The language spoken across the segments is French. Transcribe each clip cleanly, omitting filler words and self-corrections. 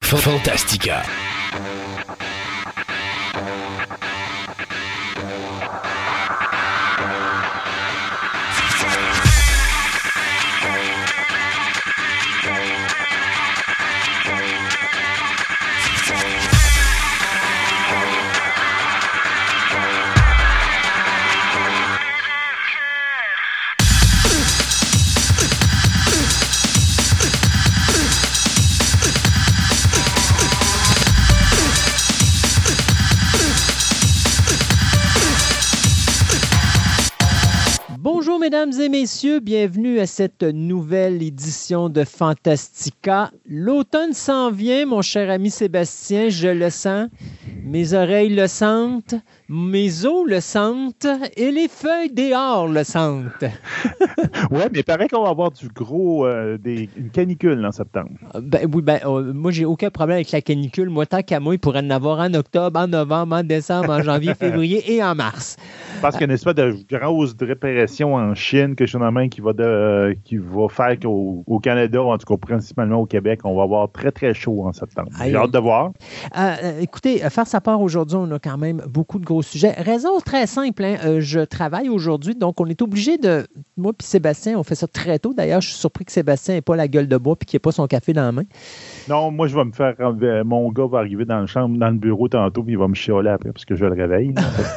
Fantastica. Mesdames et messieurs, bienvenue à cette nouvelle édition de Fantastica. L'automne s'en vient, mon cher ami Sébastien, je le sens. Mes oreilles le sentent, mes os le sentent et les feuilles dehors le sentent. Oui, mais il paraît qu'on va avoir du gros, une canicule en septembre. Moi, j'ai aucun problème avec la canicule. Moi, tant qu'à moi, il pourrait en avoir en octobre, en novembre, en décembre, en janvier, février et en mars. Parce qu'il y a une espèce de grosse répression en Chine, quelque chose de même qui va faire qu'au Canada, ou en tout cas principalement au Québec, on va avoir très, très chaud en septembre. J'ai hâte de voir. Écoutez, faire sa part aujourd'hui, on a quand même beaucoup de gros sujets. Raison très simple, je travaille aujourd'hui, donc on est obligé de... Moi puis Sébastien, on fait ça très tôt. D'ailleurs, je suis surpris que Sébastien n'ait pas la gueule de bois et qu'il n'ait pas son café dans la main. Non, moi, je vais me faire... Mon gars va arriver dans le bureau tantôt puis il va me chialer après parce que je le réveille.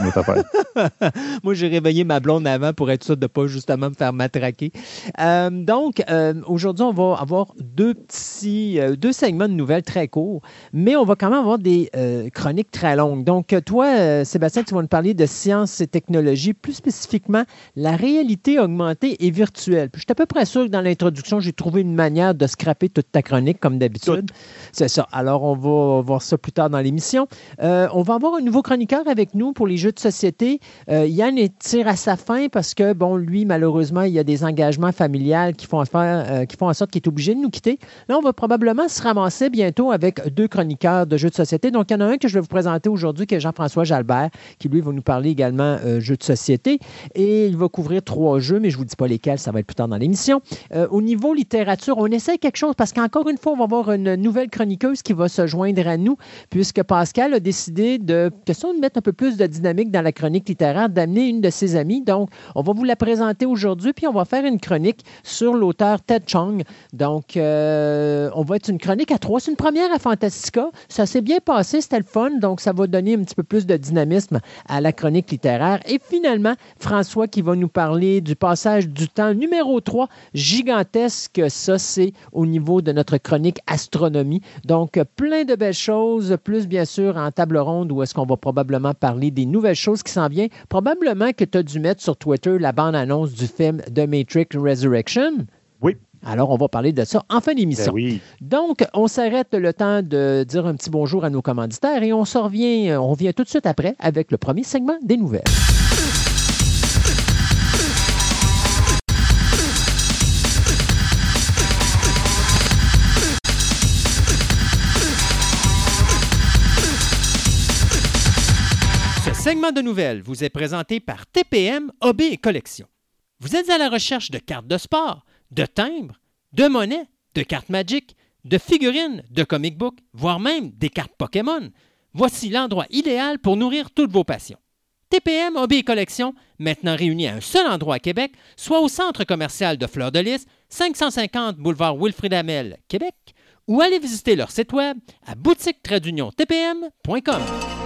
Moi, j'ai réveillé ma blonde avant pour être sûr de ne pas justement me faire matraquer. Donc, aujourd'hui, on va avoir deux segments de nouvelles très courts, mais on va quand même avoir des chroniques très longues. Donc, toi, Sébastien, tu vas nous parler de sciences et technologies, plus spécifiquement la réalité augmentée et virtuelle. Puis, je suis à peu près sûr que dans l'introduction, j'ai trouvé une manière de scraper toute ta chronique, comme d'habitude. C'est ça. Alors, on va voir ça plus tard dans l'émission. On va avoir un nouveau chroniqueur avec nous pour les jeux de société. Yann tire à sa fin parce que, bon, lui, malheureusement, il y a des engagements familiales qui font en sorte qu'il est obligé de nous quitter. Là, on va probablement se ramasser bientôt avec deux chroniqueurs de jeux de société. Donc, il y en a un que je vais vous présenter aujourd'hui, qui est Jean-François Jalbert, qui, lui, va nous parler également jeux de société. Et il va couvrir 3 jeux, mais je ne vous dis pas lesquels, ça va être plus tard dans l'émission. Au niveau littérature, on essaie quelque chose parce qu'encore une fois, on va avoir une nouvelle chroniqueuse qui va se joindre à nous, puisque Pascal a décidé de mettre un peu plus de dynamique dans la chronique littéraire, d'amener une de ses amies. Donc, on va vous la présenter aujourd'hui, puis on va faire une chronique sur l'auteur Ted Chiang. Donc, on va être une chronique à 3. C'est une première à Fantastica. Ça s'est bien passé, c'était le fun. Donc, ça va donner un petit peu plus de dynamisme à la chronique littéraire. Et finalement, François qui va nous parler du passage du temps numéro 3, gigantesque. Ça, c'est au niveau de notre chronique astronomie. Donc, plein de belles choses, plus bien sûr en table ronde où est-ce qu'on va probablement parler des nouvelles choses qui s'en viennent. Probablement que tu as dû mettre sur Twitter la bande-annonce du film The Matrix Resurrection. Oui. Alors, on va parler de ça en fin d'émission. Ben oui. Donc, on s'arrête le temps de dire un petit bonjour à nos commanditaires et on revient tout de suite après avec le premier segment des nouvelles. Ce segment de nouvelles vous est présenté par TPM Hobby et Collection. Vous êtes à la recherche de cartes de sport, de timbres, de monnaies, de cartes Magic, de figurines, de comic books, voire même des cartes Pokémon. Voici l'endroit idéal pour nourrir toutes vos passions. TPM Hobby et Collection, maintenant réunis à un seul endroit à Québec, soit au centre commercial de Fleur de Lys, 550 boulevard Wilfrid Hamel, Québec, ou allez visiter leur site web à boutique-tpm.com.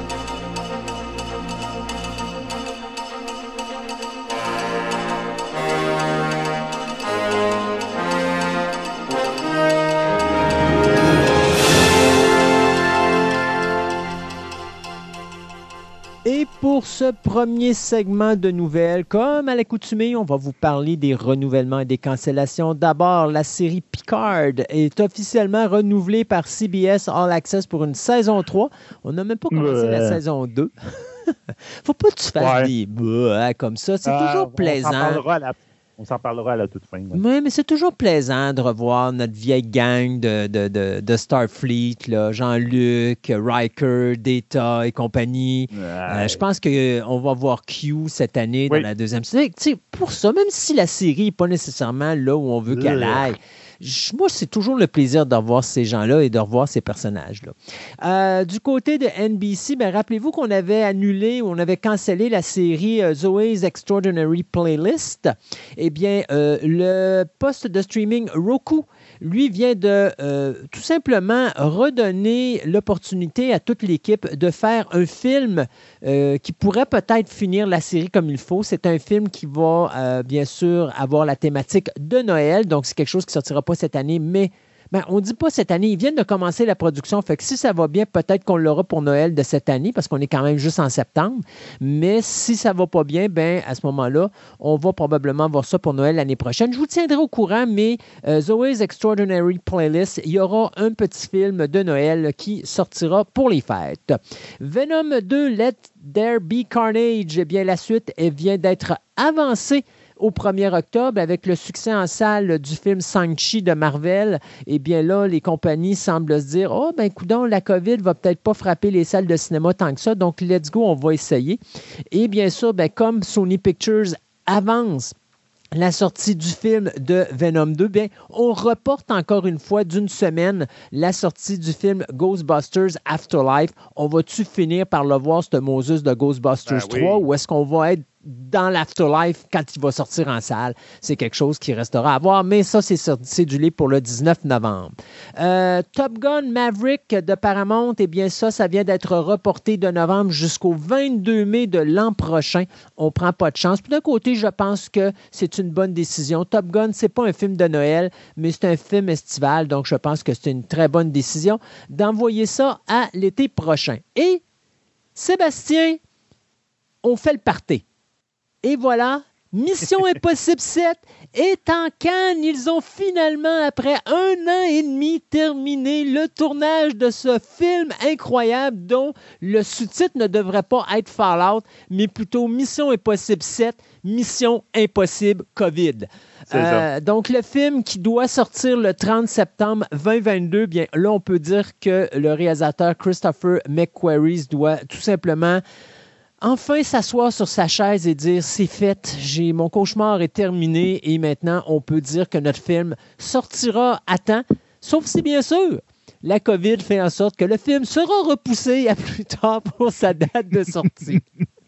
Et pour ce premier segment de nouvelles, comme à l'accoutumée, on va vous parler des renouvellements et des cancellations. D'abord, la série Picard est officiellement renouvelée par CBS All Access pour une saison 3. On n'a même pas commencé la saison 2. Faut pas que tu fasses des comme ça. C'est toujours plaisant. On s'en parlera à la toute fin. Oui, mais c'est toujours plaisant de revoir notre vieille gang de Starfleet, là, Jean-Luc, Riker, Data et compagnie. Je pense qu'on va voir Q cette année dans la deuxième série. Pour ça, même si la série n'est pas nécessairement là où on veut qu'elle aille, moi, c'est toujours le plaisir de revoir ces gens-là et de revoir ces personnages-là. Du côté de NBC, rappelez-vous qu'on avait annulé ou on avait cancellé la série Zoey's Extraordinary Playlist. Eh bien, le poste de streaming Roku, lui, vient de tout simplement redonner l'opportunité à toute l'équipe de faire un film qui pourrait peut-être finir la série comme il faut. C'est un film qui va, bien sûr, avoir la thématique de Noël. Donc, c'est quelque chose qui ne sortira pas cette année, mais on ne dit pas cette année. Ils viennent de commencer la production. Fait que si ça va bien, peut-être qu'on l'aura pour Noël de cette année parce qu'on est quand même juste en septembre. Mais si ça ne va pas bien, à ce moment-là, on va probablement voir ça pour Noël l'année prochaine. Je vous tiendrai au courant, mais Zoey's Extraordinary Playlist, il y aura un petit film de Noël qui sortira pour les fêtes. Venom 2, Let There Be Carnage, eh bien, la suite, elle vient d'être avancée au 1er octobre, avec le succès en salle du film Shang-Chi de Marvel, eh bien là, les compagnies semblent se dire « Oh, coudonc, la COVID va peut-être pas frapper les salles de cinéma tant que ça, donc let's go, on va essayer. » Et bien sûr, comme Sony Pictures avance la sortie du film de Venom 2, on reporte encore une fois d'une semaine la sortie du film Ghostbusters Afterlife. On va-tu finir par le voir, ce Moses de Ghostbusters 3, ou est-ce qu'on va être dans l'Afterlife quand il va sortir en salle? C'est quelque chose qui restera à voir, mais ça, c'est cédulé pour le 19 novembre. Top Gun Maverick de Paramount, eh bien ça vient d'être reporté de novembre jusqu'au 22 mai de l'an prochain. On ne prend pas de chance. Puis d'un côté, je pense que c'est une bonne décision. Top Gun, c'est pas un film de Noël, mais c'est un film estival, donc je pense que c'est une très bonne décision d'envoyer ça à l'été prochain. Et Sébastien, on fait le party. Et voilà, Mission Impossible 7 est en Cannes. Ils ont finalement, après 1 an et demi, terminé le tournage de ce film incroyable dont le sous-titre ne devrait pas être Fallout, mais plutôt Mission Impossible 7, Mission Impossible COVID. Donc, le film qui doit sortir le 30 septembre 2022, bien là, on peut dire que le réalisateur Christopher McQuarrie doit tout simplement enfin s'asseoir sur sa chaise et dire « C'est fait, mon cauchemar est terminé et maintenant on peut dire que notre film sortira à temps. » Sauf si, bien sûr, la COVID fait en sorte que le film sera repoussé à plus tard pour sa date de sortie.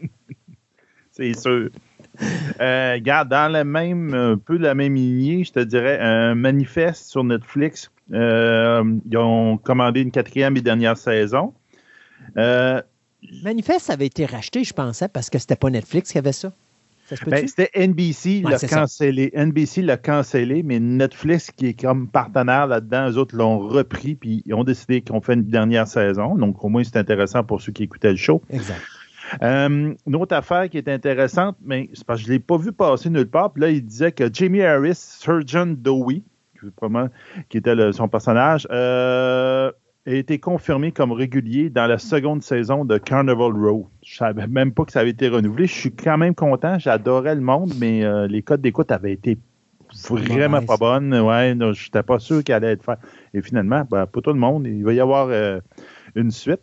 C'est sûr. Regarde, dans un peu la même lignée, je te dirais, un manifeste sur Netflix. Ils ont commandé une 4e et dernière saison. Manifeste, ça avait été racheté, je pensais, parce que c'était pas Netflix qui avait ça. C'était NBC, l'a cancellé. NBC l'a cancellé, mais Netflix, qui est comme partenaire là-dedans, eux autres l'ont repris, puis ils ont décidé qu'on fait une dernière saison. Donc, au moins, c'est intéressant pour ceux qui écoutaient le show. Exact. Une autre affaire qui est intéressante, mais c'est parce que je ne l'ai pas vu passer nulle part. Puis là, il disait que Jamie Harris, Surgeon Dowie, qui était son personnage, a été confirmé comme régulier dans la seconde saison de Carnival Row. Je ne savais même pas que ça avait été renouvelé. Je suis quand même content. J'adorais le monde, mais les codes d'écoute avaient été vraiment pas bonnes. Ouais, je n'étais pas sûr qu'elle allait être faite. Et finalement, pour tout le monde, il va y avoir une suite.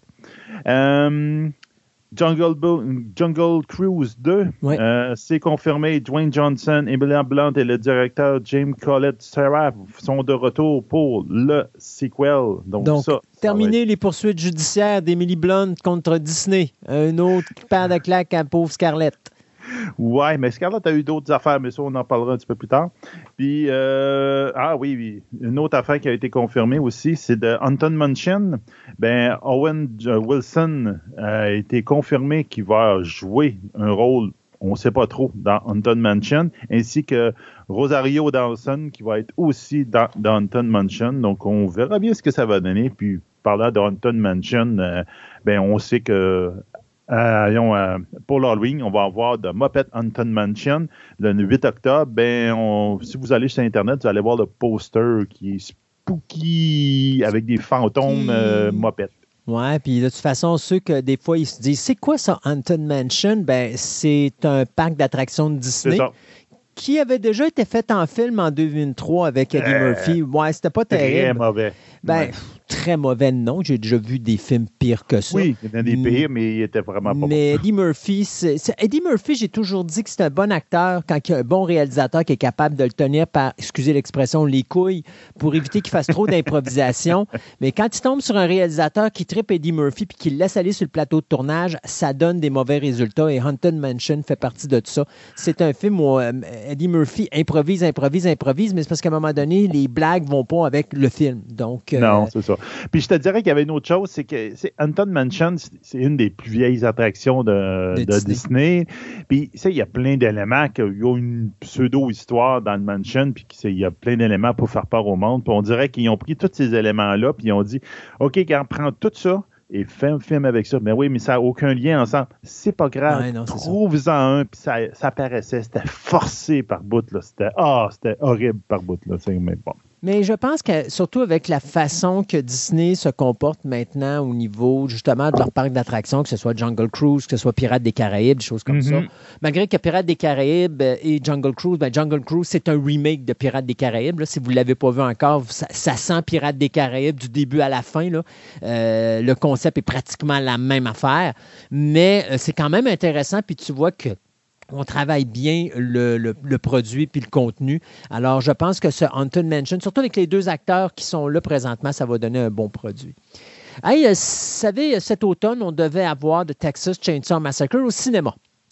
Jungle Cruise 2, c'est confirmé. Dwayne Johnson, Emilia Blunt et le directeur James Collett Sarah sont de retour pour le sequel. Donc ça, terminer les poursuites judiciaires d'Emily Blunt contre Disney. Un autre qui perd de claque à pauvre Scarlett. Ouais, mais Scarlett a eu d'autres affaires, mais ça, on en parlera un petit peu plus tard. Puis, oui, une autre affaire qui a été confirmée aussi, c'est de Haunted Mansion. Owen Wilson a été confirmé qu'il va jouer un rôle, on ne sait pas trop, dans Haunted Mansion, ainsi que Rosario Dawson, qui va être aussi dans Haunted Mansion. Donc, on verra bien ce que ça va donner. Puis, parlant de Haunted Mansion, on sait que pour l'Halloween, on va avoir de Muppet Haunted Mansion le 8 octobre. Si vous allez sur Internet, vous allez voir le poster qui est spooky avec des fantômes Muppet. Ouais, puis de toute façon, ceux que des fois, ils se disent, c'est quoi ça, Haunted Mansion? C'est un parc d'attractions de Disney qui avait déjà été fait en film en 2003 avec Eddie Murphy. Ouais, c'était pas terrible. Très mauvais. très mauvais, non. J'ai déjà vu des films pires que ça. Oui, il y en a des pires, mais il était vraiment pas Mais bon. Eddie Murphy, Eddie Murphy, j'ai toujours dit que c'est un bon acteur quand il y a un bon réalisateur qui est capable de le tenir par, excusez l'expression, les couilles, pour éviter qu'il fasse trop d'improvisation. Mais quand il tombe sur un réalisateur qui trippe Eddie Murphy puis qui le laisse aller sur le plateau de tournage, ça donne des mauvais résultats. Et Haunted Mansion fait partie de ça. C'est un film où Eddie Murphy improvise, mais c'est parce qu'à un moment donné, les blagues vont pas avec le film. Donc, non, c'est ça. Puis je te dirais qu'il y avait une autre chose, c'est que Haunted Mansion, c'est une des plus vieilles attractions de Disney. Puis, tu sais, il y a plein d'éléments, il y a une pseudo-histoire dans le mansion, puis il y a plein d'éléments pour faire peur au monde. Puis on dirait qu'ils ont pris tous ces éléments-là, puis ils ont dit, OK, quand on prend tout ça, et fais un film avec ça. Mais oui, mais ça n'a aucun lien ensemble. C'est pas grave. Ouais, non, trouve-en un, puis ça paraissait. C'était forcé par bout, là. C'était horrible par bout, là. C'est même pas. Mais je pense que, surtout avec la façon que Disney se comporte maintenant au niveau, justement, de leur parc d'attractions, que ce soit Jungle Cruise, que ce soit Pirates des Caraïbes, des choses comme ça. Malgré que Pirates des Caraïbes et Jungle Cruise, Jungle Cruise, c'est un remake de Pirates des Caraïbes. Là. Si vous ne l'avez pas vu encore, ça sent Pirates des Caraïbes du début à la fin. Là. Le concept est pratiquement la même affaire. Mais c'est quand même intéressant, puis tu vois que on travaille bien le produit puis le contenu. Alors, je pense que ce Haunted Mansion, surtout avec les deux acteurs qui sont là présentement, ça va donner un bon produit. Hey, vous savez, cet automne, on devait avoir The Texas Chainsaw Massacre au cinéma.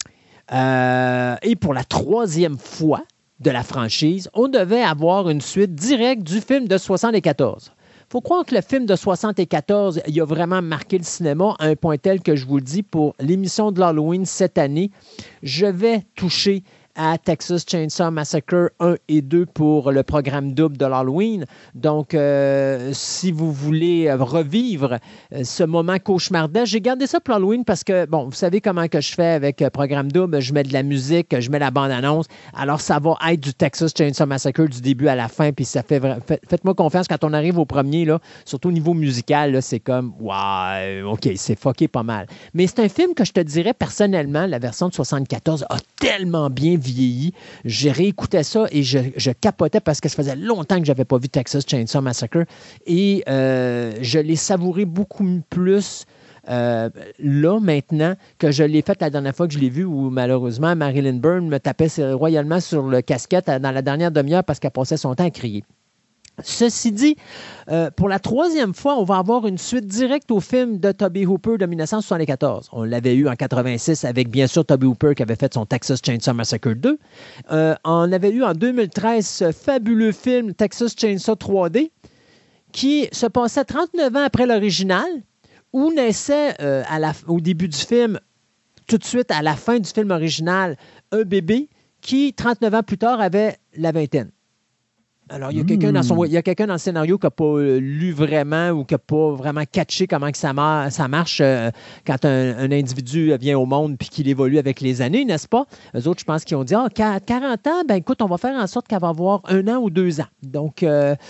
Et pour la 3e fois de la franchise, on devait avoir une suite directe du film de 1974. Il faut croire que le film de 1974, il a vraiment marqué le cinéma à un point tel que je vous le dis, pour l'émission de l'Halloween cette année, je vais toucher à Texas Chainsaw Massacre 1 et 2 pour le programme double de l'Halloween. Donc, si vous voulez revivre ce moment cauchemardesque, j'ai gardé ça pour l'Halloween parce que, bon, vous savez comment que je fais avec programme double, je mets de la musique, je mets la bande-annonce, alors ça va être du Texas Chainsaw Massacre du début à la fin, puis ça fait faites-moi confiance, quand on arrive au premier, là, surtout au niveau musical, là, c'est comme, wow, OK, c'est fucké pas mal. Mais c'est un film que je te dirais personnellement, la version de 74 a tellement bien vieilli. J'ai réécouté ça et je capotais parce que ça faisait longtemps que je n'avais pas vu Texas Chainsaw Massacre et je l'ai savouré beaucoup plus là, maintenant, que je l'ai fait la dernière fois que je l'ai vu où, malheureusement, Marilyn Byrne me tapait royalement sur le casquette dans la dernière demi-heure parce qu'elle passait son temps à crier. Ceci dit, pour la 3e fois, on va avoir une suite directe au film de Tobe Hooper de 1974. On l'avait eu en 86 avec, bien sûr, Tobe Hooper qui avait fait son Texas Chainsaw Massacre 2. On avait eu en 2013 ce fabuleux film Texas Chainsaw 3D qui se passait 39 ans après l'original, où naissait au début du film, tout de suite à la fin du film original, un bébé qui, 39 ans plus tard, avait la vingtaine. Alors, il y a quelqu'un dans le scénario qui n'a pas lu vraiment ou qui n'a pas vraiment catché comment que ça marche quand un individu vient au monde puis qu'il évolue avec les années, n'est-ce pas? Eux autres, je pense qu'ils ont dit, 40 ans, ben écoute, on va faire en sorte qu'elle va avoir 1 an ou 2 ans. Donc,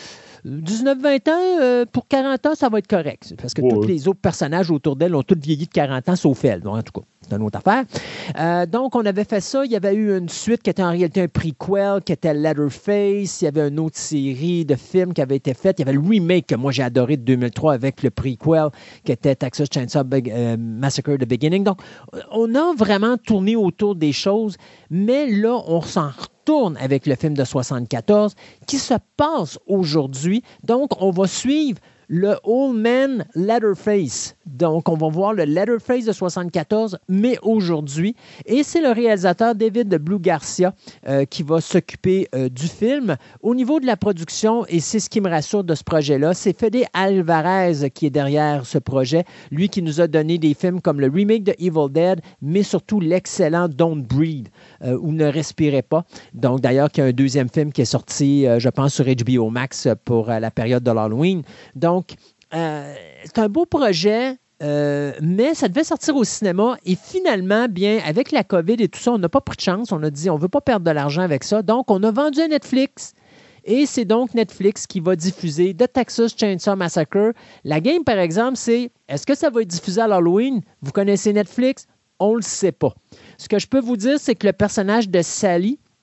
19-20 ans, pour 40 ans, ça va être correct. Parce que tous les autres personnages autour d'elle ont tous vieilli de 40 ans, sauf elle. Donc, en tout cas, c'est une autre affaire. Donc, on avait fait ça. Il y avait eu une suite qui était en réalité un prequel, qui était Leatherface. Il y avait une autre série de films qui avait été faite. Il y avait le remake que moi, j'ai adoré de 2003 avec le prequel, qui était Texas Chainsaw Massacre The Beginning. Donc, on a vraiment tourné autour des choses, mais là, on s'en retourne avec le film de 1974 qui se passe aujourd'hui. Donc, on va suivre le Old Man Leatherface. Donc, on va voir le Leatherface de 1974, mais aujourd'hui. Et c'est le réalisateur David Blue Garcia qui va s'occuper du film. Au niveau de la production, et c'est ce qui me rassure de ce projet-là, c'est Fede Alvarez qui est derrière ce projet. Lui qui nous a donné des films comme le remake de Evil Dead, mais surtout l'excellent Don't Breathe, ou Ne respirez pas. Donc, d'ailleurs, il y a un deuxième film qui est sorti, je pense, sur HBO Max pour la période de l'Halloween. Donc, c'est un beau projet, mais ça devait sortir au cinéma. Et finalement, bien, avec la COVID et tout ça, on n'a pas pris de chance. On a dit, on ne veut pas perdre de l'argent avec ça. Donc, on a vendu à Netflix. Et c'est donc Netflix qui va diffuser The Texas Chainsaw Massacre. La game, par exemple, c'est, est-ce que ça va être diffusé à l'Halloween? Vous connaissez Netflix? On ne le sait pas. Ce que je peux vous dire, c'est que le personnage de Sally,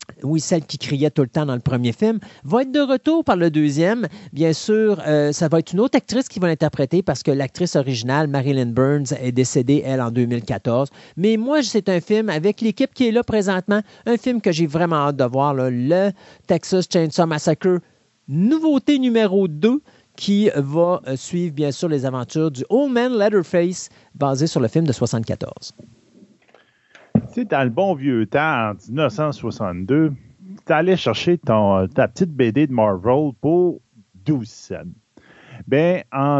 Oui, celle qui criait tout le temps dans le premier film, va être de retour par le deuxième. Bien sûr, ça va être une autre actrice qui va l'interpréter parce que l'actrice originale, Marilyn Burns, est décédée, elle, en 2014. Mais moi, c'est un film avec l'équipe qui est là présentement, un film que j'ai vraiment hâte de voir, là, le Texas Chainsaw Massacre, nouveauté numéro 2, qui va suivre, bien sûr, les aventures du Old Man Leatherface, basé sur le film de 1974. Tu sais, dans le bon vieux temps, en 1962, tu allais chercher ta petite BD de Marvel pour 12 cents. Ben, en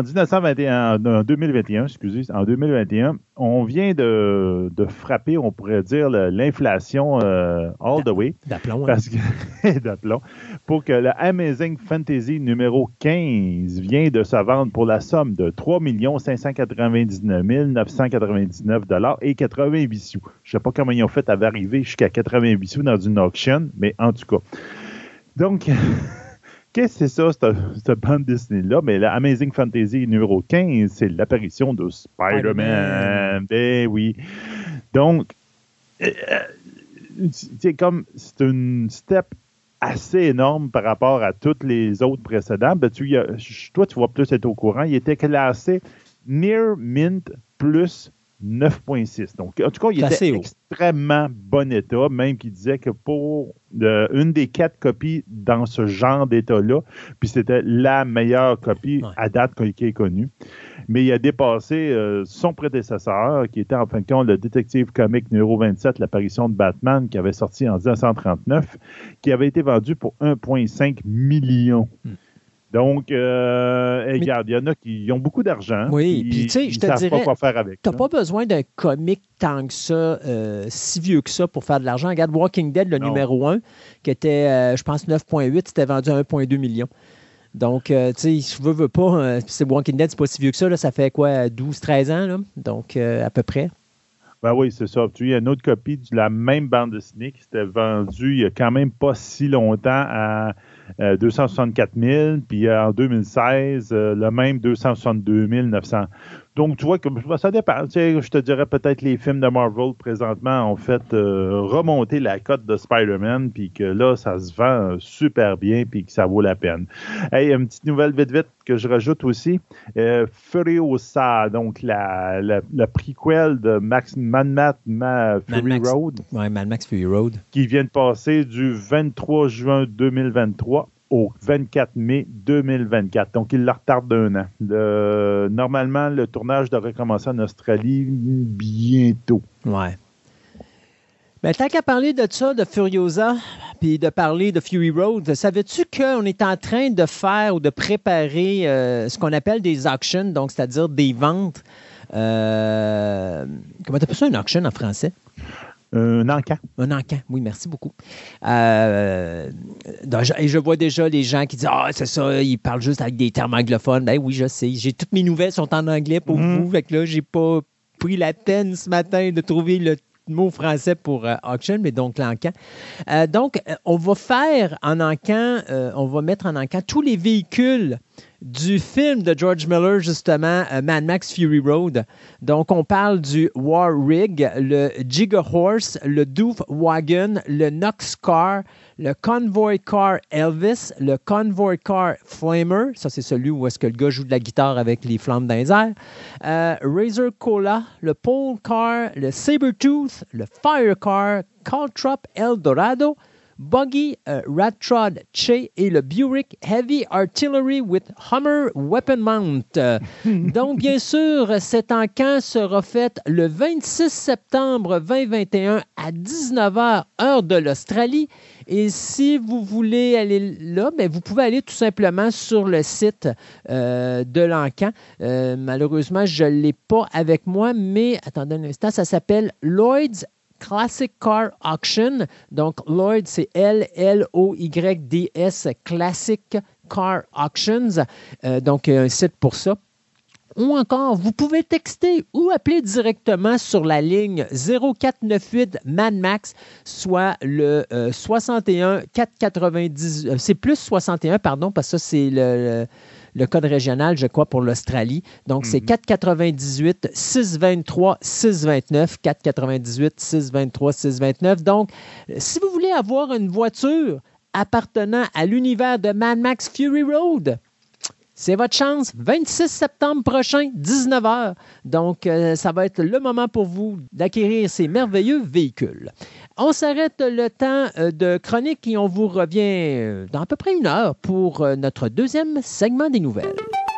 2021, on vient de frapper, on pourrait dire, l'inflation all the way. D'aplomb, parce que, d'aplomb. Pour que le Amazing Fantasy numéro 15 vient de se vendre pour la somme de 3 599 999 $ et 88 sous. Je ne sais pas comment ils ont fait à arriver jusqu'à 88 sous dans une auction, mais en tout cas. Donc... Qu'est-ce que c'est ça, cette bande dessinée-là? Mais la Amazing Fantasy numéro 15, c'est l'apparition de Spider-Man. Ben oui. Donc, c'est une step assez énorme par rapport à toutes les autres précédentes. Ben, toi, tu vas plus être au courant. Il était classé Near Mint plus 9.6. Donc, en tout cas, il était extrêmement bon état, même qu'il disait que pour une des 4 copies dans ce genre d'état-là, puis c'était la meilleure copie à date qui est connue. Mais il a dépassé son prédécesseur, qui était en fin de compte le Detective Comics numéro 27, l'apparition de Batman, qui avait sorti en 1939, qui avait été vendu pour 1,5 million. Donc, regarde, il y en a qui ont beaucoup d'argent. Oui, puis tu sais, je te dirais, pas quoi faire avec. Tu n'as pas besoin d'un comic tant que ça, si vieux que ça pour faire de l'argent. Regarde Walking Dead, le numéro 1, qui était, je pense, 9,8, c'était vendu à 1,2 million. Donc, tu sais, je veux pas, c'est Walking Dead, c'est pas si vieux que ça, là, ça fait quoi, 12-13 ans, là? Donc, à peu près. Ben oui, c'est ça. Tu vois, il y a une autre copie de la même bande dessinée qui s'était vendue il n'y a quand même pas si longtemps à 264 000, puis en 2016, le même 262 900. Donc, tu vois, ça dépend. Tu sais, je te dirais peut-être les films de Marvel présentement ont fait remonter la cote de Spider-Man, puis que là, ça se vend super bien, puis que ça vaut la peine. Hey, une petite nouvelle vite que je rajoute aussi. Furiosa, donc la prequel de Mad Max Fury Road. Oui, Mad Max Fury Road. Qui vient de passer du 23 juin 2023 au 24 mai 2024. Donc, il la retarde d'un an. Normalement, le tournage devrait commencer en Australie bientôt. Ouais. Mais tant qu'à parler de ça, de Furiosa, puis de parler de Fury Road, savais-tu qu'on est en train de faire ou de préparer ce qu'on appelle des auctions, donc c'est-à-dire des ventes. Comment tu appelles ça, une auction en français? Un encan. Un encan, oui, merci beaucoup. Et je vois déjà les gens qui disent « Ah, c'est ça, ils parlent juste avec des termes anglophones. » Ben oui, je sais. Toutes mes nouvelles sont en anglais pour vous. Fait que là, j'ai pas pris la peine ce matin de trouver le mot français pour auction, mais donc l'encan. Donc, on va faire en encan, on va mettre en encan tous les véhicules du film de George Miller, justement, Mad Max Fury Road. Donc, on parle du War Rig, le Giga Horse, le Doof Wagon, le Nox Car, le Convoy Car Elvis, le Convoy Car Flamer, ça c'est celui où est-ce que le gars joue de la guitare avec les flammes dans les airs, Razor Cola, le Pole Car, le Sabertooth, le Fire Car, Caltrop Eldorado, Buggy, Radtrod Che et le Buick Heavy Artillery with Hummer Weapon Mount. Donc, bien sûr, cet encan sera fait le 26 septembre 2021 à 19h, heure de l'Australie. Et si vous voulez aller là, bien, vous pouvez aller tout simplement sur le site de l'encan. Malheureusement, je ne l'ai pas avec moi, mais attendez un instant, ça s'appelle Lloyd's Classic Car Auction. Donc, Lloyd, c'est L-L-O-Y-D-S, Classic Car Auctions. Donc, un site pour ça. Ou encore, vous pouvez texter ou appeler directement sur la ligne 0498 Mad Max, soit le 61 490. C'est plus 61, pardon, parce que ça, c'est le code régional, je crois, pour l'Australie. Donc, c'est 498-623-629, 498-623-629. Donc, si vous voulez avoir une voiture appartenant à l'univers de Mad Max Fury Road, c'est votre chance. 26 septembre prochain, 19h. Donc, ça va être le moment pour vous d'acquérir ces merveilleux véhicules. On s'arrête le temps de chronique et on vous revient dans à peu près 1 heure pour notre deuxième segment des nouvelles.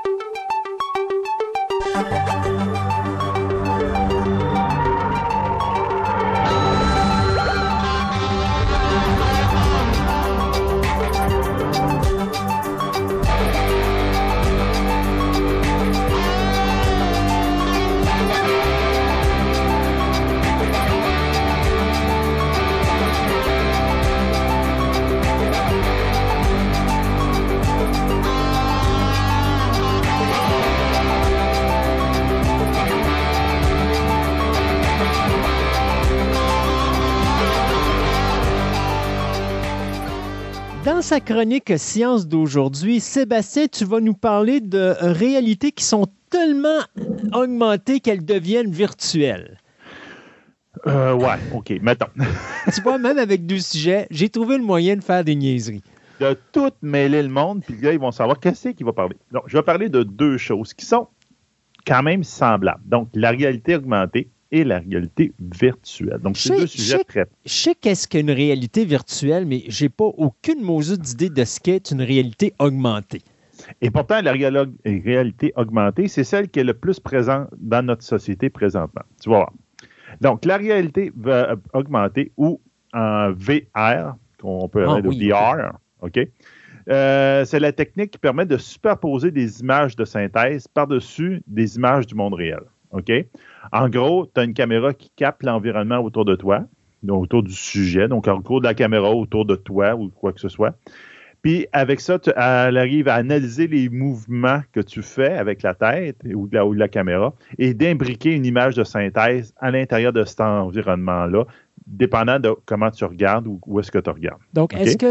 Dans sa chronique Science d'aujourd'hui, Sébastien, tu vas nous parler de réalités qui sont tellement augmentées qu'elles deviennent virtuelles. Ouais, OK, mettons. Tu vois, même avec 2 sujets, j'ai trouvé le moyen de faire des niaiseries. De tout mêler le monde, puis là, ils vont savoir qu'est-ce qu'il va parler. Donc, je vais parler de 2 choses qui sont quand même semblables. Donc, la réalité augmentée et la réalité virtuelle. Donc, c'est 2 sujets très... Je sais qu'est-ce qu'une réalité virtuelle, mais j'ai pas aucune maudite idée de ce qu'est une réalité augmentée. Et pourtant, la réalité augmentée, c'est celle qui est le plus présente dans notre société présentement. Tu vas voir. Donc, la réalité augmentée ou en VR, qu'on peut appeler de VR, OK? C'est la technique qui permet de superposer des images de synthèse par-dessus des images du monde réel. OK? En gros, tu as une caméra qui capte l'environnement autour de toi, donc autour du sujet, donc en gros de la caméra autour de toi ou quoi que ce soit. Puis avec ça, elle arrive à analyser les mouvements que tu fais avec la tête ou de la caméra et d'imbriquer une image de synthèse à l'intérieur de cet environnement-là, dépendant de comment tu regardes ou où est-ce que tu regardes. Donc, okay? Est-ce que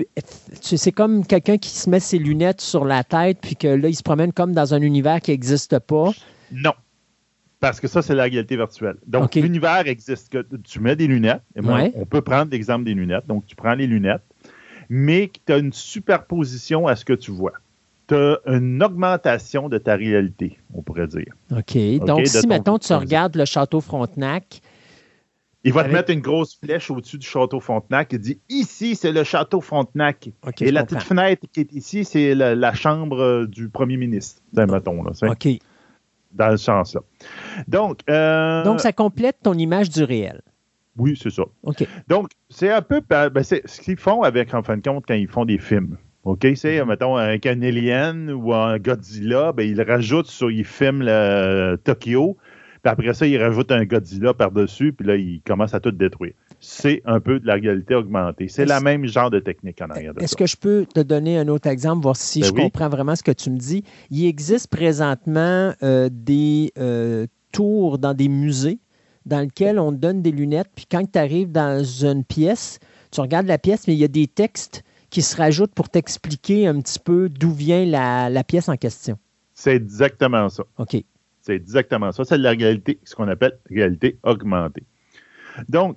c'est comme quelqu'un qui se met ses lunettes sur la tête puis que là, il se promène comme dans un univers qui n'existe pas? Non. Parce que ça, c'est la réalité virtuelle. Donc, l'univers existe. Tu mets des lunettes. Et moi, on peut prendre l'exemple des lunettes. Donc, tu prends les lunettes, mais tu as une superposition à ce que tu vois. Tu as une augmentation de ta réalité, on pourrait dire. OK. Donc, si, mettons, tu regardes le château Frontenac... Il va te mettre une grosse flèche au-dessus du château Frontenac et dit « Ici, c'est le château Frontenac. Okay, et la petite fenêtre qui est ici, c'est la chambre du premier ministre. » Mettons, là. OK. Dans ce sens-là. Donc, ça complète ton image du réel. Oui, c'est ça. OK. Donc, c'est un peu c'est ce qu'ils font avec, en fin de compte, quand ils font des films. OK? C'est, mettons, avec un Alien ou un Godzilla, ils rajoutent ils filment le Tokyo, puis après ça, ils rajoutent un Godzilla par-dessus, puis là, ils commencent à tout détruire. C'est un peu de la réalité augmentée. C'est le même genre de technique en arrière de ça. Est-ce que je peux te donner un autre exemple, voir si je comprends vraiment ce que tu me dis? Il existe présentement des tours dans des musées dans lesquels on te donne des lunettes, puis quand tu arrives dans une pièce, tu regardes la pièce, mais il y a des textes qui se rajoutent pour t'expliquer un petit peu d'où vient la pièce en question. C'est exactement ça. OK. C'est exactement ça. C'est de la réalité, ce qu'on appelle réalité augmentée. Donc,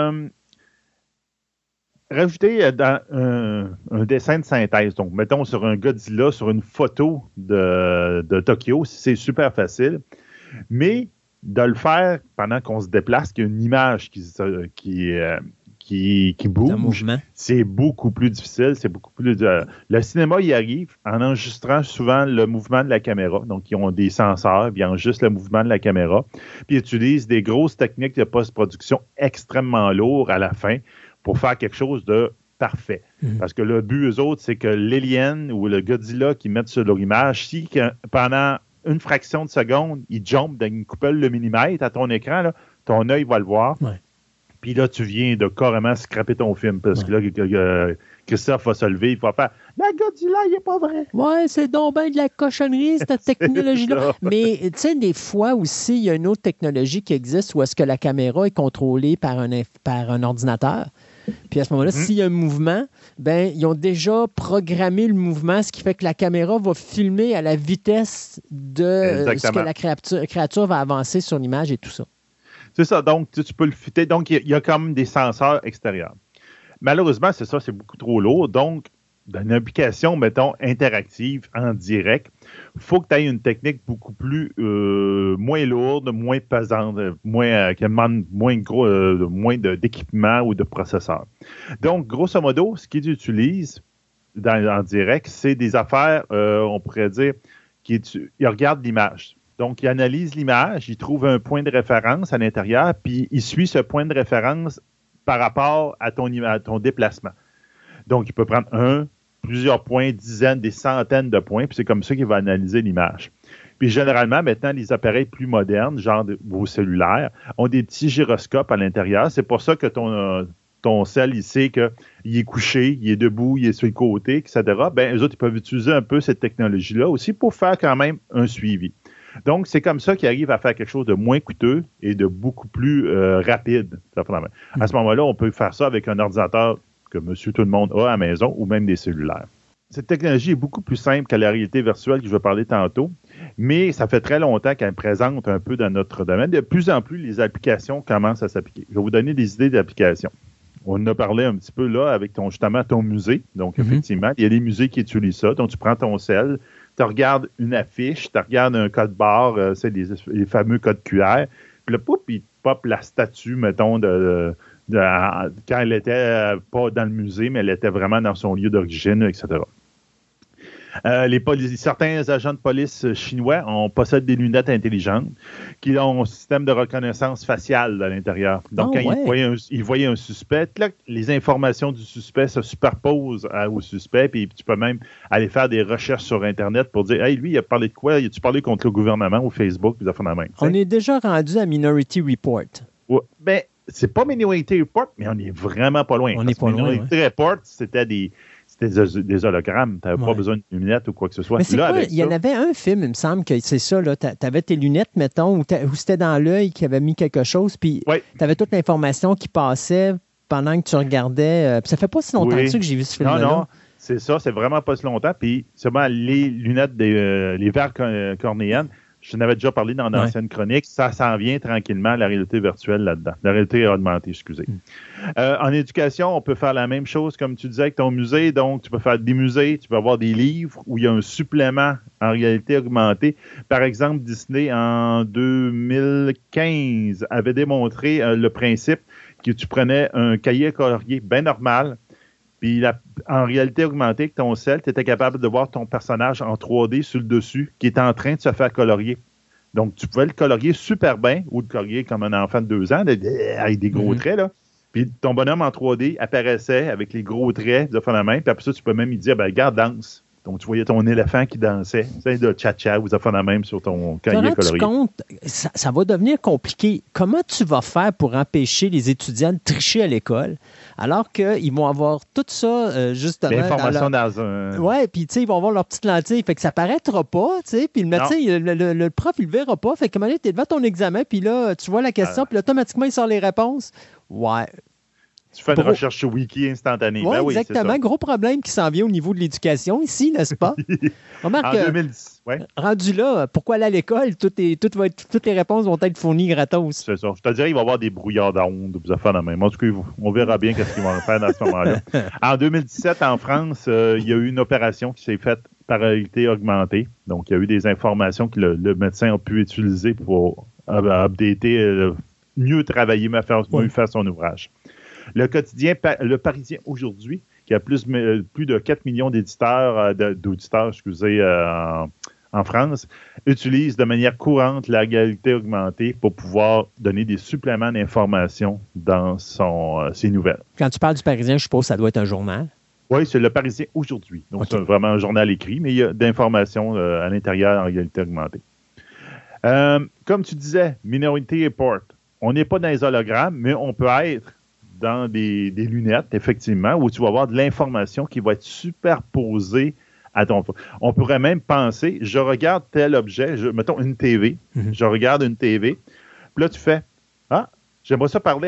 rajouter dans un dessin de synthèse, donc mettons sur un Godzilla, sur une photo de Tokyo, c'est super facile, mais de le faire pendant qu'on se déplace, qu'il y a une image qui bouge, c'est beaucoup plus difficile, c'est beaucoup plus... le cinéma y arrive en enregistrant souvent le mouvement de la caméra. Donc, ils ont des senseurs, puis ils enregistrent le mouvement de la caméra, puis ils utilisent des grosses techniques de post-production extrêmement lourdes à la fin pour faire quelque chose de parfait. Parce que le but, eux autres, c'est que l'Alien ou le Godzilla qu'ils mettent sur leur image, si pendant une fraction de seconde, ils jumpent dans une coupole de millimètre à ton écran, là, ton œil va le voir. Ouais. Puis là, tu viens de carrément scraper ton film parce que là, Christophe va se lever, il va faire « La Godzilla, il n'est pas vrai! » Ouais, c'est donc bien de la cochonnerie, cette technologie-là. Mais tu sais, des fois aussi, il y a une autre technologie qui existe où est-ce que la caméra est contrôlée par un ordinateur. Puis à ce moment-là, s'il y a un mouvement, ben ils ont déjà programmé le mouvement, ce qui fait que la caméra va filmer à la vitesse de ce que la créature va avancer sur l'image et tout ça. C'est ça. Donc, tu peux le fitter. Donc, il y a quand même des senseurs extérieurs. Malheureusement, c'est ça, c'est beaucoup trop lourd. Donc, dans une application, mettons, interactive, en direct, il faut que tu aies une technique beaucoup plus moins lourde, moins pesante, qui demande moins d'équipement ou de processeur. Donc, grosso modo, ce qu'ils utilisent en direct, c'est des affaires, on pourrait dire, ils regardent l'image. Donc, ils analysent l'image, ils trouvent un point de référence à l'intérieur, puis ils suivent ce point de référence par rapport à ton déplacement. Donc, il peut prendre plusieurs points, dizaines, des centaines de points, puis c'est comme ça qu'il va analyser l'image. Puis généralement, maintenant, les appareils plus modernes, genre vos cellulaires, ont des petits gyroscopes à l'intérieur. C'est pour ça que ton cell, il sait qu'il est couché, il est debout, il est sur le côté, etc. Bien, eux autres, ils peuvent utiliser un peu cette technologie-là aussi pour faire quand même un suivi. Donc, c'est comme ça qu'ils arrivent à faire quelque chose de moins coûteux et de beaucoup plus rapide. À ce moment-là, on peut faire ça avec un ordinateur que monsieur tout le monde a à la maison ou même des cellulaires. Cette technologie est beaucoup plus simple que la réalité virtuelle que je vais parler tantôt, mais ça fait très longtemps qu'elle présente un peu dans notre domaine. De plus en plus, les applications commencent à s'appliquer. Je vais vous donner des idées d'applications. On en a parlé un petit peu là avec justement ton musée. Donc, effectivement, il y a des musées qui utilisent ça. Donc, tu prends ton cell, tu regardes une affiche, tu regardes un code barre, c'est les fameux codes QR, puis là, il te pop la statue, mettons, quand elle était pas dans le musée, mais elle était vraiment dans son lieu d'origine, etc. Certains agents de police chinois possèdent des lunettes intelligentes qui ont un système de reconnaissance faciale à l'intérieur. Donc, ils voyaient un suspect, là, les informations du suspect se superposent au suspect, puis tu peux même aller faire des recherches sur Internet pour dire « Hey, lui, il a parlé de quoi? Il a-tu parlé contre le gouvernement ou Facebook? » On est déjà rendu à Minority Report. Ouais, ben, c'est pas Minority Report, mais on est vraiment pas loin. On n'est pas loin. Minority Report, c'était des hologrammes. Tu n'avais pas besoin de lunettes ou quoi que ce soit. Mais c'est quoi? Il y en avait un film, il me semble, que c'est ça. Tu avais tes lunettes, mettons, où c'était dans l'œil qui avait mis quelque chose, puis tu avais toute l'information qui passait pendant que tu regardais. Ça fait pas si longtemps que j'ai vu ce film-là. Non, c'est ça. C'est vraiment pas si longtemps. Puis, seulement les lunettes, les verres cornéennes, je n'avais déjà parlé dans d'anciennes chroniques. Ça s'en vient tranquillement, la réalité virtuelle là-dedans. La réalité augmentée, excusez. En éducation, on peut faire la même chose, comme tu disais, avec ton musée. Donc, tu peux faire des musées, tu peux avoir des livres où il y a un supplément en réalité augmentée. Par exemple, Disney, en 2015, avait démontré le principe que tu prenais un cahier colorié bien normal, puis en réalité augmentée, avec ton cell, tu étais capable de voir ton personnage en 3D sur le dessus qui est en train de se faire colorier. Donc, tu pouvais le colorier super bien ou le colorier comme un enfant de 2 ans avec des gros traits, là. Puis ton bonhomme en 3D apparaissait avec les gros traits de la main. Puis après ça, tu peux même lui dire, regarde, danse. Donc, tu voyais ton éléphant qui dansait. Tu sais, de tcha-tcha ou de la même sur ton cahier colorié. Tu comptes, ça va devenir compliqué. Comment tu vas faire pour empêcher les étudiants de tricher à l'école alors qu'ils vont avoir tout ça, justement... L'information dans un... Oui, puis tu sais, ils vont avoir leur petite lentille. Fait que ça paraîtra pas, tu sais. Puis le prof, il le verra pas. Fait que tu es devant ton examen, puis là, tu vois la question, puis automatiquement, il sort les réponses. Ouais. Tu fais une recherche sur Wiki instantanée. Oui, exactement. Gros problème qui s'en vient au niveau de l'éducation ici, n'est-ce pas? Remarque, en 2010, rendu là, pourquoi aller à l'école? Toutes les réponses vont être fournies gratos. C'est ça. Je te dirais, il va y avoir des brouillards d'ondes, vous affaires de même. En tout cas, on verra bien ce qu'ils vont faire dans ce moment-là. En 2017, en France, il y a eu une opération qui s'est faite par réalité augmentée. Donc, il y a eu des informations que le médecin a pu utiliser pour updater, mieux travailler, mieux faire son ouvrage. Le quotidien, le Parisien aujourd'hui, qui a plus de 4 millions d'auditeurs en France, utilise de manière courante la réalité augmentée pour pouvoir donner des suppléments d'informations dans ses nouvelles. Quand tu parles du Parisien, je suppose que ça doit être un journal. Oui, c'est le Parisien aujourd'hui. Donc, c'est vraiment un journal écrit, mais il y a d'informations à l'intérieur en réalité augmentée. Comme tu disais, Minority Report, on n'est pas dans les hologrammes, mais on peut être dans des lunettes, effectivement, où tu vas avoir de l'information qui va être superposée à ton... On pourrait même penser, je regarde tel objet, mettons une TV, je regarde une TV, puis là tu fais, j'aimerais ça parler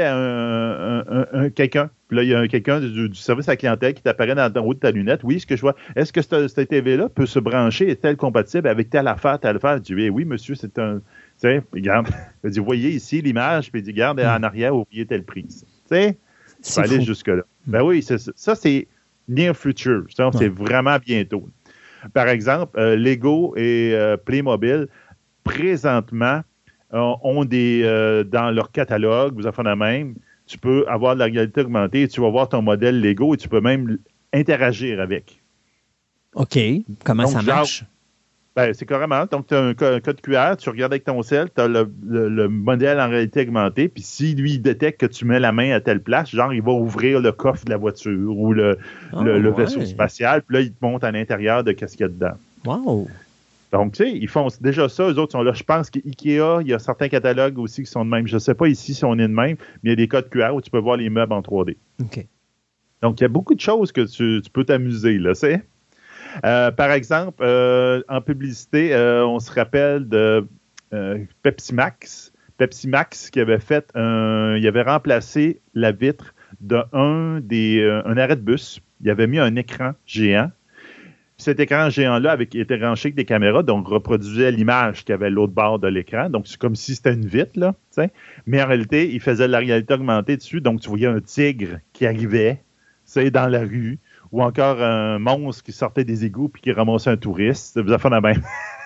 à quelqu'un. Puis là, il y a quelqu'un du service à la clientèle qui t'apparaît dans le haut de ta lunette. Oui, ce que je vois. Est-ce que cette TV-là peut se brancher, est-elle compatible avec telle affaire, telle affaire? Je dis, oui, monsieur, c'est un... Tu sais, regarde. Il dit, voyez ici l'image, puis il dit, regarde, en arrière, oubliez telle prise. Tu sais, tu peux aller jusque-là. Ben oui, ça, c'est near future. C'est vraiment bientôt. Par exemple, Lego et Playmobil, présentement, ont dans leur catalogue, vous en faites la même, tu peux avoir de la réalité augmentée, tu vas voir ton modèle Lego et tu peux même interagir avec. OK. Comment ça marche? C'est carrément. Donc, tu as un code QR, tu regardes avec ton cell, tu as le modèle en réalité augmentée, puis si lui, il détecte que tu mets la main à telle place, genre, il va ouvrir le coffre de la voiture ou le vaisseau spatial, puis là, il te montre à l'intérieur de qu'est-ce qu'il y a dedans. Wow! Donc, tu sais, ils font déjà ça. Eux autres sont là. Je pense qu'IKEA, il y a certains catalogues aussi qui sont de même. Je ne sais pas ici si on est de même, mais il y a des codes QR où tu peux voir les meubles en 3D. OK. Donc, il y a beaucoup de choses que tu peux t'amuser, là, c'est. Par exemple, en publicité, on se rappelle de Pepsi Max. Pepsi Max qui avait il avait remplacé la vitre d'un arrêt de bus. Il avait mis un écran géant. Cet écran géant-là était branché avec des caméras, donc reproduisait l'image qu'il y avait à l'autre bord de l'écran. Donc, c'est comme si c'était une vitre, là. T'sais. Mais en réalité, il faisait de la réalité augmentée dessus. Donc, tu voyais un tigre qui arrivait dans la rue, ou encore un monstre qui sortait des égouts puis qui ramassait un touriste. Vous avez fait la même.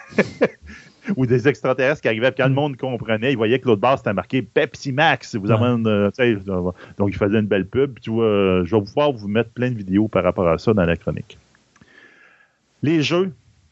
Ou des extraterrestres qui arrivaient, puis quand le monde comprenait, il voyait que l'autre bord, c'était marqué Pepsi Max. Vous amène, donc, il faisait une belle pub. Puis, je vais pouvoir vous mettre plein de vidéos par rapport à ça dans la chronique. Les jeux,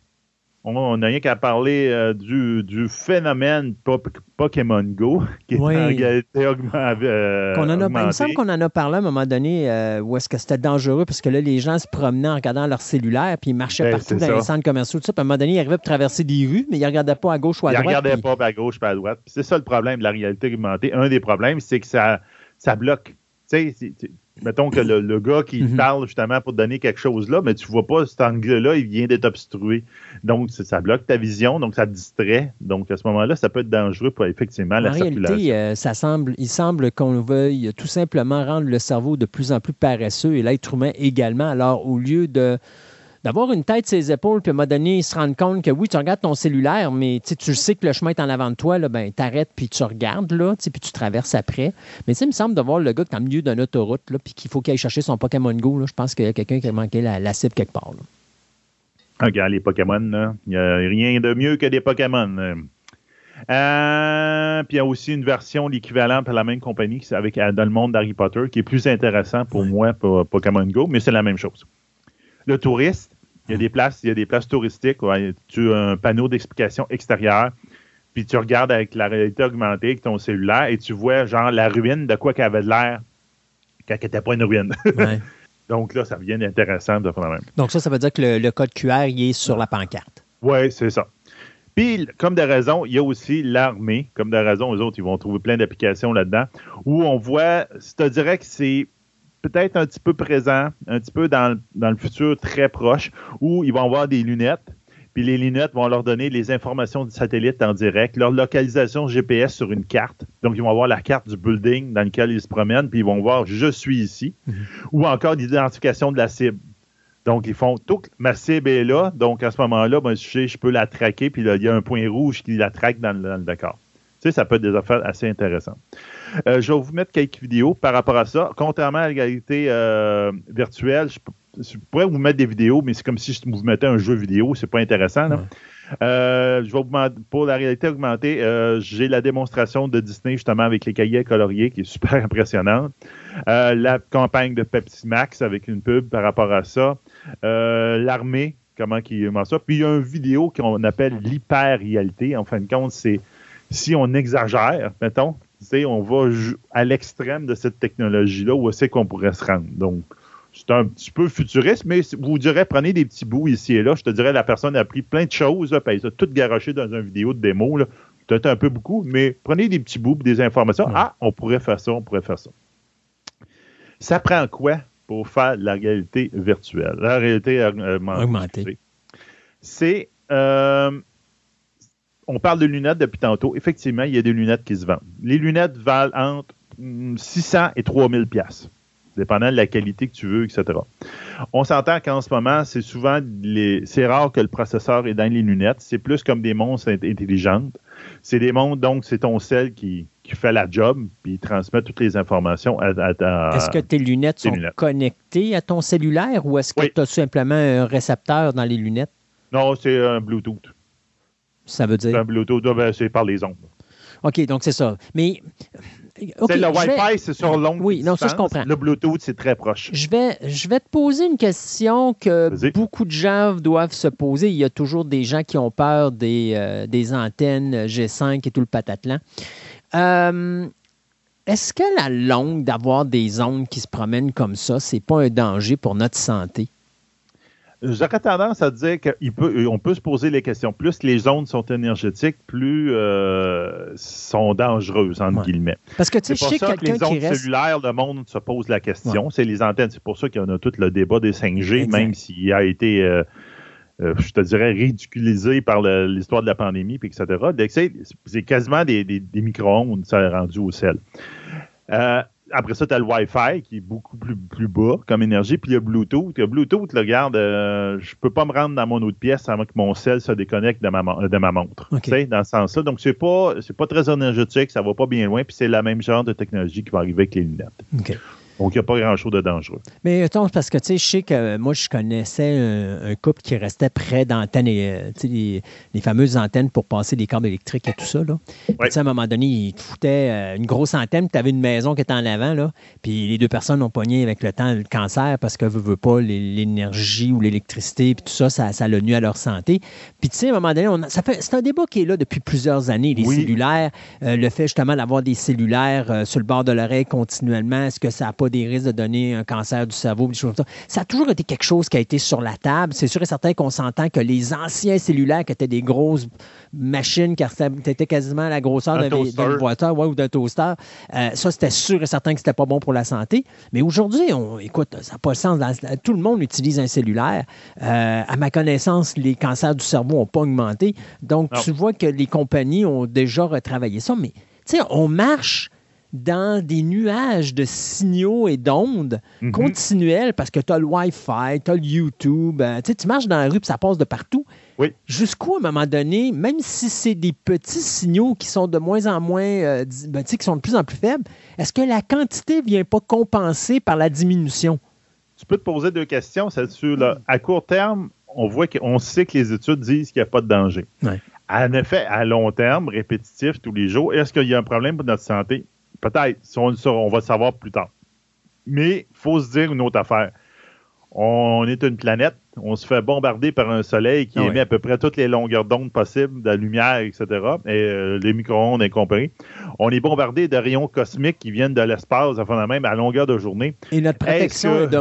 on n'a rien qu'à parler du phénomène Pokémon Go, qui est en réalité augmentée. Il me semble qu'on en a parlé à un moment donné où est-ce que c'était dangereux, parce que là, les gens se promenaient en regardant leur cellulaire, puis ils marchaient partout dans les centres commerciaux, tout ça. Puis à un moment donné, ils arrivaient pour traverser des rues, mais ils ne regardaient pas à gauche ou à droite. Ils ne regardaient pas à gauche ou à droite. Puis c'est ça le problème de la réalité augmentée. Un des problèmes, c'est que ça bloque. Tu sais, mettons que le gars qui parle justement pour te donner quelque chose là, mais tu vois pas cet angle-là, il vient d'être obstrué. Donc, ça bloque ta vision, donc ça te distrait. Donc, à ce moment-là, ça peut être dangereux pour effectivement la circulation. En réalité, il semble qu'on veuille tout simplement rendre le cerveau de plus en plus paresseux et l'être humain également. Alors, au lieu d'avoir une tête sur ses épaules, puis à un moment donné, ils se rendent compte que oui, tu regardes ton cellulaire, mais tu sais que le chemin est en avant de toi, là, ben, t'arrêtes, puis tu regardes, là, puis tu traverses après. Mais il me semble de voir le gars qui est en milieu d'une autoroute, là, puis qu'il faut qu'il aille chercher son Pokémon Go. Là. Je pense qu'il y a quelqu'un qui a manqué la cible quelque part. Là. Regarde, les Pokémon, là. Il n'y a rien de mieux que des Pokémon. Puis il y a aussi une version, l'équivalent par la même compagnie dans le monde d'Harry Potter, qui est plus intéressant pour moi pour Pokémon Go, mais c'est la même chose. Le touriste, il y a des places touristiques, tu as un panneau d'explication extérieur, puis tu regardes avec la réalité augmentée avec ton cellulaire et tu vois genre la ruine de quoi qu'elle avait de l'air quand elle n'était pas une ruine. Ouais. Donc là, ça devient intéressant de faire la même. Donc ça veut dire que le code QR, il est sur la pancarte. Oui, c'est ça. Puis, comme de raison, il y a aussi l'armée. Comme de raison, eux autres, ils vont trouver plein d'applications là-dedans, où on voit, je te dirais que c'est peut-être un petit peu présent, un petit peu dans le futur très proche, où ils vont avoir des lunettes, puis les lunettes vont leur donner les informations du satellite en direct, leur localisation GPS sur une carte. Donc, ils vont avoir la carte du building dans lequel ils se promènent, puis ils vont voir « Je suis ici », ou encore l'identification de la cible. Donc, ils font « Ma cible est là », donc à ce moment-là, je peux la traquer, puis il y a un point rouge qui la traque dans le décor. Tu sais, ça peut être des affaires assez intéressantes. Je vais vous mettre quelques vidéos par rapport à ça. Contrairement à la réalité virtuelle, je pourrais vous mettre des vidéos, mais c'est comme si je vous mettais un jeu vidéo. C'est pas intéressant. Là. Je vais vous pour la réalité augmentée, j'ai la démonstration de Disney justement avec les cahiers coloriés qui est super impressionnante. La campagne de Pepsi Max avec une pub par rapport à ça. L'armée, comment ils montrent ça. Puis il y a une vidéo qu'on appelle l'hyper-réalité. En fin de compte, c'est si on exagère, mettons, on va à l'extrême de cette technologie-là, où c'est qu'on pourrait se rendre. Donc, c'est un petit peu futuriste, mais vous direz, prenez des petits bouts ici et là. Je te dirais, la personne a appris plein de choses, là, puis elle a tout garoché dans une vidéo de démo. Là. Peut-être un peu beaucoup, mais prenez des petits bouts, des informations. Ah, on pourrait faire ça, on pourrait faire ça. Ça prend quoi pour faire la réalité virtuelle? La réalité augmentée. C'est... on parle de lunettes depuis tantôt. Effectivement, il y a des lunettes qui se vendent. Les lunettes valent entre 600 et 3000 $, dépendant de la qualité que tu veux, etc. On s'entend qu'en ce moment, c'est souvent c'est rare que le processeur est dans les lunettes. C'est plus comme des monstres intelligentes. C'est des monstres, donc c'est ton cell qui fait la job, puis il transmet toutes les informations à Est-ce que tes lunettes sont connectées à ton cellulaire ou est-ce que tu as simplement un récepteur dans les lunettes? Non, c'est un Bluetooth. Ça veut dire? C'est un Bluetooth, c'est par les ondes. OK, donc c'est ça. Mais... Okay, le Wi-Fi, c'est sur longue Oui, distance. non, ça, je comprends. Le Bluetooth, c'est très proche. Je vais te poser une question que beaucoup de gens doivent se poser. Il y a toujours des gens qui ont peur des antennes G5 et tout le patatlan. Est-ce que la longue d'avoir des ondes qui se promènent comme ça, c'est pas un danger pour notre santé? J'aurais tendance à dire qu'on peut se poser les questions. Plus les ondes sont énergétiques, plus sont dangereuses, entre guillemets. Parce que tu sais, c'est pour ça que les ondes cellulaires, le monde se pose la question. Ouais. C'est les antennes. C'est pour ça qu'il y en a tout le débat des 5G, exact. Même s'il a été, je te dirais, ridiculisé par l'histoire de la pandémie, puis etc. C'est quasiment des micro-ondes, ça est rendu au sel. Après ça, tu as le Wi-Fi qui est beaucoup plus bas comme énergie. Puis il y a Bluetooth. Regarde, je peux pas me rendre dans mon autre pièce avant que mon cell se déconnecte de ma montre. Okay. Dans ce sens-là. Donc, c'est pas très énergétique, ça va pas bien loin. Puis c'est la même genre de technologie qui va arriver avec les lunettes. Okay. Donc, il n'y a pas grand-chose de dangereux. Mais attends, parce que, tu sais, je sais que moi, je connaissais un couple qui restait près d'antennes, les fameuses antennes pour passer des câbles électriques et tout ça, là. Ouais. Puis, à un moment donné, ils te foutaient une grosse antenne, puis tu avais une maison qui était en avant, là. Puis les deux personnes ont pogné avec le temps le cancer parce que veut pas l'énergie ou l'électricité, puis tout ça, ça l'a nuit à leur santé. Puis, tu sais, à un moment donné, c'est un débat qui est là depuis plusieurs années, les cellulaires, le fait justement d'avoir des cellulaires sur le bord de l'oreille continuellement, est-ce que ça n'a pas des risques de donner un cancer du cerveau, des choses comme ça. Ça a toujours été quelque chose qui a été sur la table. C'est sûr et certain qu'on s'entend que les anciens cellulaires qui étaient des grosses machines qui étaient quasiment à la grosseur d'un voiture ou d'un toaster, ça, c'était sûr et certain que c'était pas bon pour la santé. Mais aujourd'hui, écoute, ça n'a pas de sens. Tout le monde utilise un cellulaire. À ma connaissance, les cancers du cerveau n'ont pas augmenté. Donc, tu vois que les compagnies ont déjà retravaillé ça. Mais, tu sais, on marche dans des nuages de signaux et d'ondes continuels parce que tu as le Wi-Fi, tu as le YouTube. Tu marches dans la rue et ça passe de partout. Oui. Jusqu'où, à un moment donné, même si c'est des petits signaux qui sont de moins en moins, qui sont de plus en plus faibles, est-ce que la quantité ne vient pas compenser par la diminution? Tu peux te poser deux questions. C'est sûr, là, à court terme, on sait que les études disent qu'il n'y a pas de danger. Ouais. En effet, à long terme, répétitif tous les jours, est-ce qu'il y a un problème pour notre santé? Peut-être, on va le savoir plus tard. Mais il faut se dire une autre affaire. On est une planète, on se fait bombarder par un soleil qui émet à peu près toutes les longueurs d'onde possibles, de la lumière, etc., et les micro-ondes incompris. On est bombardé de rayons cosmiques qui viennent de l'espace, enfin même à longueur de journée. Et notre protection est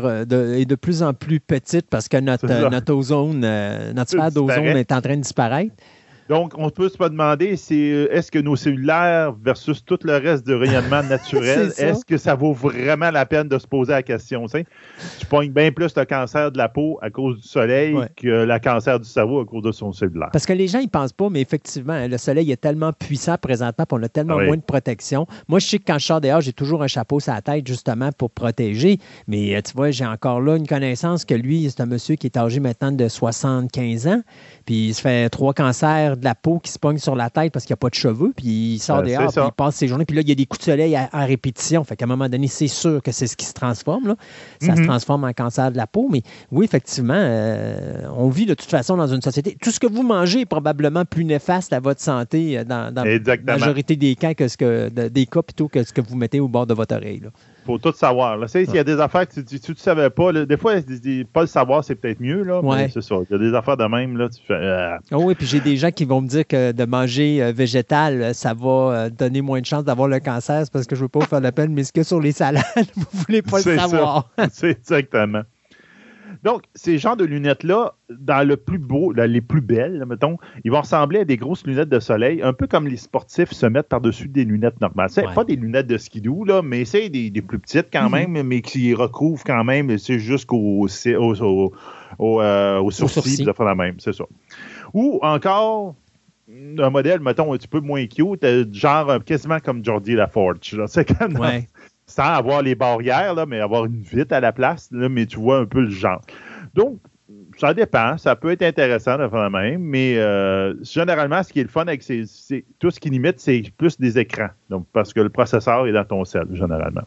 de plus en plus petite parce que notre ozone, notre sphère d'ozone est en train de disparaître. Donc, on peut se demander, est-ce que nos cellulaires versus tout le reste du rayonnement naturel, est-ce que ça vaut vraiment la peine de se poser la question? Tu pognes bien plus le cancer de la peau à cause du soleil que le cancer du cerveau à cause de son cellulaire. Parce que les gens, ils pensent pas, mais effectivement, le soleil est tellement puissant présentement, puis on a tellement moins de protection. Moi, je sais que quand je sors dehors, j'ai toujours un chapeau sur la tête, justement, pour protéger. Mais tu vois, j'ai encore là une connaissance que lui, c'est un monsieur qui est âgé maintenant de 75 ans, puis il se fait 3 cancers de la peau qui se pogne sur la tête parce qu'il n'y a pas de cheveux, puis il sort dehors, puis il passe ses journées, puis là, il y a des coups de soleil à répétition. Fait qu'à un moment donné, c'est sûr que c'est ce qui se transforme, là. Ça se transforme en cancer de la peau, mais oui, effectivement, on vit de toute façon dans une société. Tout ce que vous mangez est probablement plus néfaste à votre santé dans la majorité des cas plutôt que ce que vous mettez au bord de votre oreille, là. Faut tout savoir. Là. S'il y a des affaires que tu ne savais pas, là, des fois, pas le savoir, c'est peut-être mieux, là, mais c'est ça. Il y a des affaires de même, là, tu fais... oui, puis j'ai des gens qui vont me dire que de manger végétal, ça va donner moins de chances d'avoir le cancer, c'est parce que je ne veux pas vous faire la peine, mais ce que sur les salades, vous ne voulez pas le savoir. C'est exactement. Donc, ces genres de lunettes-là, dans le plus beau, les plus belles, là, mettons, ils vont ressembler à des grosses lunettes de soleil, un peu comme les sportifs se mettent par-dessus des lunettes normales. C'est pas des lunettes de skidoo, là, mais c'est des plus petites quand même, mais qui recouvrent quand même, c'est jusqu'au sourcil, ça fait la même, c'est ça. Ou encore, un modèle, mettons, un petit peu moins cute, genre quasiment comme Geordie LaForge. Là. C'est comme sans avoir les barrières, là, mais avoir une vitre à la place, là, mais tu vois un peu le genre. Donc, ça dépend. Ça peut être intéressant de faire la même, mais généralement, ce qui est le fun avec c'est tout ce qui limite, c'est plus des écrans. Donc, parce que le processeur est dans ton cell, généralement.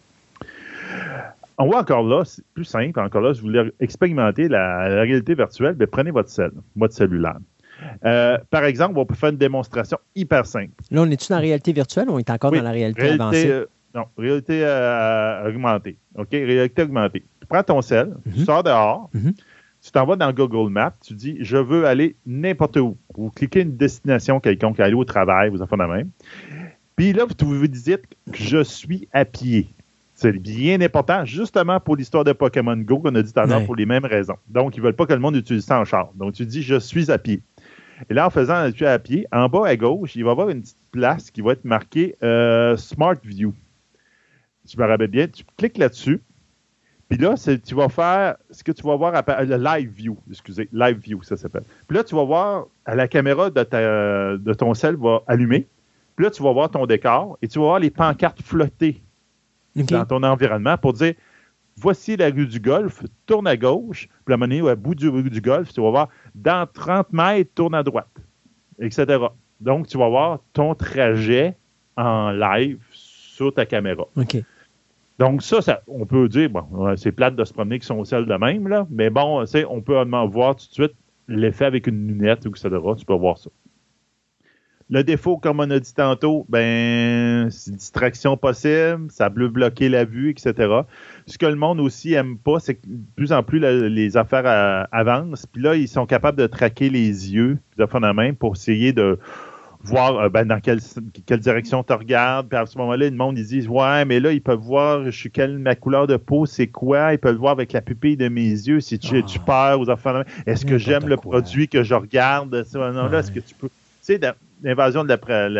On voit encore là, c'est plus simple. Encore là, si vous voulez expérimenter la réalité virtuelle, bien, prenez votre cellulaire. Par exemple, on peut faire une démonstration hyper simple. Là, on est-tu dans la réalité virtuelle ou on est encore dans la réalité avancée? Non, réalité augmentée. OK? Réalité augmentée. Tu prends ton cell, tu sors dehors, tu t'en vas dans Google Maps, tu dis « Je veux aller n'importe où ». Vous cliquez une destination quelconque, aller au travail, vous en faites la même. Puis là, vous dites « Je suis à pied ». C'est bien important, justement pour l'histoire de Pokémon Go qu'on a dit tout à l'heure pour les mêmes raisons. Donc, ils ne veulent pas que le monde utilise ça en char. Donc, tu dis « Je suis à pied ». Et là, en faisant « Je suis à pied », en bas à gauche, il va y avoir une petite place qui va être marquée Smart View. Tu me rappelles bien, tu cliques là-dessus. Puis là, tu vas faire ce que tu vas voir, le Live View, Live View, ça s'appelle. Puis là, tu vas voir, la caméra de ton cell va allumer. Puis là, tu vas voir ton décor et tu vas voir les pancartes flotter dans ton environnement pour dire, voici la rue du Golfe, tourne à gauche. Puis à un moment donné, au bout du rue du Golfe, tu vas voir, dans 30 mètres, tourne à droite, etc. Donc, tu vas voir ton trajet en live sur ta caméra. OK. Donc, ça, on peut dire, bon, c'est plate de se promener avec son cell de même, là, mais bon, on peut voir tout de suite l'effet avec une lunette, etc. Tu peux voir ça. Le défaut, comme on a dit tantôt, ben, c'est distraction possible, ça peut bloquer la vue, etc. Ce que le monde aussi aime pas, c'est que de plus en plus, les affaires avancent, puis là, ils sont capables de traquer les yeux, de faire la main pour essayer de voir dans quelle direction tu regardes. Puis à ce moment-là, le monde, ils disent « Ouais, mais là, ils peuvent voir ma couleur de peau, c'est quoi? Ils peuvent voir avec la pupille de mes yeux si tu peur aux enfants. Est-ce que j'aime le produit que je regarde? Là, est-ce que tu peux... » Tu sais, l'invasion de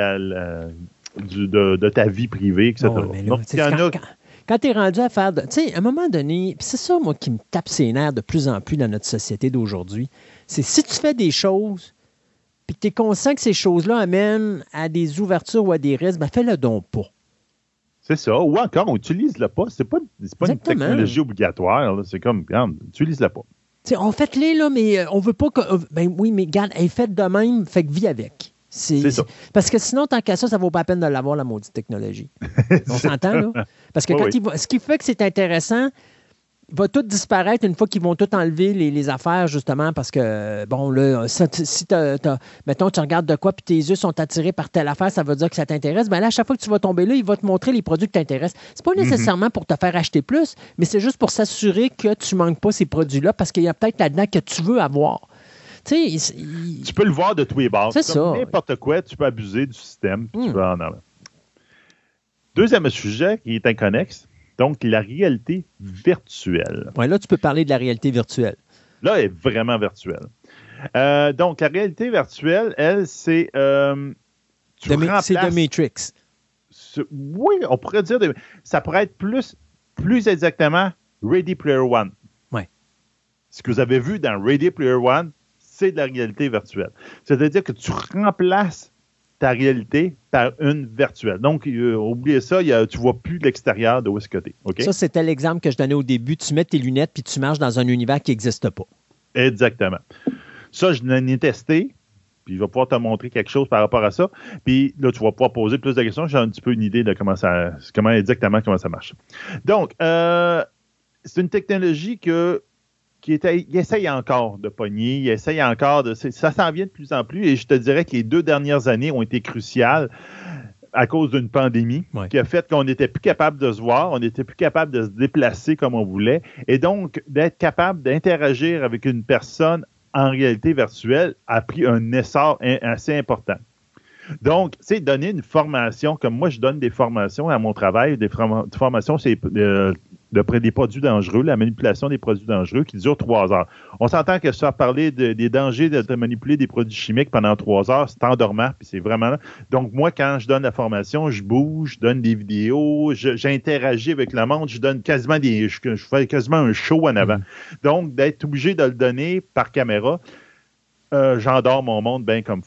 ta vie privée, etc. Donc, il y en a... Quand tu es rendu à faire... Tu sais, à un moment donné, c'est ça, moi, qui me tape ses nerfs de plus en plus dans notre société d'aujourd'hui, c'est si tu fais des choses puis que tu es conscient que ces choses-là amènent à des ouvertures ou à des risques, ben fais-le donc pas. C'est ça. Ou encore, utilise-le pas. C'est pas une technologie obligatoire. Là. C'est comme, regarde, utilise-le pas. T'sais, on fait-les, là, mais on veut pas que... Ben oui, mais regarde, elle est faite de même, fait que vis avec. C'est ça. Parce que sinon, tant qu'à ça, ça vaut pas la peine de l'avoir, la maudite technologie. On s'entend, là? Parce que ce qui fait que c'est intéressant... Il va tout disparaître une fois qu'ils vont tout enlever les affaires, justement, parce que, bon, là, si mettons, tu regardes de quoi, puis tes yeux sont attirés par telle affaire, ça veut dire que ça t'intéresse. Bien là, à chaque fois que tu vas tomber là, il va te montrer les produits qui t'intéressent. C'est pas nécessairement pour te faire acheter plus, mais c'est juste pour s'assurer que tu manques pas ces produits-là, parce qu'il y a peut-être là-dedans que tu veux avoir. Tu sais, tu peux le voir de tous les bords. C'est ça. N'importe quoi, tu peux abuser du système, puis tu vas en avoir. Deuxième sujet qui est inconnexe. Donc, la réalité virtuelle. Oui, là, tu peux parler de la réalité virtuelle. Là, elle est vraiment virtuelle. Donc, la réalité virtuelle, elle, c'est... c'est de Matrix. Oui, on pourrait dire... ça pourrait être plus exactement Ready Player One. Oui. Ce que vous avez vu dans Ready Player One, c'est de la réalité virtuelle. C'est-à-dire que tu remplaces ta réalité par une virtuelle. Donc, oubliez ça, tu ne vois plus de l'extérieur de où est-ce que tu es. Okay? Ça, c'était l'exemple que je donnais au début. Tu mets tes lunettes puis tu marches dans un univers qui n'existe pas. Exactement. Ça, je l'ai testé, puis il va pouvoir te montrer quelque chose par rapport à ça. Puis là, tu vas pouvoir poser plus de questions. J'ai un petit peu une idée de comment ça marche. Donc, c'est une technologie qui essaye encore de pogner, il essaye encore de... Ça s'en vient de plus en plus, et je te dirais que les 2 dernières années ont été cruciales à cause d'une pandémie qui a fait qu'on n'était plus capable de se voir, on n'était plus capable de se déplacer comme on voulait, et donc d'être capable d'interagir avec une personne en réalité virtuelle a pris un essor assez important. Donc, tu sais, donner une formation, comme moi, je donne des formations à mon travail, des formations, c'est des produits dangereux, la manipulation des produits dangereux qui dure 3 heures. On s'entend que ça parler des dangers de manipuler des produits chimiques pendant 3 heures, c'est endormant, puis c'est vraiment là. Donc, moi, quand je donne la formation, je bouge, je donne des vidéos, j'interagis avec le monde, je fais quasiment un show en avant. Donc, d'être obligé de le donner par caméra, j'endors mon monde bien comme il faut.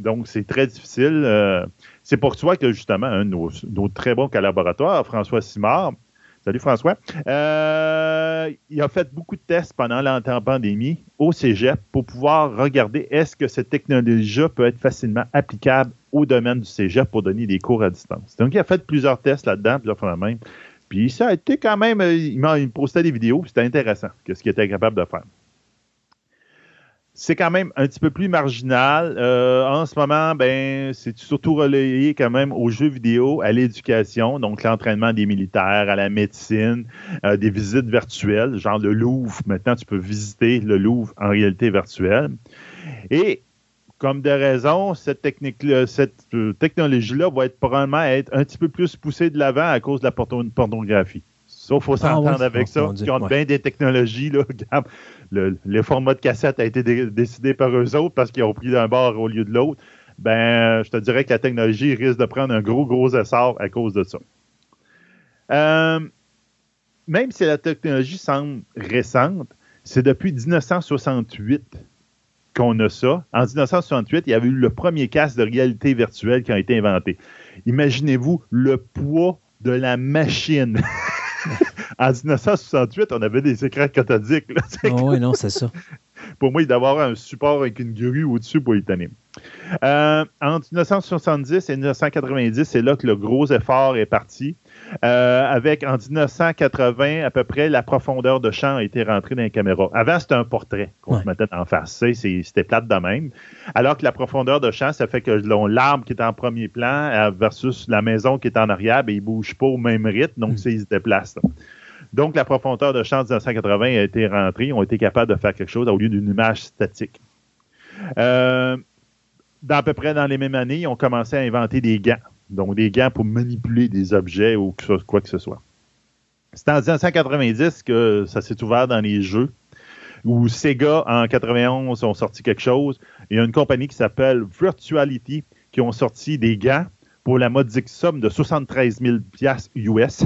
Donc, c'est très difficile. C'est pour ça que, justement, un de nos très bons collaborateurs, François Simard, salut François, il a fait beaucoup de tests pendant la pandémie au cégep pour pouvoir regarder est-ce que cette technologie peut être facilement applicable au domaine du cégep pour donner des cours à distance. Donc, il a fait plusieurs tests là-dedans, plusieurs fois même. Puis ça a été quand même, il me postait des vidéos, puis c'était intéressant, ce qu'il était capable de faire. C'est quand même un petit peu plus marginal. En ce moment, c'est surtout relayé quand même aux jeux vidéo, à l'éducation, donc l'entraînement des militaires, à la médecine, des visites virtuelles, genre le Louvre. Maintenant, tu peux visiter le Louvre en réalité virtuelle. Et comme de raison, cette technologie-là va probablement être un petit peu plus poussée de l'avant à cause de la pornographie. Sauf qu'il faut s'entendre avec ça. Ils ont bien des technologies. Là. Le format de cassette a été décidé par eux autres parce qu'ils ont pris d'un bord au lieu de l'autre. Je te dirais que la technologie risque de prendre un gros essor à cause de ça. Même si la technologie semble récente, c'est depuis 1968 qu'on a ça. En 1968, il y avait eu le premier casque de réalité virtuelle qui a été inventé. Imaginez-vous le poids de la machine. En 1968, on avait des écrans cathodiques. Oui, non, c'est ça. Pour moi, il doit y avoir un support avec une grue au-dessus pour y tenir. Entre 1970 et 1990, c'est là que le gros effort est parti. Avec, en 1980, à peu près, la profondeur de champ a été rentrée dans les caméras. Avant, c'était un portrait qu'on se mettait en face. C'était plate de même. Alors que la profondeur de champ, ça fait que l'arbre qui est en premier plan versus la maison qui est en arrière, il ne bouge pas au même rythme, donc il se déplace. Là. Donc, la profondeur de champ de 1980 a été rentrée. Ils ont été capables de faire quelque chose au lieu d'une image statique. À peu près dans les mêmes années, ils ont commencé à inventer des gants. Donc, des gants pour manipuler des objets ou quoi que ce soit. C'est en 1990 que ça s'est ouvert dans les jeux, où Sega, en 91, ont sorti quelque chose. Il y a une compagnie qui s'appelle Virtuality qui ont sorti des gants pour la modique somme de 73 000 US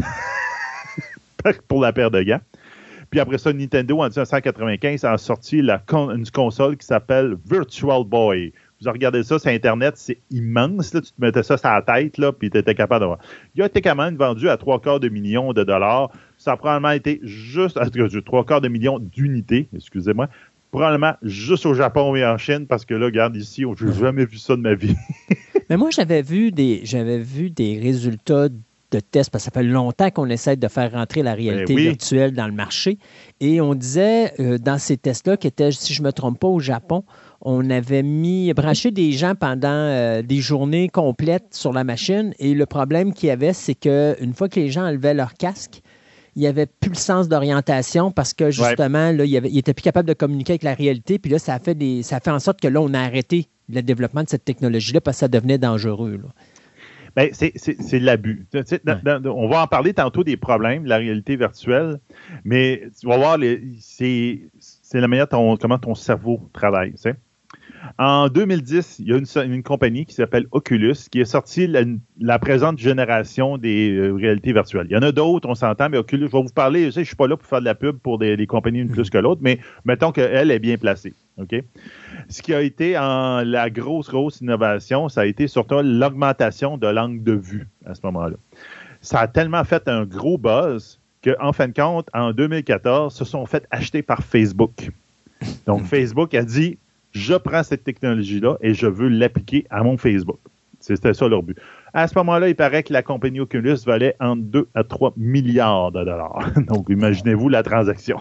pour la paire de gants. Puis après ça, Nintendo, en 1995, a sorti une console qui s'appelle Virtual Boy. Vous regardez ça sur Internet, c'est immense. Là. Tu te mettais ça sur la tête, là, puis tu étais capable de voir. Il a été quand même vendu à $750 millions. Ça a probablement été juste, $750 millions d'unités, excusez-moi, probablement juste au Japon et en Chine, parce que là, regarde ici, je n'ai jamais vu ça de ma vie. Mais moi, j'avais vu des résultats de tests, parce que ça fait longtemps qu'on essaie de faire rentrer la réalité virtuelle dans le marché. Et on disait, dans ces tests-là, qui étaient, si je ne me trompe pas, au Japon, on avait branché des gens pendant des journées complètes sur la machine. Et le problème qu'il y avait, c'est qu'une fois que les gens enlevaient leur casque, il n'y avait plus le sens d'orientation parce que, justement, là, il n'était plus capable de communiquer avec la réalité. Puis là, ça a fait en sorte que là, on a arrêté le développement de cette technologie-là parce que ça devenait dangereux. Là. Ben, c'est l'abus. On va en parler tantôt des problèmes de la réalité virtuelle, mais tu vas voir, c'est la manière comment ton cerveau travaille. Tu sais. En 2010, il y a une compagnie qui s'appelle Oculus qui a sorti la présente génération des réalités virtuelles. Il y en a d'autres, on s'entend, mais Oculus, je vais vous parler, je ne suis pas là pour faire de la pub pour des compagnies une plus que l'autre, mais mettons qu'elle est bien placée. OK? Ce qui a été la grosse innovation, ça a été surtout l'augmentation de l'angle de vue à ce moment-là. Ça a tellement fait un gros buzz qu'en fin de compte, en 2014, se sont fait acheter par Facebook. Donc, Facebook a dit, je prends cette technologie-là et je veux l'appliquer à mon Facebook. C'était ça leur but. À ce moment-là, il paraît que la compagnie Oculus valait entre 2 à 3 milliards de dollars. Donc, imaginez-vous la transaction.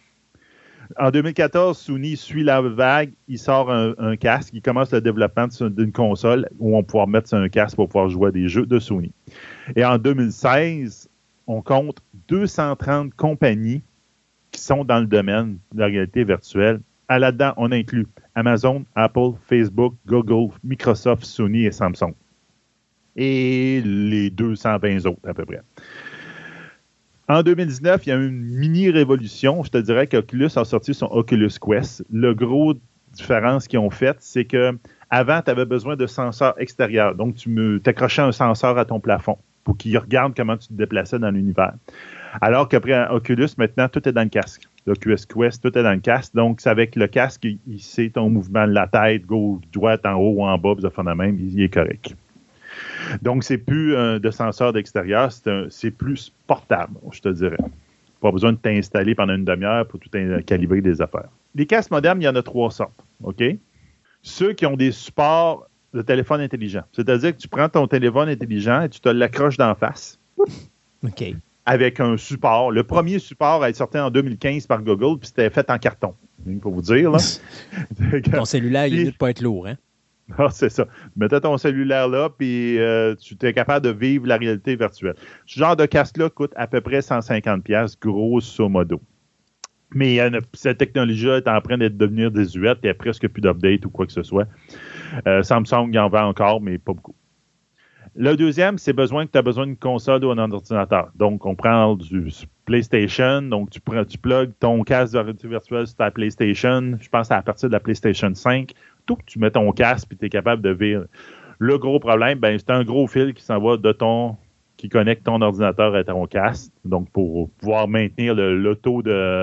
En 2014, Sony suit la vague, il sort un casque, il commence le développement d'une console où on pourra mettre sur un casque pour pouvoir jouer à des jeux de Sony. Et en 2016, on compte 230 compagnies qui sont dans le domaine de la réalité virtuelle. Là-dedans, on inclut Amazon, Apple, Facebook, Google, Microsoft, Sony et Samsung. Et les 220 autres à peu près. En 2019, il y a eu une mini-révolution. Je te dirais qu'Oculus a sorti son Oculus Quest. Le gros différence qu'ils ont faite, c'est qu'avant, tu avais besoin de senseurs extérieurs. Donc, tu accrochais un senseur à ton plafond pour qu'il regarde comment tu te déplaçais dans l'univers. Alors qu'après Oculus, maintenant, tout est dans le casque. l'Oculus Quest, tout est dans le casque. Donc, c'est avec le casque, il sait ton mouvement de la tête, gauche, droite, en haut ou en bas, puis ça fait de même, il est correct. Donc, c'est plus de senseur d'extérieur, c'est plus portable, je te dirais. Pas besoin de t'installer pendant une demi-heure pour tout calibrer des affaires. Les casques modernes, il y en a 3 sortes, OK? Ceux qui ont des supports de téléphone intelligent. C'est-à-dire que tu prends ton téléphone intelligent et tu te l'accroches d'en face. OK. Avec un support. Le premier support a été sorti en 2015 par Google, puis c'était fait en carton. Pour vous dire, là. Ton cellulaire, il est mieux de pas être lourd, hein? Ah, c'est ça. Tu mettais ton cellulaire là, puis tu es capable de vivre la réalité virtuelle. Ce genre de casque-là coûte à peu près 150$, grosso modo. Mais cette technologie-là est en train de devenir désuète. Il n'y a presque plus d'update ou quoi que ce soit. Samsung en vend encore, mais pas beaucoup. Le deuxième, c'est que tu as besoin d'une console ou d'un ordinateur. Donc, on prend du PlayStation. Donc, tu plugues ton casque de réalité virtuelle sur ta PlayStation. Je pense à partir de la PlayStation 5. Tu mets ton casque et tu es capable de vivre. Le gros problème, c'est un gros fil qui s'en va qui connecte ton ordinateur à ton casque. Donc, pour pouvoir maintenir le taux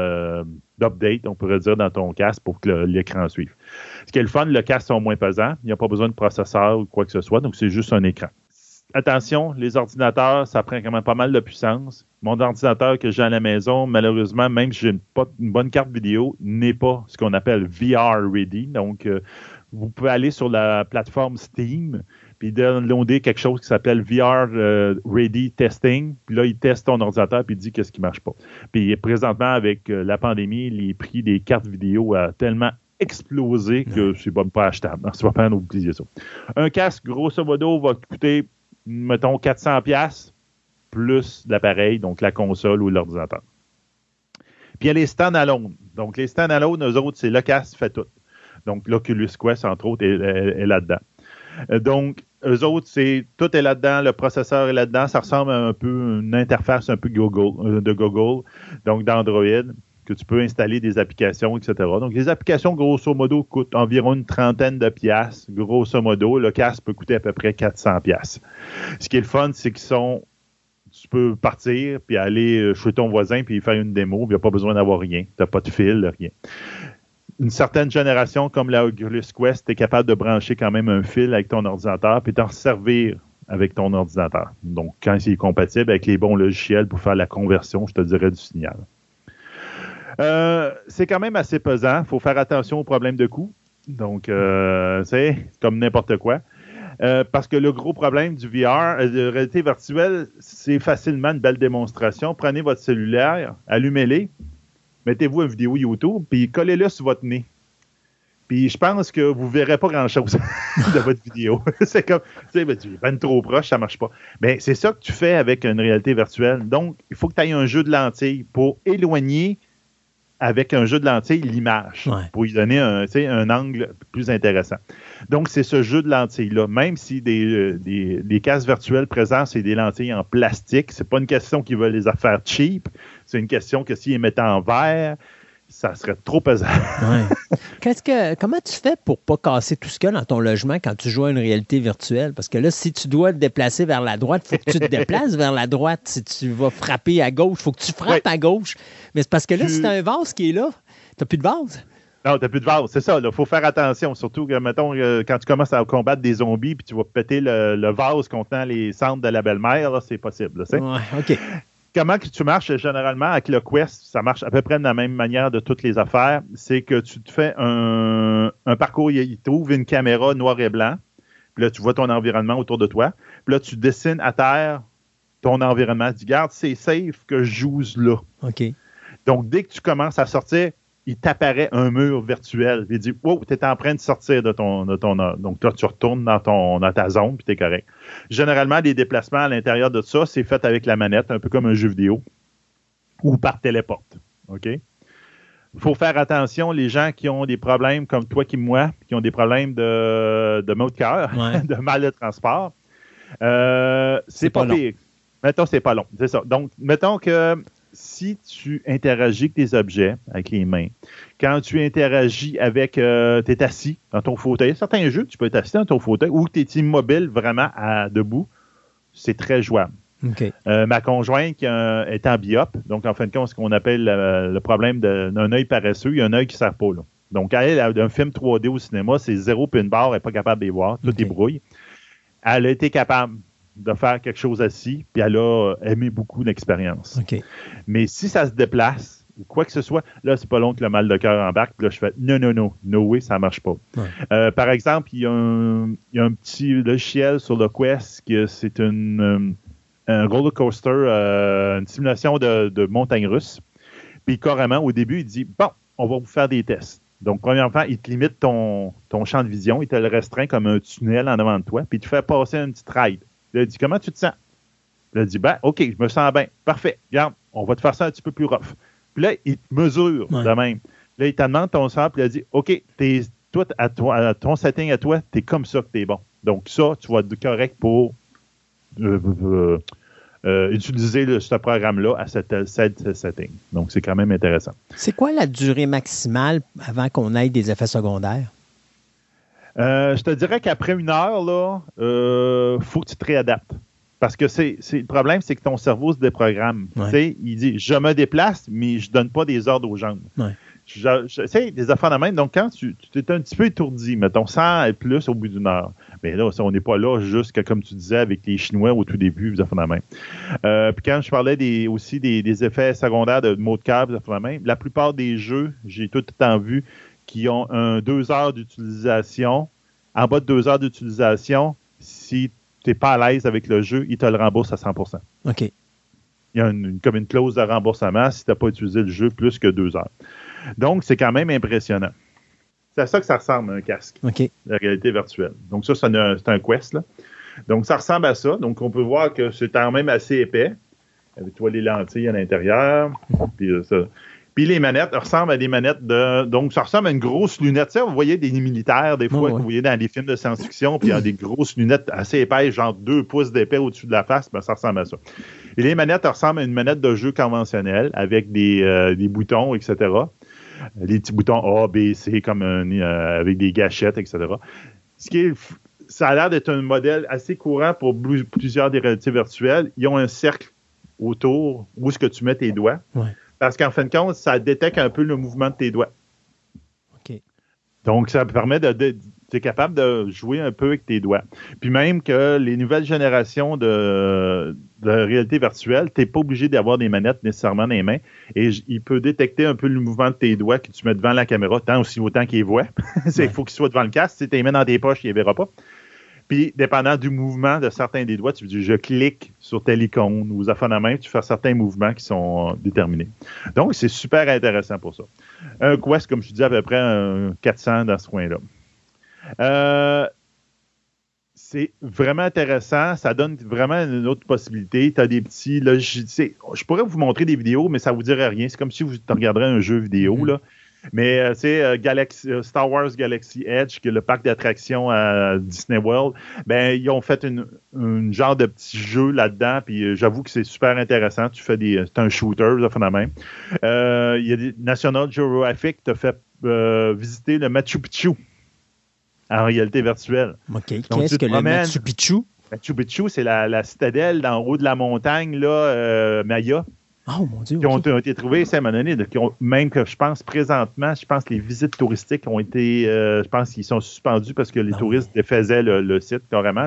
d'update, on pourrait dire, dans ton casque pour que l'écran suive. Ce qui est le fun, le casque sont moins pesants. Il n'y a pas besoin de processeur ou quoi que ce soit. Donc, c'est juste un écran. Attention, les ordinateurs, ça prend quand même pas mal de puissance. Mon ordinateur que j'ai à la maison, malheureusement, même si j'ai une bonne carte vidéo, n'est pas ce qu'on appelle VR ready. Donc, vous pouvez aller sur la plateforme Steam puis downloader quelque chose qui s'appelle VR Ready Testing. Puis là, il teste ton ordinateur puis il dit qu'est-ce qui ne marche pas. Puis présentement, avec la pandémie, les prix des cartes vidéo a tellement explosé que c'est pas achetable. C'est pas peine d'oublier ça. Un casque, grosso modo, va coûter, mettons, 400$ plus l'appareil, donc la console ou l'ordinateur. Puis il y a les stand-alone. Donc, les stand-alone, eux autres, c'est le casque qui fait tout. Donc, l'Oculus Quest, entre autres, est là-dedans. Donc, eux autres, tout est là-dedans, le processeur est là-dedans. Ça ressemble à un peu une interface un peu de Google, donc d'Android, que tu peux installer des applications, etc. Donc, les applications, grosso modo, coûtent environ une trentaine de piastres. Grosso modo, le casque peut coûter à peu près 400$. Ce qui est le fun, c'est tu peux partir puis aller chez ton voisin puis faire une démo. Il n'y a pas besoin d'avoir rien. Tu n'as pas de fil, rien. Une certaine génération, comme la Oculus Quest, tu es capable de brancher quand même un fil avec ton ordinateur puis t'en servir avec ton ordinateur. Donc, quand il est compatible avec les bons logiciels pour faire la conversion, je te dirais, du signal. C'est quand même assez pesant. Il faut faire attention aux problèmes de coût. Donc, c'est comme n'importe quoi. Parce que le gros problème du VR, de réalité virtuelle, c'est facilement une belle démonstration. Prenez votre cellulaire, allumez-les, mettez-vous une vidéo YouTube, puis collez-le sur votre nez. Puis je pense que vous ne verrez pas grand-chose de votre vidéo. C'est comme, tu es ben trop proche, ça ne marche pas. Mais c'est ça que tu fais avec une réalité virtuelle. Donc, il faut que tu aies un jeu de lentilles pour éloigner avec un jeu de lentilles l'image, pour lui donner un angle plus intéressant. Donc, c'est ce jeu de lentilles-là. Même si des casques virtuels présents, c'est des lentilles en plastique, c'est pas une question qu'ils veulent les faire cheap, c'est une question que s'ils les mettaient en verre, ça serait trop pesant. Comment tu fais pour pas casser tout ce qu'il y a dans ton logement quand tu joues à une réalité virtuelle? Parce que là, si tu dois te déplacer vers la droite, il faut que tu te déplaces vers la droite. Si tu vas frapper à gauche, il faut que tu frappes à gauche. Mais c'est parce que là, si tu as un vase qui est là, tu n'as plus de vase. Non, tu n'as plus de vase, c'est ça. Il faut faire attention. Surtout que, mettons, quand tu commences à combattre des zombies puis tu vas péter le vase contenant les cendres de la belle-mère, là, c'est possible. Là, OK. Comment que tu marches généralement avec le Quest, ça marche à peu près de la même manière de toutes les affaires, c'est que tu te fais un parcours, il t'ouvre une caméra noir et blanc, puis là, tu vois ton environnement autour de toi, puis là, tu dessines à terre ton environnement, tu dis, garde, c'est safe que je joue là. OK. Donc, dès que tu commences à sortir, il t'apparaît un mur virtuel. Il dit, wow, tu es en train de sortir de ton. Donc, là, tu retournes dans ta zone, puis tu es correct. Généralement, les déplacements à l'intérieur de ça, c'est fait avec la manette, un peu comme un jeu vidéo, ou par téléporte. OK? Il faut faire attention, les gens qui ont des problèmes, comme toi qui moi, qui ont des problèmes de maux de cœur, de mal de transport, c'est pas pire. Mettons, c'est pas long. C'est ça. Donc, mettons que si tu interagis avec des objets, avec les mains, quand tu interagis avec, tu es assis dans ton fauteuil, certains jeux, tu peux être assis dans ton fauteuil ou tu es immobile vraiment debout, c'est très jouable. Okay. Ma conjointe qui est en biope, donc en fin de compte, ce qu'on appelle le problème d'un œil paresseux, il y a un œil qui ne sert pas. Là. Donc, elle a un film 3D au cinéma, c'est 0 puis une barre, elle n'est pas capable de les voir, tout est brouille. Elle a été capable de faire quelque chose assis, puis elle a aimé beaucoup l'expérience. Okay. Mais si ça se déplace, ou quoi que ce soit, là, c'est pas long que le mal de cœur embarque, puis là, je fais no way, ça marche pas. Ouais. Par exemple, il y a un petit logiciel sur le Quest, que c'est un roller coaster, une simulation de montagne russe. Puis carrément, au début, il dit, bon, on va vous faire des tests. Donc, premièrement, il te limite ton champ de vision, il te le restreint comme un tunnel en avant de toi, puis il te fait passer une petite ride. Là, il dit, comment tu te sens? Là, il dit, ben, OK, je me sens bien. Parfait. Regarde, on va te faire ça un petit peu plus rough. Puis là, il te mesure de même. Là, il te demande ton sort, puis il dit, OK, toi, à ton setting à toi, t'es comme ça que t'es bon. Donc, ça, tu vas être correct pour utiliser ce programme-là à cette setting. Donc, c'est quand même intéressant. C'est quoi la durée maximale avant qu'on ait des effets secondaires? Je te dirais qu'après 1 heure, là, faut que tu te réadaptes. Parce que le problème, c'est que ton cerveau se déprogramme. Ouais. Il dit, je me déplace, mais je ne donne pas des ordres aux jambes. Ouais. Des affaires de même. Donc, quand tu es un petit peu étourdi, mais ton sang est plus au bout d'1 heure. Mais là, on n'est pas là juste comme tu disais avec les Chinois au tout début, des affaires de même. Puis quand je parlais aussi des effets secondaires de maux de cœur, des affaires de même, la plupart des jeux, j'ai tout le temps vu, qui ont 2 heures d'utilisation. En bas de 2 heures d'utilisation, si tu n'es pas à l'aise avec le jeu, il te le rembourse à 100%. OK. Il y a comme une clause de remboursement si tu n'as pas utilisé le jeu plus que 2 heures. Donc, c'est quand même impressionnant. C'est à ça que ça ressemble, un casque. OK. La réalité virtuelle. Donc, ça, c'est un Quest, là. Donc, ça ressemble à ça. Donc, on peut voir que c'est quand même assez épais. Avec toi, les lentilles à l'intérieur. Puis les manettes ressemblent à des manettes donc, ça ressemble à une grosse lunette. Tu sais, vous voyez des militaires, des fois, que vous voyez dans les films de science-fiction, puis il y a des grosses lunettes assez épaisses, genre 2 pouces d'épais au-dessus de la face, ben, ça ressemble à ça. Et les manettes ressemblent à une manette de jeu conventionnelle, avec des boutons, etc. Les petits boutons A, B, C, comme avec des gâchettes, etc. Ça a l'air d'être un modèle assez courant pour plusieurs des réalités virtuelles. Ils ont un cercle autour où est-ce que tu mets tes doigts. Ouais. Parce qu'en fin de compte, ça détecte un peu le mouvement de tes doigts. OK. Donc, ça permet tu es capable de jouer un peu avec tes doigts. Puis même que les nouvelles générations de réalité virtuelle, tu n'es pas obligé d'avoir des manettes nécessairement dans les mains. Et il peut détecter un peu le mouvement de tes doigts que tu mets devant la caméra, tant aussi autant qu'il les voit. Il faut qu'ils soient devant le casque. Si tu les mets dans tes poches, il ne les verra pas. Puis, dépendant du mouvement de certains des doigts, tu dis, je clique sur telle icône ou aux affaires de la main, tu fais certains mouvements qui sont déterminés. Donc, c'est super intéressant pour ça. Un Quest, comme je dis, à peu près 400 dans ce coin-là. C'est vraiment intéressant. Ça donne vraiment une autre possibilité. Tu as des petits logiciels. Je pourrais vous montrer des vidéos, mais ça ne vous dirait rien. C'est comme si vous regarderez un jeu vidéo, là. Mais Star Wars Galaxy Edge, qui est le parc d'attractions à Disney World, ben ils ont fait une genre de petit jeu là-dedans, puis j'avoue que c'est super intéressant. C'est un shooter, ça fait la même. Il y a des National Geographic qui t'a fait visiter le Machu Picchu en réalité virtuelle. OK. Qu'est-ce que le Machu Picchu? Machu Picchu, c'est la citadelle d'en haut de la montagne, là, Maya. Oh mon Dieu. Qui ont été trouvés, c'est à un moment donné, même que je pense présentement, les visites touristiques ont été, je pense qu'ils sont suspendus parce que les touristes défaisaient le site carrément.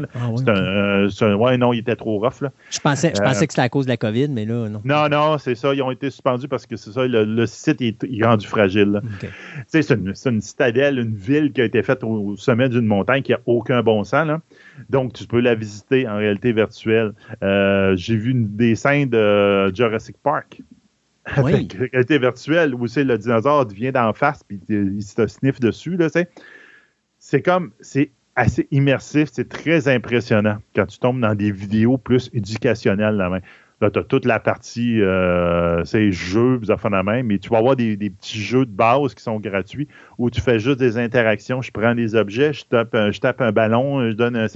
Non, il était trop rough. Là. Je pensais que c'était à cause de la COVID, mais là, non. Non, c'est ça, ils ont été suspendus parce que c'est ça, le site est rendu fragile. Okay. C'est une citadelle, une ville qui a été faite au sommet d'une montagne qui n'a aucun bon sens. Là. Donc, tu peux la visiter en réalité virtuelle. J'ai vu des scènes de Jurassic Park avec réalité virtuelle où le dinosaure vient d'en face et il se sniffe dessus. Là, c'est assez immersif, c'est très impressionnant quand tu tombes dans des vidéos plus éducationnelles. Là, tu as toute la partie jeux, des affaires de la même, mais tu vas avoir des petits jeux de base qui sont gratuits où tu fais juste des interactions. Je prends des objets, je tape un ballon, je donne un...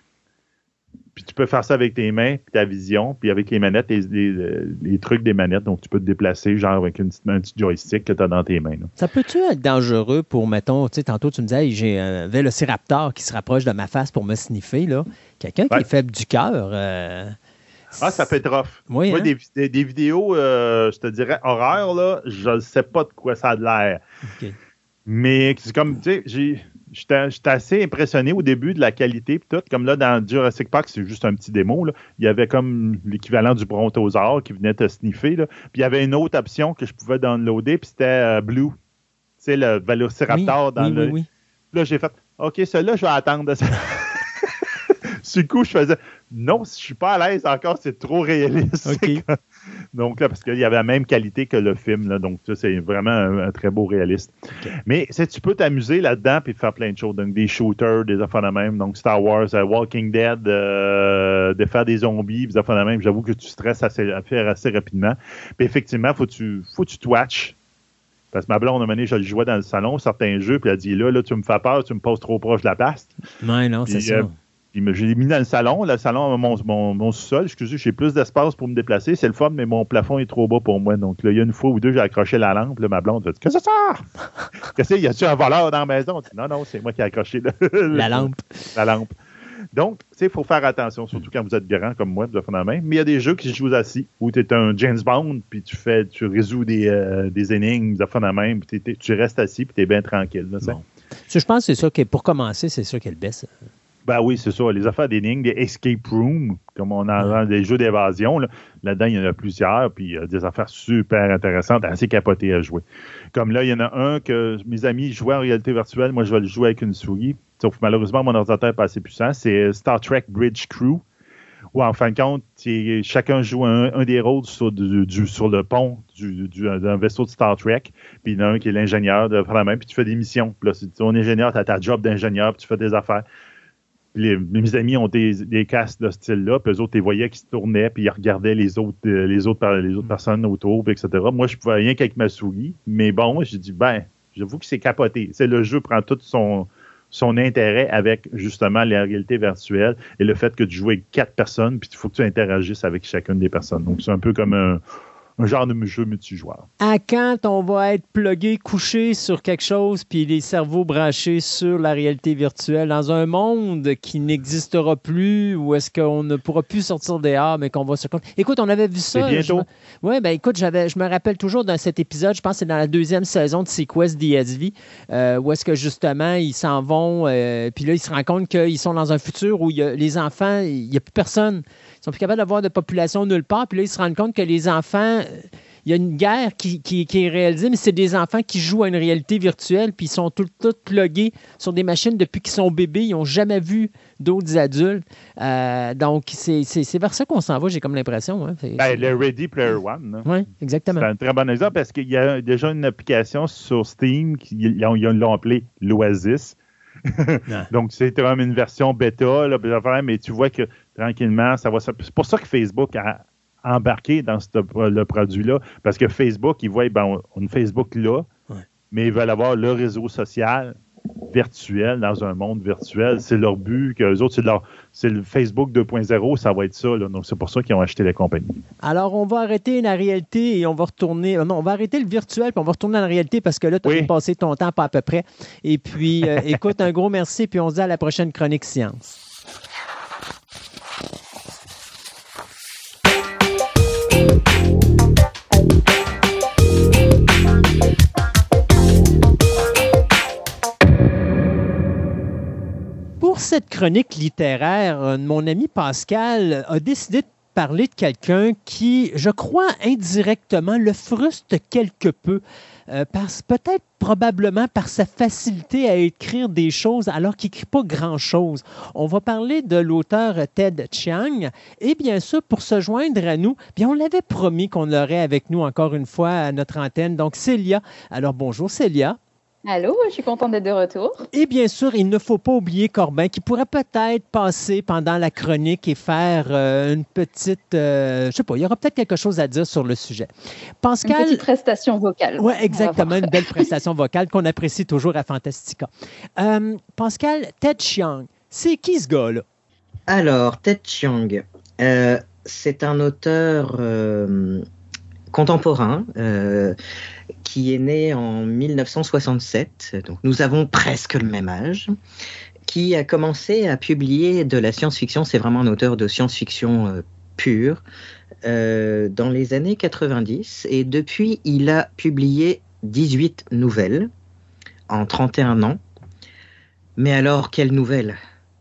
Puis tu peux faire ça avec tes mains, puis ta vision, puis avec les manettes, les trucs des manettes. Donc, tu peux te déplacer, genre avec un petit joystick que tu as dans tes mains. Là. Ça peut-tu être dangereux pour, mettons, tu sais, tantôt tu me disais, j'ai un vélociraptor qui se rapproche de ma face pour me sniffer, là. Quelqu'un qui est faible du cœur, Ah, ça peut être rough. Oui, moi, hein? des vidéos, je te dirais, horreur, là, je ne sais pas de quoi ça a de l'air. OK. Mais c'est comme, tu sais, j'étais assez impressionné au début de la qualité pis tout. Comme là, dans Jurassic Park, c'est juste un petit démo, là. Il y avait comme l'équivalent du brontosaure qui venait te sniffer, là. Puis il y avait une autre option que je pouvais downloader, puis c'était Blue. Tu sais, le Vélociraptor dans le... Oui. Là, j'ai fait, OK, celui-là, je vais attendre. Sur le coup, je faisais, non, je suis pas à l'aise encore, c'est trop réaliste. OK. Donc là, parce qu'il y avait la même qualité que le film, là, donc ça, c'est vraiment un très beau réaliste. Okay. Mais tu peux t'amuser là-dedans puis faire plein de choses, donc des shooters, des affaires de même, donc Star Wars, Walking Dead, de faire des zombies, des affaires de même. J'avoue que tu stresses assez rapidement. Puis effectivement, faut que tu te watches. Parce que ma blonde, à un moment donné, je le jouais dans le salon, certains jeux, puis elle a dit, là, tu me fais peur, tu me poses trop proche de la place. Oui, non, c'est ça. Puis je l'ai mis dans le salon, mon sous-sol. Excusez, j'ai plus d'espace pour me déplacer. C'est le fun, mais mon plafond est trop bas pour moi. Donc là, il y a une fois ou deux, j'ai accroché la lampe. Là, ma blonde a dit, qu'est-ce que c'est ça? Qu'est-ce qu'il y a-tu un voleur dans la maison? Non, c'est moi qui ai accroché la lampe. La lampe. Donc, tu sais, il faut faire attention, surtout quand vous êtes grand comme moi, de la fin de la main. Mais il y a des jeux qui se jouent assis, où tu es un James Bond, puis tu résous des énigmes, de la fin de la main, puis tu restes assis, puis tu es bien tranquille. Là, bon. Je pense que c'est ça qui, pour commencer, c'est ça qui est le best. Ben oui, c'est ça. Les affaires d'énigmes, des escape rooms, comme on a des jeux d'évasion, là-dedans, il y en a plusieurs, puis des affaires super intéressantes, assez capotées à jouer. Comme là, il y en a un que mes amis jouaient en réalité virtuelle. Moi, je vais le jouer avec une souris. Sauf malheureusement, mon ordinateur n'est pas assez puissant. C'est Star Trek Bridge Crew, où en fin de compte, chacun joue un des rôles sur le pont d'un vaisseau de Star Trek. Puis il y en a un qui est l'ingénieur de faire la même, puis tu fais des missions. Puis là, c'est ton ingénieur, tu as ta job d'ingénieur, puis tu fais des affaires. Mes amis ont des casques de ce style-là, puis eux autres, ils voyaient qu'ils se tournaient, puis ils regardaient les autres personnes autour, puis etc. Moi, je pouvais rien qu'avec ma souris, mais bon, j'ai dit, j'avoue que c'est capoté. C'est le jeu prend tout son intérêt avec, justement, la réalité virtuelle et le fait que tu joues avec 4 personnes, puis il faut que tu interagisses avec chacune des personnes. Donc, c'est un peu comme un genre de jeu multijoueur. À quand on va être plugué, couché sur quelque chose, puis les cerveaux branchés sur la réalité virtuelle, dans un monde qui n'existera plus, ou est-ce qu'on ne pourra plus sortir dehors, mais qu'on va se... Écoute, on avait vu ça. C'est bientôt. Oui, écoute, je me rappelle toujours dans cet épisode, je pense que c'est dans la 2e saison de Sequest DSV, où est-ce que justement, ils s'en vont, puis là, ils se rendent compte qu'ils sont dans un futur où les enfants, il n'y a plus personne. Ils sont plus capables d'avoir de population nulle part. Puis là, ils se rendent compte que les enfants, il y a une guerre qui est réalisée, mais c'est des enfants qui jouent à une réalité virtuelle, puis ils sont tous plugués sur des machines depuis qu'ils sont bébés. Ils n'ont jamais vu d'autres adultes. Donc, c'est vers ça qu'on s'en va, j'ai comme l'impression. Hein. Le Ready Player One. Oui, exactement. C'est un très bon exemple parce qu'il y a déjà une application sur Steam, ils l'ont appelée l'Oasis. Donc, c'est comme une version bêta, là, mais tu vois que tranquillement, ça va. C'est pour ça que Facebook a embarqué dans le produit-là, parce que Facebook, ils voient, on a Facebook là, mais ils veulent avoir le réseau social virtuel dans un monde virtuel. C'est leur but, qu'eux autres, c'est le Facebook 2.0, ça va être ça. Là. Donc, c'est pour ça qu'ils ont acheté la compagnie. Alors, on va arrêter la réalité et on va retourner... Non, on va arrêter le virtuel puis on va retourner dans la réalité parce que là, tu as passé ton temps pas à peu près. Et puis, écoute, un gros merci puis on se dit à la prochaine Chronique Science. Pour cette chronique littéraire, mon ami Pascal a décidé de parler de quelqu'un qui, je crois, indirectement, le frustre quelque peu. Peut-être probablement par sa facilité à écrire des choses alors qu'il n'écrit pas grand-chose. On va parler de l'auteur Ted Chiang. Et bien sûr, pour se joindre à nous, bien on l'avait promis qu'on l'aurait avec nous encore une fois à notre antenne. Donc, Célia. Alors, bonjour Célia. Allô, je suis contente d'être de retour. Et bien sûr, il ne faut pas oublier Corbin qui pourrait peut-être passer pendant la chronique et faire une petite... je ne sais pas, il y aura peut-être quelque chose à dire sur le sujet. Pascal... Une petite prestation vocale. Oui, exactement, une belle prestation vocale qu'on apprécie toujours à Fantastica. Pascal, Ted Chiang, c'est qui ce gars-là? Alors, Ted Chiang, c'est un auteur contemporain qui est né en 1967, donc nous avons presque le même âge, qui a commencé à publier de la science-fiction. C'est vraiment un auteur de science-fiction pur dans les années 90. Et depuis, il a publié 18 nouvelles en 31 ans. Mais alors, quelles nouvelles ?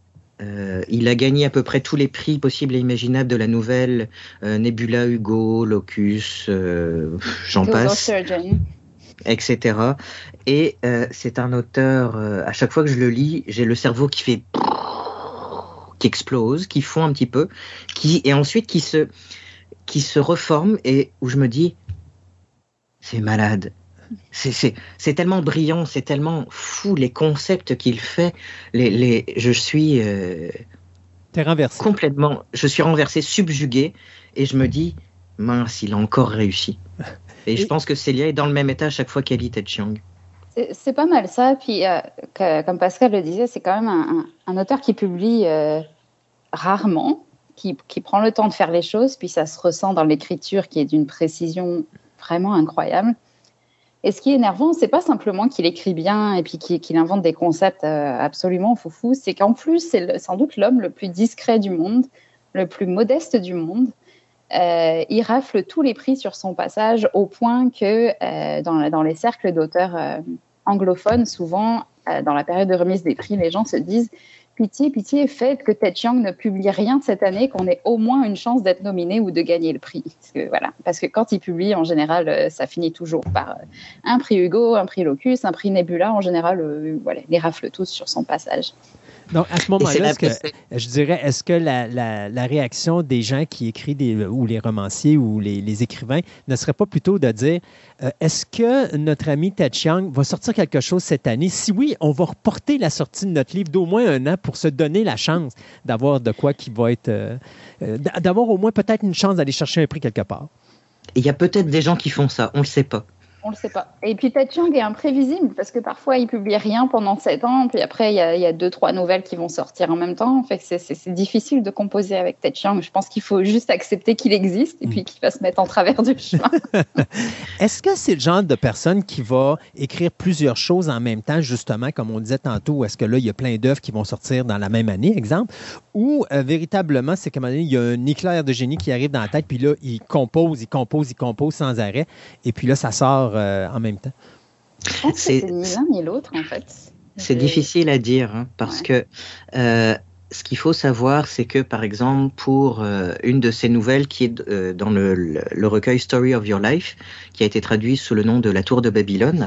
Il a gagné à peu près tous les prix possibles et imaginables de la nouvelle, Nebula, Hugo, Locus, j'en passe, etc. Et c'est un auteur, à chaque fois que je le lis, j'ai le cerveau qui explose, qui fond un petit peu, et ensuite qui se reforme, et où je me dis, c'est malade. C'est tellement brillant, c'est tellement fou les concepts qu'il fait. Je suis T'es renversé. Complètement. Je suis renversé, subjugué, et je me dis mince, il a encore réussi. Et je pense que Célia est dans le même état à chaque fois qu'elle lit Ted Chiang. C'est pas mal ça. Puis comme Pascal le disait, c'est quand même un auteur qui publie rarement, qui prend le temps de faire les choses, puis ça se ressent dans l'écriture qui est d'une précision vraiment incroyable. Et ce qui est énervant, c'est pas simplement qu'il écrit bien et puis qu'il invente des concepts absolument foufous, c'est qu'en plus, c'est sans doute l'homme le plus discret du monde, le plus modeste du monde. Il rafle tous les prix sur son passage au point que dans les cercles d'auteurs anglophones, souvent, dans la période de remise des prix, les gens se disent pitié, pitié, faites que Ted Chiang ne publie rien cette année, qu'on ait au moins une chance d'être nominé ou de gagner le prix. Parce que quand il publie, en général, ça finit toujours par un prix Hugo, un prix Locus, un prix Nebula. En général, les rafle tous sur son passage. Donc, à ce moment-là, je dirais, est-ce que la réaction des gens qui écrivent, ou les romanciers ou les écrivains, ne serait pas plutôt de dire, est-ce que notre ami Ted Chiang va sortir quelque chose cette année? Si oui, on va reporter la sortie de notre livre d'au moins 1 an pour se donner la chance d'avoir de quoi qui va être... d'avoir au moins peut-être une chance d'aller chercher un prix quelque part. Il y a peut-être des gens qui font ça, on ne le sait pas. On ne le sait pas. Et puis Ted Chiang est imprévisible parce que parfois il ne publie rien pendant 7 ans, puis après il y a 2-3 nouvelles qui vont sortir en même temps. Fait que c'est difficile de composer avec Ted Chiang. Je pense qu'il faut juste accepter qu'il existe et puis qu'il va se mettre en travers du chemin. Est-ce que c'est le genre de personne qui va écrire plusieurs choses en même temps, justement, comme on disait tantôt, est-ce que là il y a plein d'œuvres qui vont sortir dans la même année, exemple, ou véritablement c'est qu'à un moment donné, il y a un éclair de génie qui arrive dans la tête, puis là il compose sans arrêt, et puis là ça sort en même temps? Je pense que c'est ni l'un ni l'autre, en fait. C'est difficile à dire, hein, parce que ce qu'il faut savoir, c'est que, par exemple, pour une de ces nouvelles qui est dans le recueil Story of Your Life, qui a été traduit sous le nom de La Tour de Babylone,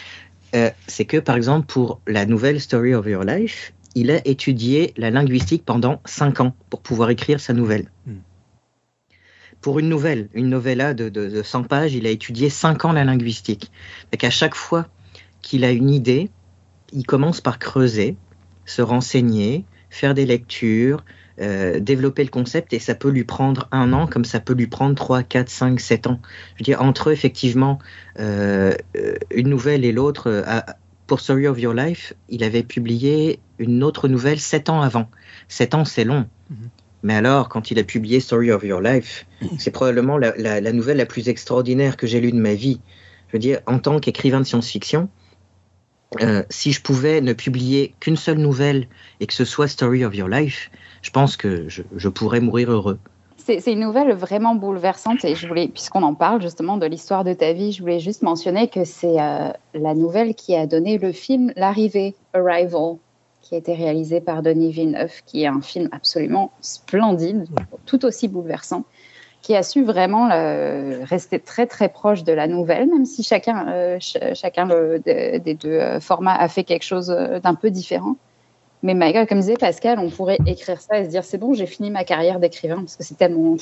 c'est que, par exemple, pour la nouvelle Story of Your Life, il a étudié la linguistique pendant 5 ans pour pouvoir écrire sa nouvelle. Pour une novella de 100 pages, il a étudié 5 ans la linguistique. Donc à chaque fois qu'il a une idée, il commence par creuser, se renseigner, faire des lectures, développer le concept, et ça peut lui prendre 1 an, comme ça peut lui prendre 3, 4, 5, 7 ans. Je veux dire, entre eux, effectivement, une nouvelle et l'autre, pour Story of Your Life, il avait publié une autre nouvelle 7 ans avant. 7 ans, c'est long. Mais alors, quand il a publié Story of Your Life, c'est probablement la nouvelle la plus extraordinaire que j'ai lue de ma vie. Je veux dire, en tant qu'écrivain de science-fiction, si je pouvais ne publier qu'une seule nouvelle et que ce soit Story of Your Life, je pense que je pourrais mourir heureux. C'est une nouvelle vraiment bouleversante, et puisqu'on en parle justement de l'histoire de ta vie, je voulais juste mentionner que c'est la nouvelle qui a donné le film L'Arrivée, Arrival, qui a été réalisé par Denis Villeneuve, qui est un film absolument splendide, tout aussi bouleversant, qui a su vraiment rester très très proche de la nouvelle, même si chacun des deux formats a fait quelque chose d'un peu différent. Mais Michael, comme disait Pascal, on pourrait écrire ça et se dire c'est bon, j'ai fini ma carrière d'écrivain, parce que c'est tellement...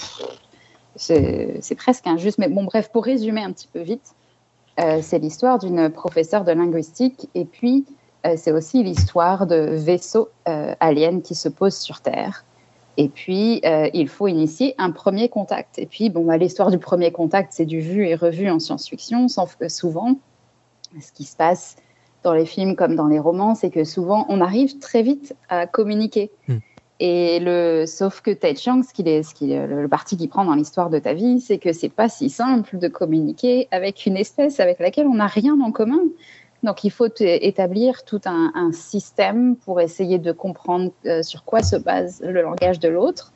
C'est presque injuste. Mais bon, bref, pour résumer un petit peu vite, c'est l'histoire d'une professeure de linguistique, et puis c'est aussi l'histoire de vaisseaux aliens qui se posent sur Terre. Et puis, il faut initier un premier contact. Et puis, l'histoire du premier contact, c'est du vu et revu en science-fiction, sauf que souvent, ce qui se passe dans les films comme dans les romans, c'est que souvent, on arrive très vite à communiquer. Et sauf que Ted Chiang, le parti qu'il prend dans l'histoire de ta vie, c'est que c'est pas si simple de communiquer avec une espèce avec laquelle on n'a rien en commun. Donc, il faut établir tout un système pour essayer de comprendre sur quoi se base le langage de l'autre.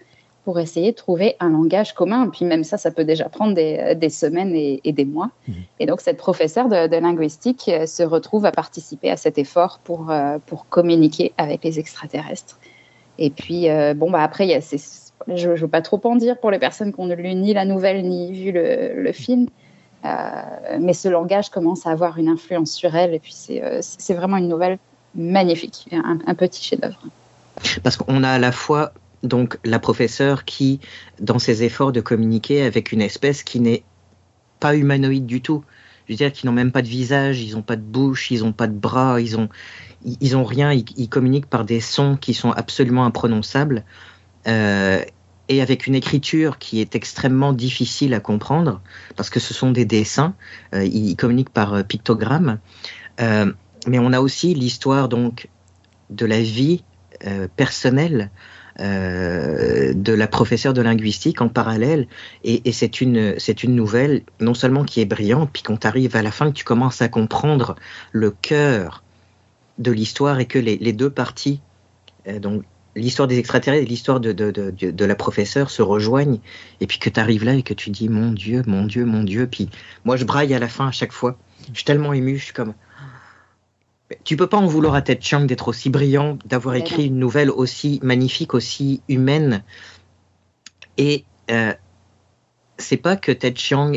pour essayer de trouver un langage commun. Puis même ça peut déjà prendre des semaines et des mois. Et donc, cette professeure de linguistique se retrouve à participer à cet effort pour communiquer avec les extraterrestres. Et puis, après, je ne veux pas trop en dire pour les personnes qui ont lu ni la nouvelle ni vu le film, mais ce langage commence à avoir une influence sur elle. Et puis, c'est vraiment une nouvelle magnifique, un petit chef-d'œuvre. Parce qu'on a à la fois donc la professeure qui, dans ses efforts de communiquer avec une espèce qui n'est pas humanoïde du tout, je veux dire, qui n'ont même pas de visage, ils n'ont pas de bouche, ils n'ont pas de bras, ils ont rien, ils communiquent par des sons qui sont absolument imprononçables, et avec une écriture qui est extrêmement difficile à comprendre, parce que ce sont des dessins, ils communiquent par pictogrammes, mais on a aussi l'histoire donc de la vie personnelle de la professeure de linguistique en parallèle, et c'est une nouvelle non seulement qui est brillante, puis quand tu arrives à la fin, que tu commences à comprendre le cœur de l'histoire et que les deux parties, donc l'histoire des extraterrestres et l'histoire de la professeure se rejoignent, et puis que tu arrives là et que tu dis mon Dieu, mon Dieu, mon Dieu, puis moi je braille à la fin à chaque fois, je suis tellement ému, je suis comme... Tu peux pas en vouloir à Ted Chiang d'être aussi brillant, d'avoir écrit une nouvelle aussi magnifique, aussi humaine. Et c'est pas que Ted Chiang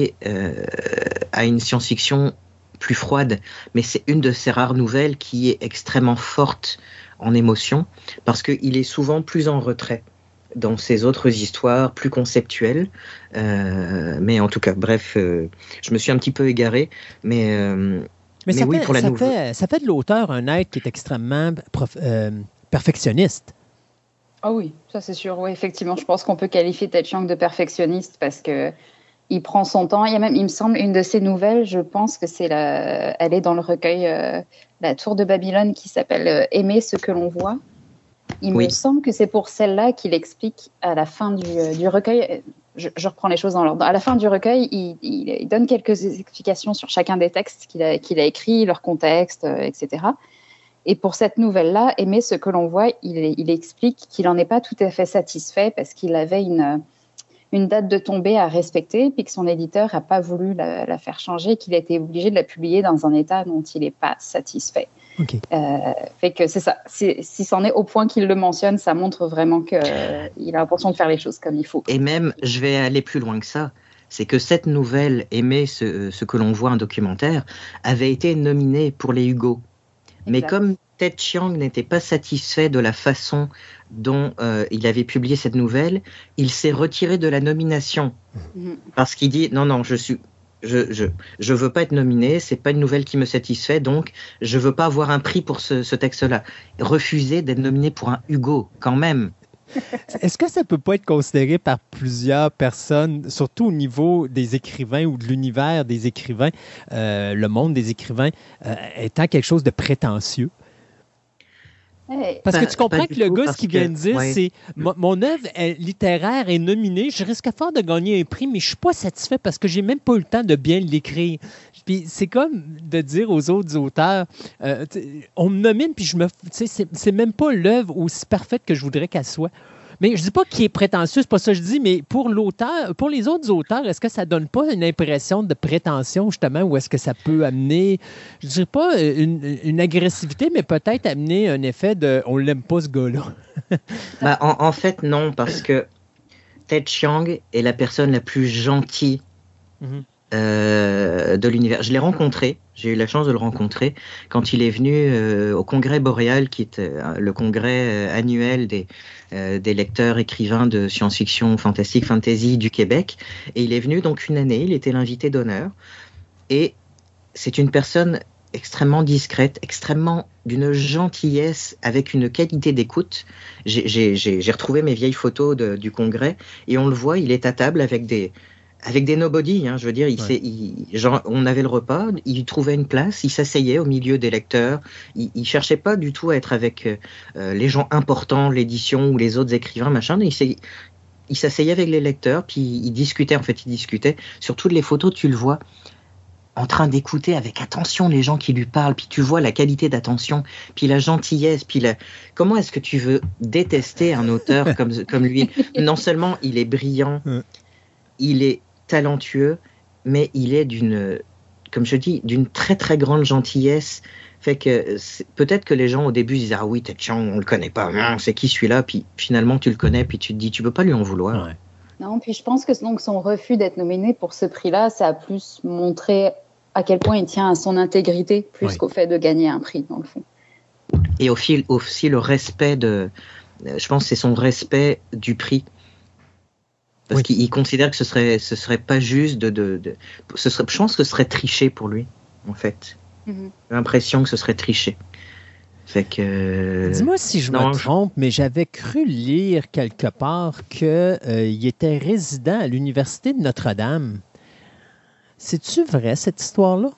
a une science-fiction plus froide, mais c'est une de ces rares nouvelles qui est extrêmement forte en émotion, parce qu'il est souvent plus en retrait dans ses autres histoires, plus conceptuelles. Mais en tout cas, bref, je me suis un petit peu égaré, Mais ça fait de l'auteur un être qui est extrêmement perfectionniste. Ah oui, ça c'est sûr. Oui, effectivement, je pense qu'on peut qualifier Ted Chiang de perfectionniste parce que il prend son temps. Il y a même, il me semble, une de ses nouvelles, je pense que elle est dans le recueil La Tour de Babylone qui s'appelle Aimer ce que l'on voit. Il me semble que c'est pour celle-là qu'il explique à la fin du recueil. Je reprends les choses dans l'ordre. À la fin du recueil, il donne quelques explications sur chacun des textes qu'il a écrits, leur contexte, etc. Et pour cette nouvelle-là, Aimer ce que l'on voit, il explique qu'il n'en est pas tout à fait satisfait parce qu'il avait une date de tombée à respecter, puis que son éditeur n'a pas voulu la faire changer, qu'il a été obligé de la publier dans un état dont il n'est pas satisfait. Okay. Fait que c'est ça. Si c'en est au point qu'il le mentionne, ça montre vraiment qu'il a l'impression de faire les choses comme il faut. Et même, je vais aller plus loin que ça, c'est que cette nouvelle, Aimer ce que l'on voit, un documentaire, avait été nominée pour les Hugo. Exact. Mais comme Ted Chiang n'était pas satisfait de la façon dont il avait publié cette nouvelle, il s'est retiré de la nomination. Parce qu'il dit, non, je veux pas être nominé, c'est pas une nouvelle qui me satisfait, donc je veux pas avoir un prix pour ce texte-là. Refuser d'être nominé pour un Hugo, quand même. Est-ce que ça peut pas être considéré par plusieurs personnes, surtout au niveau des écrivains ou de l'univers des écrivains, le monde des écrivains, étant quelque chose de prétentieux? Parce que tu comprends que le gars, ce qu'il vient de dire, c'est mon œuvre littéraire est nominée, je risque fort de gagner un prix, mais je ne suis pas satisfait parce que j'ai même pas eu le temps de bien l'écrire. Puis c'est comme de dire aux autres auteurs, on me nomine, puis c'est même pas l'œuvre aussi parfaite que je voudrais qu'elle soit. Mais je dis pas qu'il est prétentieux, c'est pas ça que je dis, mais pour l'auteur, pour les autres auteurs, est-ce que ça donne pas une impression de prétention, justement, ou est-ce que ça peut amener, je dirais pas une agressivité, mais peut-être amener un effet de « on l'aime pas, ce gars-là ». En fait, non, parce que Ted Chiang est la personne la plus gentille de l'univers. Je l'ai rencontré, j'ai eu la chance de le rencontrer quand il est venu au Congrès Boréal, qui est le congrès annuel des lecteurs écrivains de science-fiction, fantastique, fantasy du Québec. Et il est venu donc une année, il était l'invité d'honneur. Et c'est une personne extrêmement discrète, extrêmement d'une gentillesse, avec une qualité d'écoute. J'ai retrouvé mes vieilles photos du congrès et on le voit, il est à table avec des nobody, je veux dire, on avait le repas, il trouvait une place, il s'asseyait au milieu des lecteurs, il cherchait pas du tout à être avec les gens importants, l'édition ou les autres écrivains, machin, il s'asseyait avec les lecteurs, puis il discutait, sur toutes les photos, tu le vois, en train d'écouter avec attention les gens qui lui parlent, puis tu vois la qualité d'attention, puis la gentillesse, puis comment est-ce que tu veux détester un auteur comme lui? Non seulement il est brillant, il est talentueux, mais il est comme je dis, d'une très très grande gentillesse. Fait que peut-être que les gens au début disent ah oui, Ted Chiang, on le connaît pas, c'est qui celui-là? Puis finalement tu le connais, puis tu te dis tu peux pas lui en vouloir. Ouais. Non, puis je pense que donc son refus d'être nominé pour ce prix-là, ça a plus montré à quel point il tient à son intégrité plus qu'au fait de gagner un prix dans le fond. Et aussi le respect je pense que c'est son respect du prix. Parce qu'il considère que ce serait pas juste je pense que ce serait triché pour lui, en fait. J'ai l'impression que ce serait triché. Fait que... Dis-moi si je me trompe, mais j'avais cru lire quelque part qu'il était résident à l'Université de Notre-Dame. C'est-tu vrai, cette histoire-là?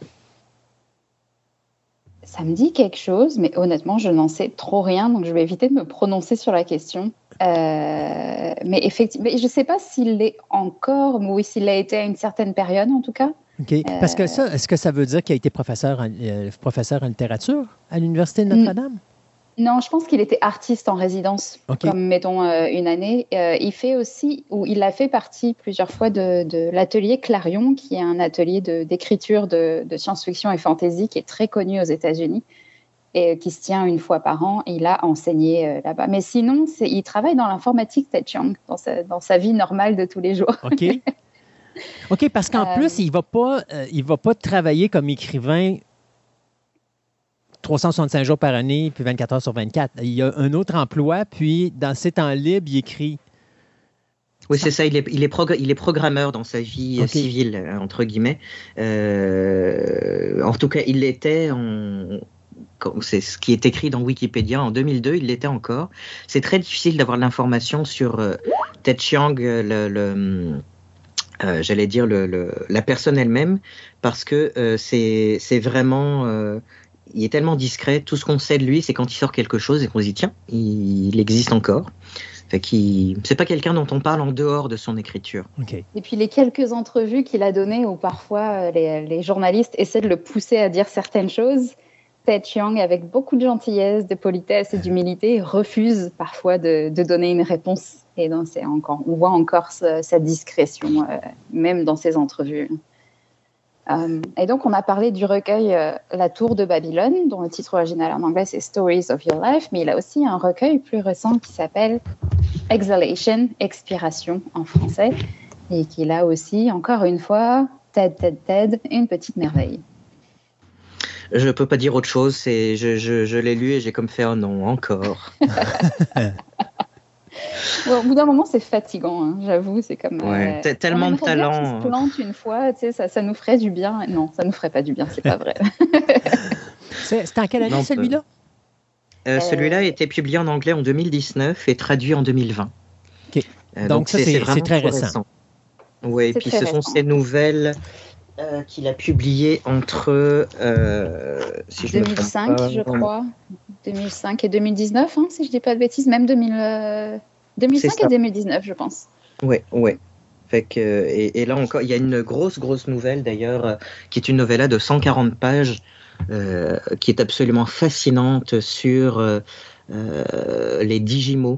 Ça me dit quelque chose, mais honnêtement, je n'en sais trop rien, donc je vais éviter de me prononcer sur la question. Mais effectivement, je ne sais pas s'il l'est encore, ou s'il l'a été à une certaine période, en tout cas. OK. Parce que ça, est-ce que ça veut dire qu'il a été professeur en littérature à l'Université de Notre-Dame? Non, je pense qu'il était artiste en résidence, comme mettons une année. Il a fait partie plusieurs fois de l'atelier Clarion, qui est un atelier d'écriture de science-fiction et fantasy qui est très connu aux États-Unis et qui se tient une fois par an. Il a enseigné là-bas. Mais sinon, il travaille dans l'informatique, Ted Chiang, dans sa vie normale de tous les jours. OK. OK, parce qu'en plus, il va pas travailler comme écrivain 365 jours par année, puis 24 heures sur 24. Il y a un autre emploi, puis dans ses temps libres, il écrit. Oui, c'est ça. Il est programmeur dans sa vie civile, entre guillemets. En tout cas, il l'était c'est ce qui est écrit dans Wikipédia. En 2002, il l'était encore. C'est très difficile d'avoir l'information sur Ted Chiang, j'allais dire la personne elle-même, parce que c'est vraiment... il est tellement discret, tout ce qu'on sait de lui, c'est quand il sort quelque chose et qu'on se dit tiens, il existe encore. C'est pas quelqu'un dont on parle en dehors de son écriture. Okay. Et puis les quelques entrevues qu'il a données où parfois les journalistes essaient de le pousser à dire certaines choses, Ted Chiang, avec beaucoup de gentillesse, de politesse et d'humilité, refuse parfois de donner une réponse. Et donc on voit encore sa discrétion, même dans ses entrevues. Et donc, on a parlé du recueil La Tour de Babylone, dont le titre original en anglais c'est Stories of Your Life, mais il a aussi un recueil plus récent qui s'appelle Exhalation, Expiration en français, et qui là aussi, encore une fois, Ted, une petite merveille. Je peux pas dire autre chose, je l'ai lu et j'ai comme fait oh non, encore. Bon, au bout d'un moment, c'est fatigant, hein, j'avoue. C'est comme tellement de talent. On se plante une fois, tu sais, ça nous ferait du bien. Non, ça nous ferait pas du bien, c'est pas vrai. C'était en quelle année celui-là? Celui-là a été publié en anglais en 2019 et traduit en 2020. Okay. Donc ça, c'est très récent. Oui, et puis ce sont ces nouvelles qu'il a publiées entre 2005, je crois. 2005 et 2019, hein, si je dis pas de bêtises, même 2005 et 2019, je pense. Ouais. Fait que, et là encore, il y a une grosse nouvelle d'ailleurs, qui est une novella de 140 pages, qui est absolument fascinante sur les Digimos.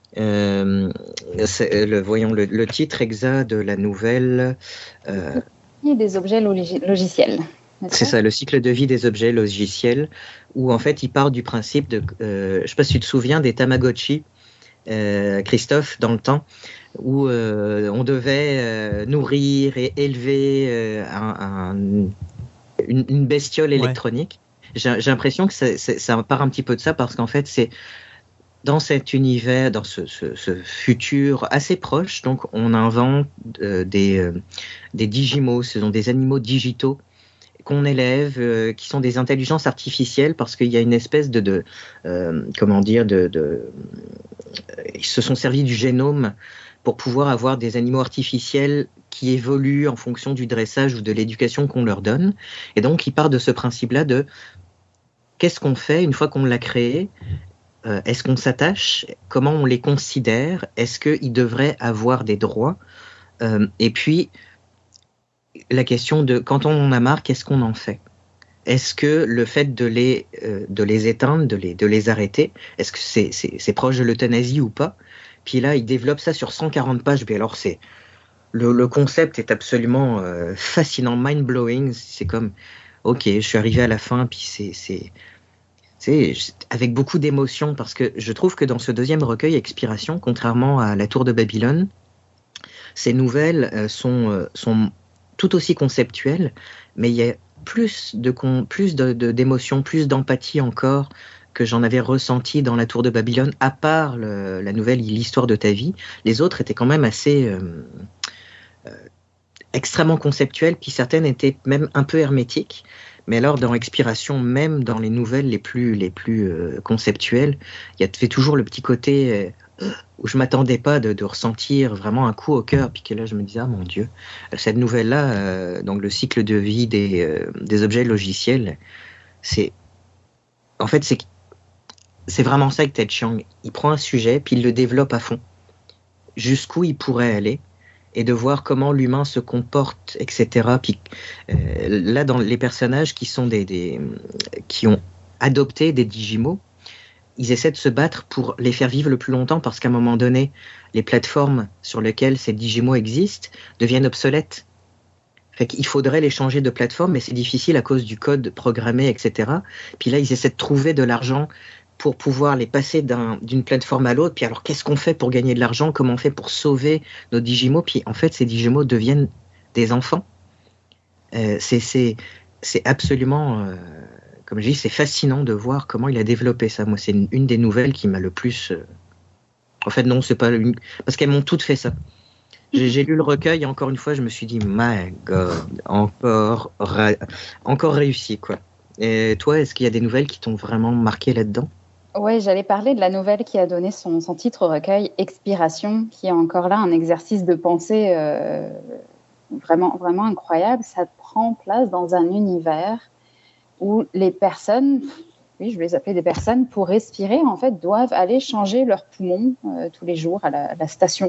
Le titre exact de la nouvelle. Des objets logiciels. C'est ça, le cycle de vie des objets logiciels, où en fait il part du principe de, je ne sais pas si tu te souviens des Tamagotchi, Christophe, dans le temps, où on devait nourrir et élever une bestiole électronique. J'ai l'impression que ça part un petit peu de ça, parce qu'en fait c'est dans cet univers, dans ce futur assez proche, donc on invente des Digimos, ce sont des animaux digitaux qu'on élève, qui sont des intelligences artificielles, parce qu'il y a une espèce ils se sont servis du génome pour pouvoir avoir des animaux artificiels qui évoluent en fonction du dressage ou de l'éducation qu'on leur donne. Et donc, il part de ce principe-là de qu'est-ce qu'on fait une fois qu'on l'a créé? Est-ce qu'on s'attache? Comment on les considère? Est-ce qu'ils devraient avoir des droits? Et puis, la question de quand on en a marre, qu'est-ce qu'on en fait? Est-ce que le fait de les éteindre, de les arrêter, est-ce que c'est proche de l'euthanasie ou pas? Puis là, il développe ça sur 140 pages. Mais alors, le concept est absolument fascinant, mind-blowing. C'est comme, ok, je suis arrivé à la fin, puis c'est avec beaucoup d'émotion, parce que je trouve que dans ce deuxième recueil, Expiration, contrairement à La Tour de Babylone, ces nouvelles sont tout aussi conceptuelles, mais il y a plus d'émotion, plus d'empathie encore que j'en avais ressenti dans La Tour de Babylone, à part la nouvelle L'Histoire de ta vie. Les autres étaient quand même assez extrêmement conceptuelles, puis certaines étaient même un peu hermétiques. Mais alors, dans Expiration, même dans les nouvelles les plus conceptuelles, il y avait toujours le petit côté où je m'attendais pas de ressentir vraiment un coup au cœur, puis que là, je me disais, ah mon Dieu, cette nouvelle-là, donc le cycle de vie des objets logiciels, c'est vraiment ça avec Ted Chiang. Il prend un sujet, puis il le développe à fond, jusqu'où il pourrait aller, et de voir comment l'humain se comporte, etc. Puis là, dans les personnages qui sont qui ont adopté des Digimos, ils essaient de se battre pour les faire vivre le plus longtemps, parce qu'à un moment donné, les plateformes sur lesquelles ces Digimos existent deviennent obsolètes. Fait qu'il faudrait les changer de plateforme, mais c'est difficile à cause du code programmé, etc. Puis là, ils essaient de trouver de l'argent pour pouvoir les passer d'une plateforme à l'autre. Puis alors, qu'est-ce qu'on fait pour gagner de l'argent? Comment on fait pour sauver nos Digimos? Puis en fait, ces Digimos deviennent des enfants. C'est absolument, comme je dis, c'est fascinant de voir comment il a développé ça. Moi, c'est une des nouvelles qui m'a le plus... En fait, non, c'est pas parce qu'elles m'ont toutes fait ça. J'ai lu le recueil et encore une fois, je me suis dit, my God, encore réussi, quoi. Et toi, est-ce qu'il y a des nouvelles qui t'ont vraiment marqué là-dedans? Oui, j'allais parler de la nouvelle qui a donné son titre au recueil, Expiration, qui est encore là un exercice de pensée vraiment, vraiment incroyable. Ça prend place dans un univers où les personnes, oui, je vais les appeler des personnes, pour respirer, en fait, doivent aller changer leurs poumons tous les jours à la station.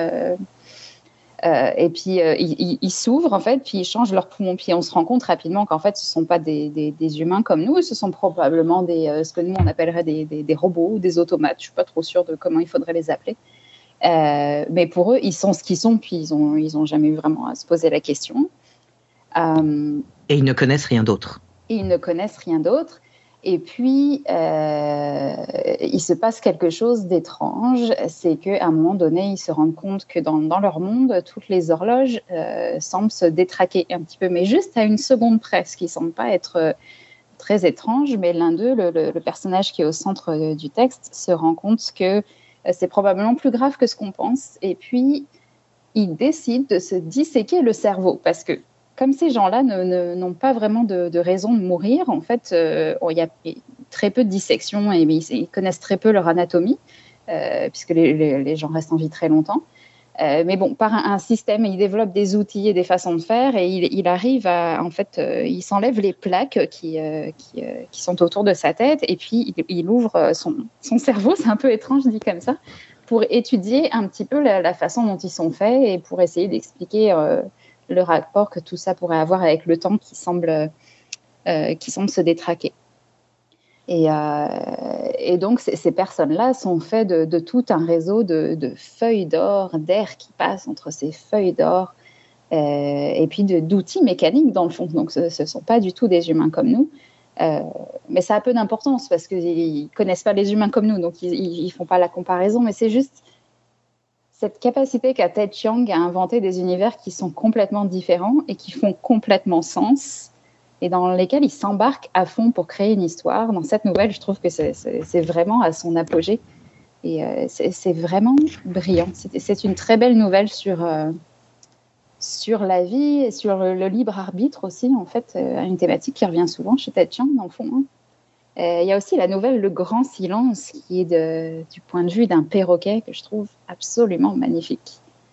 Et puis, ils s'ouvrent, en fait, puis ils changent leurs poumons. Puis on se rend compte rapidement qu'en fait, ce ne sont pas des humains comme nous, ce sont probablement ce que nous, on appellerait des robots ou des automates. Je ne suis pas trop sûre de comment il faudrait les appeler. Mais pour eux, ils sont ce qu'ils sont, puis ils ont jamais eu vraiment à se poser la question. Et ils ne connaissent rien d'autre. Et puis, il se passe quelque chose d'étrange, c'est qu'à un moment donné, ils se rendent compte que dans leur monde, toutes les horloges semblent se détraquer un petit peu, mais juste à une seconde près, ce qui ne semble pas être très étrange, mais l'un d'eux, le personnage qui est au centre du texte, se rend compte que c'est probablement plus grave que ce qu'on pense, et puis il décide de se disséquer le cerveau, parce que comme ces gens-là n'ont pas vraiment de raison de mourir, en fait, il y a très peu de dissections et ils connaissent très peu leur anatomie, puisque les gens restent en vie très longtemps. Mais bon, par un système, ils développent des outils et des façons de faire et il arrive à, en fait, il s'enlève les plaques qui sont autour de sa tête et puis il ouvre son cerveau, c'est un peu étrange dit comme ça, pour étudier un petit peu la façon dont ils sont faits et pour essayer d'expliquer le rapport que tout ça pourrait avoir avec le temps qui semble se détraquer. Et donc, ces personnes-là sont faites de tout un réseau de feuilles d'or, d'air qui passe entre ces feuilles d'or, et puis d'outils mécaniques, dans le fond. Donc, ce ne sont pas du tout des humains comme nous. Mais ça a peu d'importance parce qu'ils ne connaissent pas les humains comme nous, donc ils ne font pas la comparaison. Mais c'est juste cette capacité qu'a Ted Chiang à inventer des univers qui sont complètement différents et qui font complètement sens et dans lesquels il s'embarque à fond pour créer une histoire. Dans cette nouvelle, je trouve que c'est vraiment à son apogée et c'est vraiment brillant. C'est une très belle nouvelle sur la vie et sur le libre arbitre aussi, en fait, une thématique qui revient souvent chez Ted Chiang, dans le fond. Il y a aussi la nouvelle Le Grand Silence, qui est du point de vue d'un perroquet que je trouve absolument magnifique,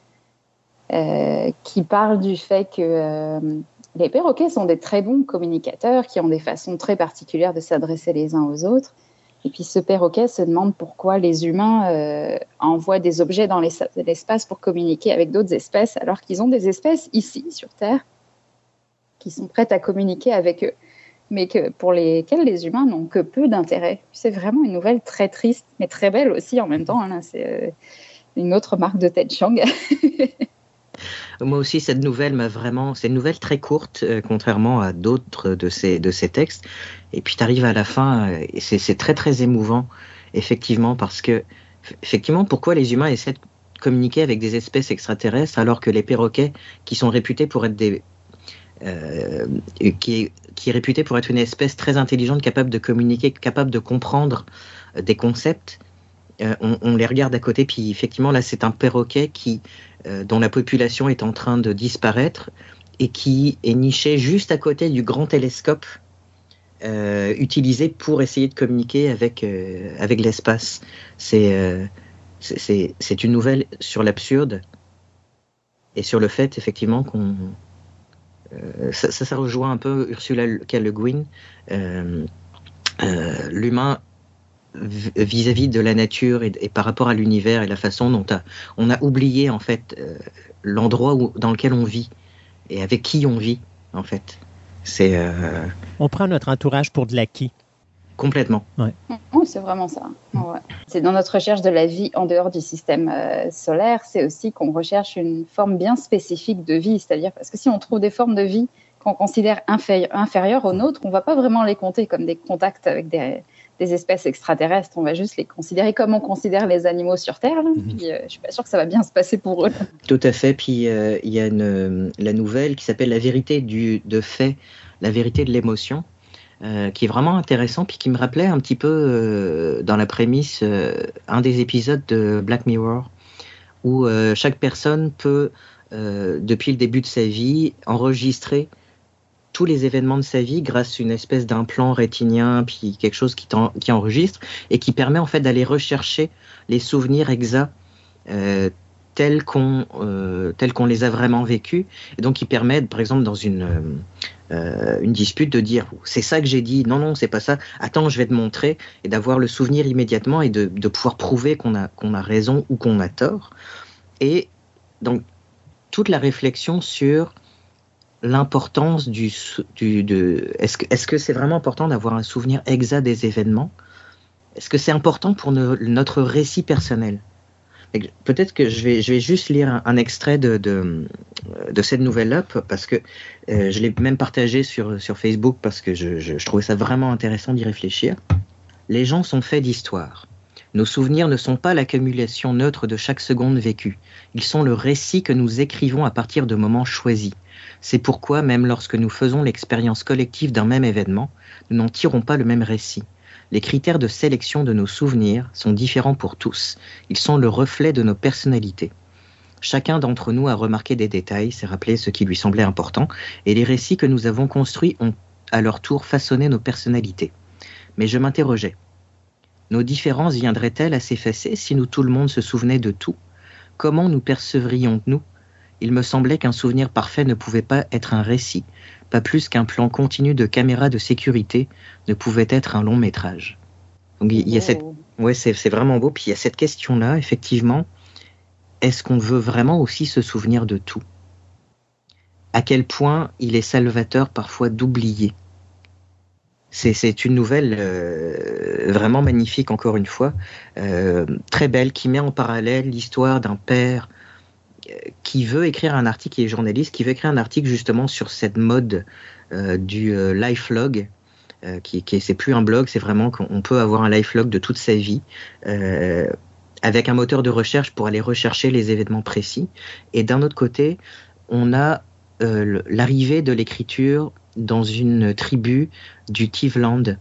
qui parle du fait que les perroquets sont des très bons communicateurs qui ont des façons très particulières de s'adresser les uns aux autres. Et puis ce perroquet se demande pourquoi les humains envoient des objets dans l'espace pour communiquer avec d'autres espèces, alors qu'ils ont des espèces ici, sur Terre, qui sont prêtes à communiquer avec eux, mais pour lesquelles les humains n'ont que peu d'intérêt. C'est vraiment une nouvelle très triste, mais très belle aussi en même temps. Hein, c'est une autre marque de Ted Chiang. Moi aussi, cette nouvelle c'est une nouvelle très courte, contrairement à d'autres de ces textes. Et puis, tu arrives à la fin, et c'est très, très émouvant, effectivement, parce que, effectivement, pourquoi les humains essaient de communiquer avec des espèces extraterrestres alors que les perroquets, qui sont réputés pour être qui est réputé pour être une espèce très intelligente, capable de communiquer, capable de comprendre des concepts, on les regarde à côté, puis effectivement là c'est un perroquet dont la population est en train de disparaître et qui est niché juste à côté du grand télescope utilisé pour essayer de communiquer avec l'espace. C'est une nouvelle sur l'absurde et sur le fait effectivement qu'on ça rejoint un peu Ursula K. Le Guin, l'humain vis-à-vis de la nature et par rapport à l'univers et la façon dont on a oublié en fait l'endroit dans lequel on vit et avec qui on vit en fait. On prend notre entourage pour de l'acquis. Complètement. Ouais. Oui, c'est vraiment ça. Ouais. C'est dans notre recherche de la vie en dehors du système solaire, c'est aussi qu'on recherche une forme bien spécifique de vie, c'est-à-dire parce que si on trouve des formes de vie qu'on considère inférieures aux nôtres, on ne va pas vraiment les compter comme des contacts avec des espèces extraterrestres, on va juste les considérer comme on considère les animaux sur Terre. Puis, je ne suis pas sûre que ça va bien se passer pour eux. Tout à fait. Puis il y a la nouvelle qui s'appelle La vérité de fait, la vérité de l'émotion, qui est vraiment intéressant, puis qui me rappelait un petit peu dans la prémisse un des épisodes de Black Mirror, où chaque personne peut, depuis le début de sa vie, enregistrer tous les événements de sa vie grâce à une espèce d'implant rétinien, puis quelque chose qui enregistre, et qui permet en fait d'aller rechercher les souvenirs exacts tels qu'on les a vraiment vécus, et donc qui permet, par exemple, dans une dispute, de dire c'est ça que j'ai dit, non, c'est pas ça, attends, je vais te montrer, et d'avoir le souvenir immédiatement et de pouvoir prouver qu'on a raison ou qu'on a tort. Et donc, toute la réflexion sur l'importance est-ce que c'est vraiment important d'avoir un souvenir exact des événements? Est-ce que c'est important pour notre récit personnel? Peut-être que je vais juste lire un extrait de cette nouvelle-là, parce que je l'ai même partagé sur Facebook, parce que je trouvais ça vraiment intéressant d'y réfléchir. Les gens sont faits d'histoire. Nos souvenirs ne sont pas l'accumulation neutre de chaque seconde vécue. Ils sont le récit que nous écrivons à partir de moments choisis. C'est pourquoi, même lorsque nous faisons l'expérience collective d'un même événement, nous n'en tirons pas le même récit. Les critères de sélection de nos souvenirs sont différents pour tous. Ils sont le reflet de nos personnalités. Chacun d'entre nous a remarqué des détails, s'est rappelé ce qui lui semblait important, et les récits que nous avons construits ont, à leur tour, façonné nos personnalités. Mais je m'interrogeais. Nos différences viendraient-elles à s'effacer si tout le monde se souvenait de tout? Comment nous percevrions-nous? Il me semblait qu'un souvenir parfait ne pouvait pas être un récit, pas plus qu'un plan continu de caméra de sécurité ne pouvait être un long métrage. Donc il y a c'est vraiment beau. Puis il y a cette question-là, effectivement, est-ce qu'on veut vraiment aussi se souvenir de tout? À quel point il est salvateur parfois d'oublier? C'est une nouvelle vraiment magnifique, encore une fois, très belle, qui met en parallèle l'histoire d'un père qui veut écrire un article, qui est journaliste, qui veut écrire un article justement sur cette mode du lifelog, c'est plus un blog, c'est vraiment qu'on peut avoir un lifelog de toute sa vie, avec un moteur de recherche pour aller rechercher les événements précis. Et d'un autre côté, on a l'arrivée de l'écriture dans une tribu du Tiveland,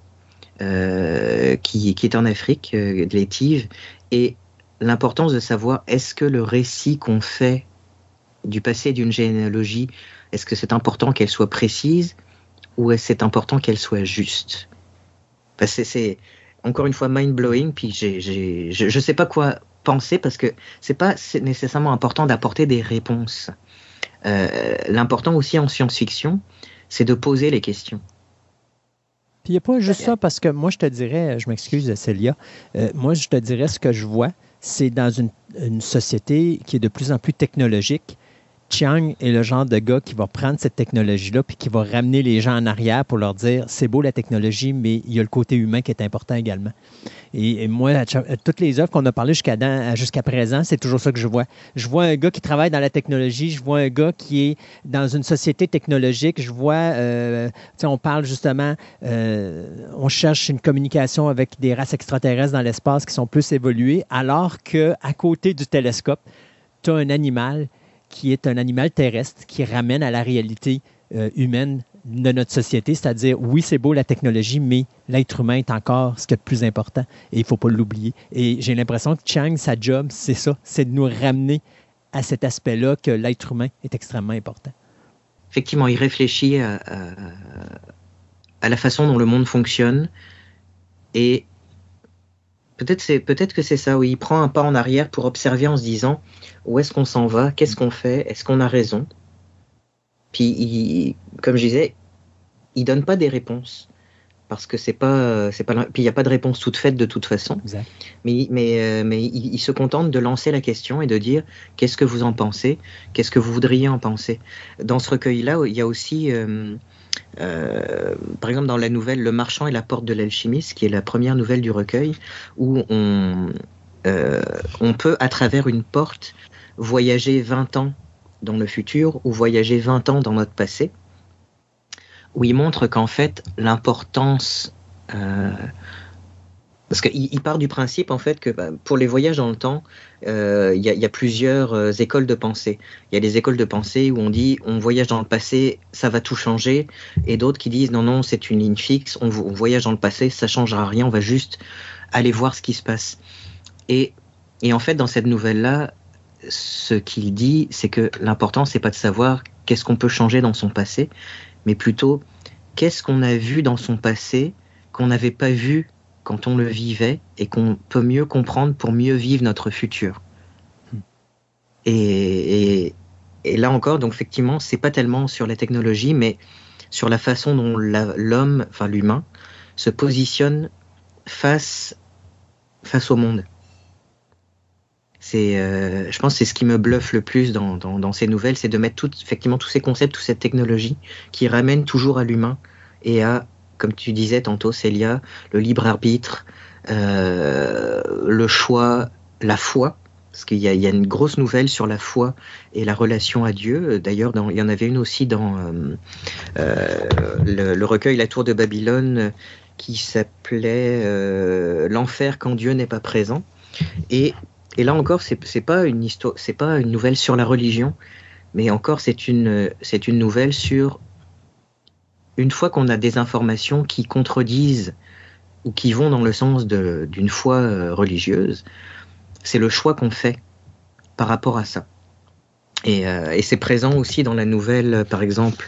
qui est en Afrique, les Tives, et l'importance de savoir, est-ce que le récit qu'on fait du passé d'une généalogie, est-ce que c'est important qu'elle soit précise ou est-ce que c'est important qu'elle soit juste? Parce que c'est encore une fois mind-blowing, puis je sais pas quoi penser, parce que c'est nécessairement important d'apporter des réponses. L'important aussi en science-fiction, c'est de poser les questions. Puis il n'y a pas juste ça, parce que moi, je te dirais, je m'excuse, Célia, moi, je te dirais ce que je vois, c'est dans une société qui est de plus en plus technologique. Chiang est le genre de gars qui va prendre cette technologie-là puis qui va ramener les gens en arrière pour leur dire c'est beau la technologie, mais il y a le côté humain qui est important également. Et moi, toutes les œuvres qu'on a parlé jusqu'à présent, c'est toujours ça que je vois. Je vois un gars qui travaille dans la technologie, je vois un gars qui est dans une société technologique, je vois, on parle justement, on cherche une communication avec des races extraterrestres dans l'espace qui sont plus évoluées, alors qu'à côté du télescope, tu as un animal qui est un animal terrestre qui ramène à la réalité humaine de notre société, c'est-à-dire, oui, c'est beau la technologie, mais l'être humain est encore ce qui est le plus important et il ne faut pas l'oublier. Et j'ai l'impression que Chiang, sa job, c'est ça, c'est de nous ramener à cet aspect-là que l'être humain est extrêmement important. Effectivement, il réfléchit à la façon dont le monde fonctionne et peut-être que c'est ça, oui, il prend un pas en arrière pour observer en se disant où est-ce qu'on s'en va, qu'est-ce qu'on fait, est-ce qu'on a raison. Puis, comme je disais, il donne pas des réponses parce que c'est pas. Puis il n'y a pas de réponse toute faite de toute façon. Exact. Mais il se contente de lancer la question et de dire qu'est-ce que vous en pensez, qu'est-ce que vous voudriez en penser. Dans ce recueil-là, il y a aussi, par exemple, dans la nouvelle Le Marchand et la porte de l'alchimiste, qui est la première nouvelle du recueil, où on peut, à travers une porte, voyager 20 ans dans le futur ou voyager 20 ans dans notre passé, où il montre qu'en fait, l'importance... parce qu'il part du principe, en fait, que pour les voyages dans le temps, il y a plusieurs écoles de pensée. Il y a des écoles de pensée où on dit on voyage dans le passé, ça va tout changer, et d'autres qui disent non, c'est une ligne fixe, on voyage dans le passé, ça ne changera rien, on va juste aller voir ce qui se passe. Et en fait, dans cette nouvelle-là, ce qu'il dit, c'est que l'important, c'est pas de savoir qu'est-ce qu'on peut changer dans son passé, mais plutôt qu'est-ce qu'on a vu dans son passé qu'on n'avait pas vu quand on le vivait et qu'on peut mieux comprendre pour mieux vivre notre futur. Et là encore, donc effectivement, c'est pas tellement sur la technologie, mais sur la façon dont l'homme, enfin l'humain, se positionne face au monde. Je pense que c'est ce qui me bluffe le plus dans ces nouvelles, c'est de mettre effectivement tous ces concepts, toute cette technologie qui ramène toujours à l'humain et à, comme tu disais tantôt, Célia, le libre arbitre, le choix, la foi, parce qu'il y a une grosse nouvelle sur la foi et la relation à Dieu. D'ailleurs, il y en avait une aussi dans le recueil La Tour de Babylone qui s'appelait L'enfer quand Dieu n'est pas présent. Et là encore, c'est pas une histoire, c'est pas une nouvelle sur la religion, mais encore c'est une nouvelle sur une fois qu'on a des informations qui contredisent ou qui vont dans le sens d'une foi religieuse, c'est le choix qu'on fait par rapport à ça. Et c'est présent aussi dans la nouvelle, par exemple,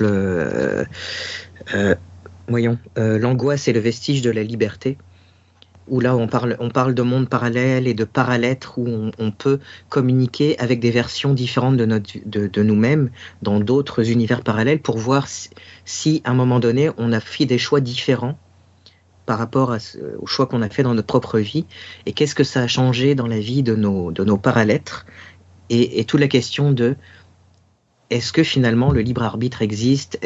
L'angoisse et le vestige de la liberté, où là on parle de monde parallèle et de paralettres où on peut communiquer avec des versions différentes de nous-mêmes dans d'autres univers parallèles pour voir si à un moment donné on a fait des choix différents par rapport aux choix qu'on a fait dans notre propre vie et qu'est-ce que ça a changé dans la vie de nos paralettres et toute la question de est-ce que finalement le libre arbitre existe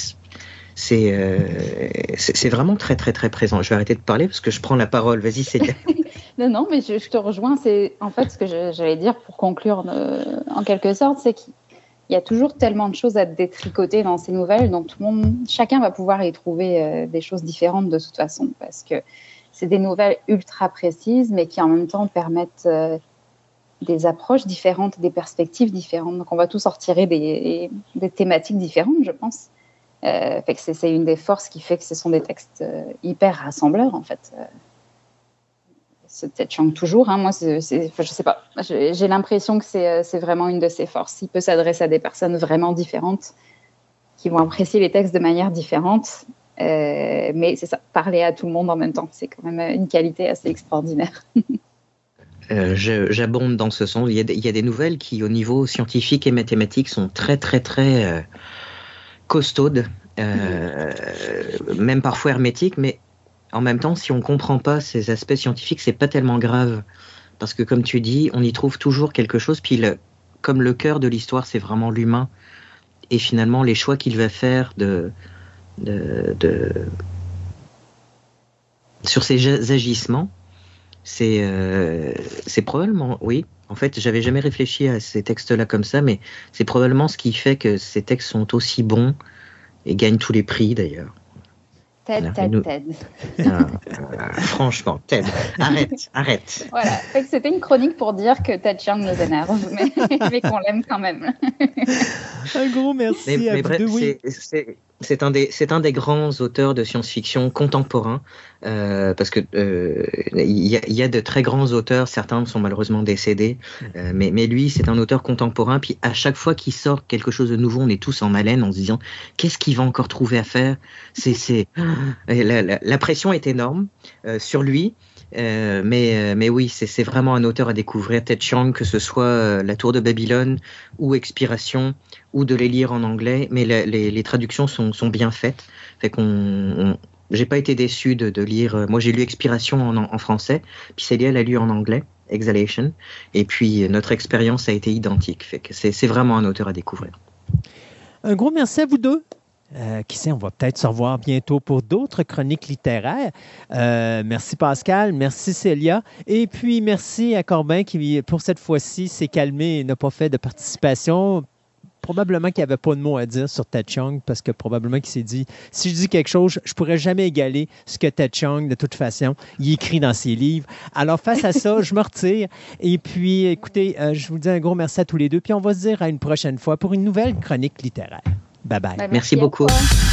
c'est vraiment très très très présent. Je vais arrêter de parler parce que je prends la parole. Vas-y, Célia. Non, mais je te rejoins. C'est en fait ce que j'allais dire pour conclure en quelque sorte, c'est qu'il y a toujours tellement de choses à détricoter dans ces nouvelles, donc chacun va pouvoir y trouver des choses différentes de toute façon, parce que c'est des nouvelles ultra précises, mais qui en même temps permettent des approches différentes, des perspectives différentes. Donc on va tous en retirer des thématiques différentes, je pense. Fait que c'est une des forces qui fait que ce sont des textes hyper rassembleurs en fait. C'est peut-être Chiang toujours, hein. Moi je sais pas, j'ai l'impression que c'est vraiment une de ses forces. Il peut s'adresser à des personnes vraiment différentes qui vont apprécier les textes de manière différente, mais c'est ça, parler à tout le monde en même temps, c'est quand même une qualité assez extraordinaire. J'abonde dans ce sens. Il y a des nouvelles qui au niveau scientifique et mathématique sont très très très costaude, même parfois hermétique, mais en même temps, si on ne comprend pas ces aspects scientifiques, c'est pas tellement grave, parce que comme tu dis, on y trouve toujours quelque chose, puis comme le cœur de l'histoire, c'est vraiment l'humain. Et finalement, les choix qu'il va faire sur ses agissements, c'est probablement, oui. En fait, j'avais jamais réfléchi à ces textes-là comme ça, mais c'est probablement ce qui fait que ces textes sont aussi bons et gagnent tous les prix d'ailleurs. Ted. Franchement, Ted, arrête. Voilà, c'était une chronique pour dire que Ted Chiang nous énerve, mais qu'on l'aime quand même. Un gros merci à vous deux. Oui. C'est un des grands auteurs de science-fiction contemporains, parce que il y a de très grands auteurs, certains sont malheureusement décédés, mais lui c'est un auteur contemporain. Puis à chaque fois qu'il sort quelque chose de nouveau, on est tous en haleine en se disant qu'est-ce qu'il va encore trouver à faire. La pression est énorme sur lui. Mais oui, c'est vraiment un auteur à découvrir, Ted Chiang, que ce soit La Tour de Babylone ou Expiration, ou de les lire en anglais, mais les traductions sont bien faites. Fait j'ai pas été déçu de lire. Moi, j'ai lu Expiration en français, puis Célia l'a lu en anglais, Exhalation, et puis notre expérience a été identique. Fait que c'est vraiment un auteur à découvrir. Un gros merci à vous deux. Qui sait, on va peut-être se revoir bientôt pour d'autres chroniques littéraires. Merci Pascal, merci Célia. Et puis merci à Corbin qui, pour cette fois-ci, s'est calmé et n'a pas fait de participation. Probablement qu'il n'y avait pas de mots à dire sur Ted Chiang parce que probablement qu'il s'est dit, si je dis quelque chose, je ne pourrais jamais égaler ce que Ted Chiang, de toute façon, il écrit dans ses livres. Alors face à ça, je me retire. Et puis, écoutez, je vous dis un gros merci à tous les deux. Puis on va se dire à une prochaine fois pour une nouvelle chronique littéraire. Bye-bye. Merci beaucoup.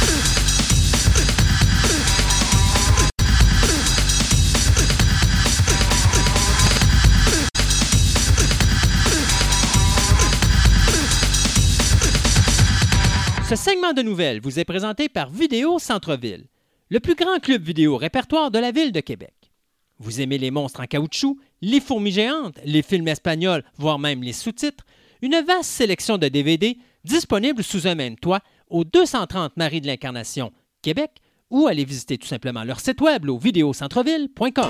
Ce segment de nouvelles vous est présenté par Vidéo Centre-Ville, le plus grand club vidéo répertoire de la ville de Québec. Vous aimez les monstres en caoutchouc, les fourmis géantes, les films espagnols, voire même les sous-titres? Une vaste sélection de DVD disponible sous un même toit au 230 Marie de l'Incarnation, Québec, ou allez visiter tout simplement leur site web au videocentreville.com.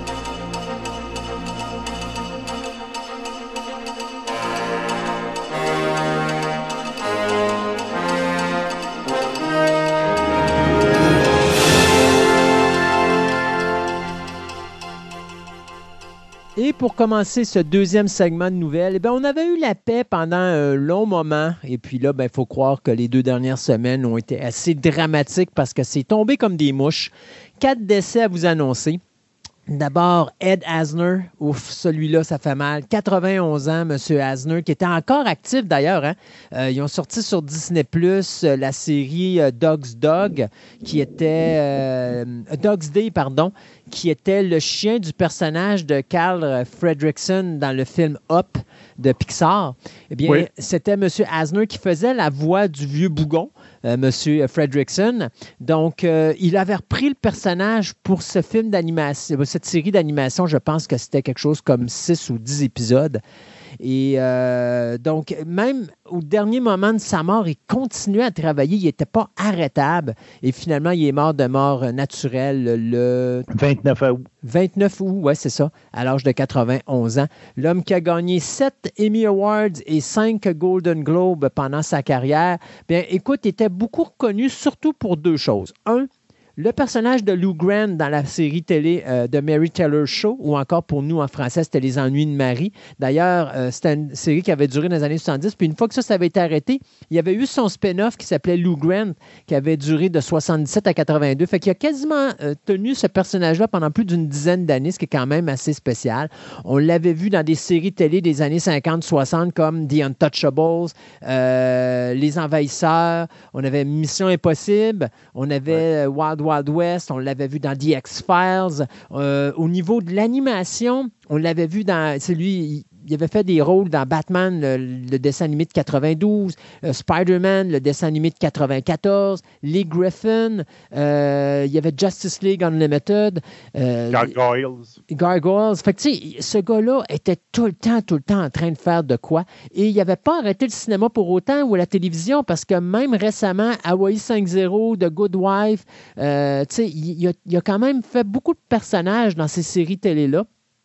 Et pour commencer ce deuxième segment de nouvelles, on avait eu la paix pendant un long moment. Et puis là, il faut croire que les 2 dernières semaines ont été assez dramatiques parce que c'est tombé comme des mouches. 4 décès à vous annoncer. D'abord, Ed Asner. Ouf, celui-là, ça fait mal. 91 ans, M. Asner, qui était encore actif d'ailleurs. Hein? Ils ont sorti sur Disney+, la série Dog's Dog, qui était... Dog's Day, pardon, qui était le chien du personnage de Carl Fredricksen dans le film Up de Pixar. Eh bien, oui. C'était M. Asner qui faisait la voix du vieux bougon, M. Fredricksen. Donc, il avait repris le personnage pour ce film d'animation, cette série d'animation. Je pense que c'était quelque chose comme 6 ou 10 épisodes. Et donc, même au dernier moment de sa mort, il continuait à travailler. Il n'était pas arrêtable. Et finalement, il est mort de mort naturelle le 29 août. 29 août, oui, c'est ça, à l'âge de 91 ans. L'homme qui a gagné 7 Emmy Awards et 5 Golden Globes pendant sa carrière, bien, écoute, il était beaucoup reconnu surtout pour 2 choses. 1, le personnage de Lou Grant dans la série télé de Mary Taylor Show, ou encore pour nous en français, c'était Les Ennuis de Marie. D'ailleurs, c'était une série qui avait duré dans les années 70. Puis une fois que ça avait été arrêté, il y avait eu son spin-off qui s'appelait Lou Grant, qui avait duré de 77 à 82. Fait qu'il a quasiment tenu ce personnage-là pendant plus d'une dizaine d'années, ce qui est quand même assez spécial. On l'avait vu dans des séries télé des années 50-60 comme The Untouchables, Les Envahisseurs, on avait Mission Impossible, on avait Wild West, on l'avait vu dans The X-Files. Au niveau de l'animation, on l'avait vu dans... C'est lui, il avait fait des rôles dans Batman, le dessin animé de 92, Spider-Man, le dessin animé de 94, Lee Griffin, il y avait Justice League Unlimited. Gargoyles. Fait que, tu sais, ce gars-là était tout le temps en train de faire de quoi. Et il n'avait pas arrêté le cinéma pour autant ou la télévision parce que même récemment, Hawaii 5-0, The Good Wife, tu sais, il a quand même fait beaucoup de personnages dans ces séries télé-là.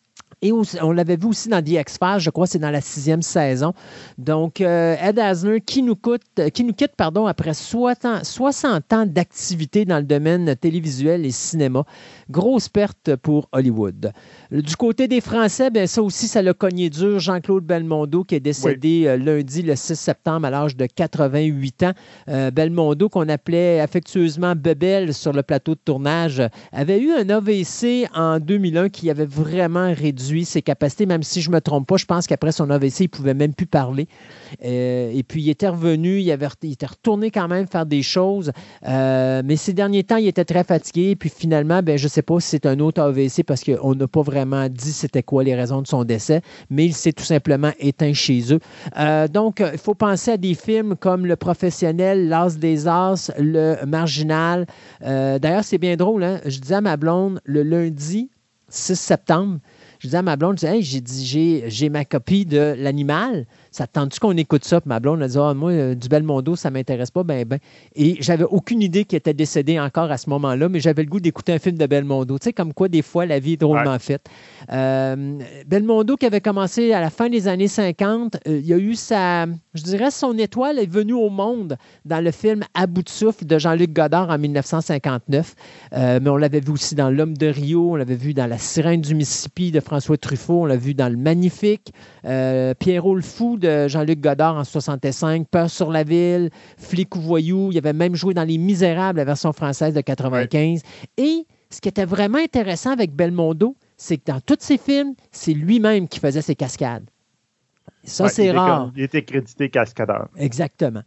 Et on l'avait vu aussi dans The X-Files, je crois que c'est dans la 6e saison. Donc, Ed Asner qui nous quitte après 60 ans d'activité dans le domaine télévisuel et cinéma. Grosse perte pour Hollywood. Du côté des Français, bien, ça aussi, ça l'a cogné dur. Jean-Claude Belmondo qui est décédé lundi, le 6 septembre, à l'âge de 88 ans. Belmondo, qu'on appelait affectueusement Bebel sur le plateau de tournage, avait eu un AVC en 2001 qui avait vraiment réduit ses capacités, même si je ne me trompe pas, je pense qu'après son AVC, il ne pouvait même plus parler. Et puis, il était revenu, il était retourné quand même faire des choses, mais ces derniers temps, il était très fatigué. Puis finalement, je ne sais pas si c'est un autre AVC parce qu'on n'a pas vraiment dit c'était quoi les raisons de son décès, mais il s'est tout simplement éteint chez eux. Donc, il faut penser à des films comme Le Professionnel, L'As des As, Le Marginal. D'ailleurs, c'est bien drôle, hein? Je disais à ma blonde le lundi 6 septembre, je disais à ma blonde, hey, j'ai ma copie de L'Animal. Ça te tente-tu qu'on écoute ça? Puis ma blonde a dit, moi, du Belmondo, ça ne m'intéresse pas. Ben. Et j'avais aucune idée qu'il était décédé encore à ce moment-là, mais j'avais le goût d'écouter un film de Belmondo. Tu sais, comme quoi, des fois, la vie est drôlement faite. Belmondo, qui avait commencé à la fin des années 50, il a eu son étoile est venue au monde dans le film À bout de souffle de Jean-Luc Godard en 1959. Mais on l'avait vu aussi dans L'Homme de Rio, on l'avait vu dans La Sirène du Mississippi de François Truffaut, on l'a vu dans Le Magnifique, Pierrot le Fou de Jean-Luc Godard en 65, Peur sur la ville, Flic ou voyou. Il avait même joué dans Les Misérables, la version française de 95. Ouais. Et ce qui était vraiment intéressant avec Belmondo, c'est que dans tous ses films, c'est lui-même qui faisait ses cascades. Ça, c'est rare. Il était crédité cascadeur. Exactement.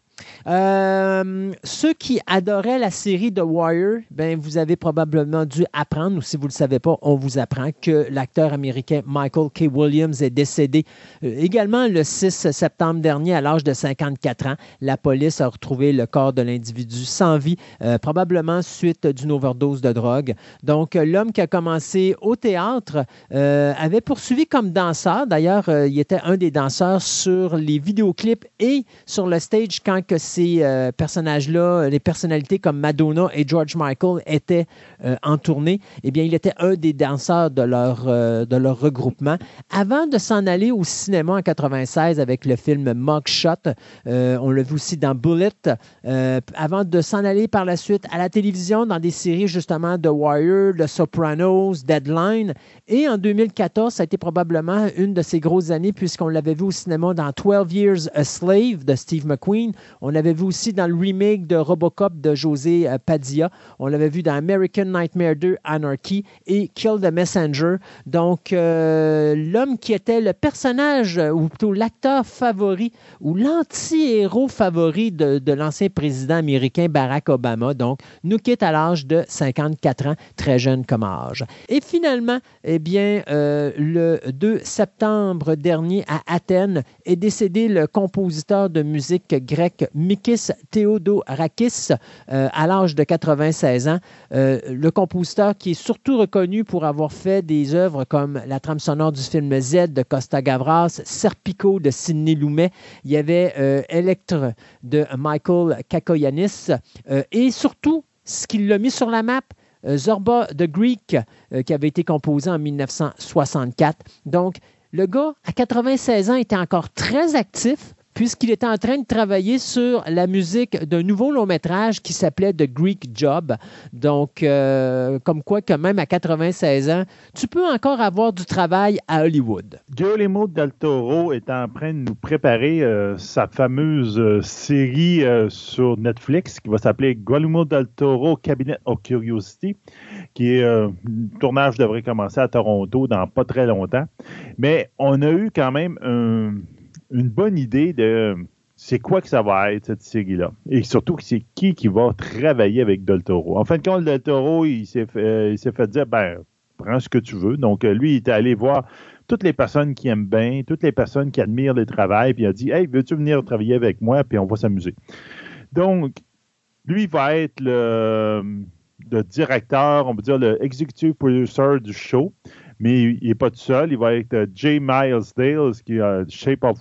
Ceux qui adoraient la série The Wire, vous avez probablement dû apprendre, ou si vous ne le savez pas, on vous apprend que l'acteur américain Michael K. Williams est décédé également le 6 septembre dernier à l'âge de 54 ans. La police a retrouvé le corps de l'individu sans vie, probablement suite d'une overdose de drogue. Donc, l'homme qui a commencé au théâtre avait poursuivi comme danseur. D'ailleurs, il était un des danseurs sur les vidéoclips et sur le stage quand que ces personnages-là, les personnalités comme Madonna et George Michael étaient en tournée, eh bien, il était un des danseurs de leur regroupement. Avant de s'en aller au cinéma en 1996 avec le film Mugshot, on l'a vu aussi dans Bullet, avant de s'en aller par la suite à la télévision dans des séries justement The Wire, The Sopranos, Deadline, et en 2014, ça a été probablement une de ses grosses années puisqu'on l'avait vu au cinéma dans 12 Years a Slave de Steve McQueen. On l'avait vu aussi dans le remake de Robocop de José Padilla. On l'avait vu dans American Nightmare 2, Anarchy et Kill the Messenger. Donc, l'homme qui était le personnage, ou plutôt l'acteur favori, ou l'anti-héros favori de l'ancien président américain Barack Obama, donc, nous quitte à l'âge de 54 ans, très jeune comme âge. Et finalement, eh bien, le 2 septembre dernier à Athènes est décédé le compositeur de musique grec Mikis Theodorakis à l'âge de 96 ans. Le compositeur qui est surtout reconnu pour avoir fait des œuvres comme la trame sonore du film Z de Costa Gavras, Serpico de Sidney Lumet, il y avait Electre de Michael Kakoyannis et surtout, ce qui l'a mis sur la map, Zorba the Greek, qui avait été composé en 1964. Donc, le gars, à 96 ans, était encore très actif puisqu'il était en train de travailler sur la musique d'un nouveau long-métrage qui s'appelait The Greek Job. Donc, comme quoi que même à 96 ans, tu peux encore avoir du travail à Hollywood. Guillermo del Toro est en train de nous préparer sa fameuse série sur Netflix qui va s'appeler Guillermo del Toro Cabinet of Curiosity, qui est, le tournage devrait commencer à Toronto dans pas très longtemps. Mais on a eu quand même une bonne idée de c'est quoi que ça va être, cette série-là. Et surtout, c'est qui va travailler avec Del Toro. En fin de compte, Del Toro, il s'est fait dire, prends ce que tu veux. Donc, lui, il était allé voir toutes les personnes qui aiment bien, toutes les personnes qui admirent le travail, puis il a dit, hey, veux-tu venir travailler avec moi, puis on va s'amuser. Donc, lui va être le directeur, on va dire le executive producer du show. Mais il n'est pas tout seul. Il va être J. Miles Dale, qui a The Shape of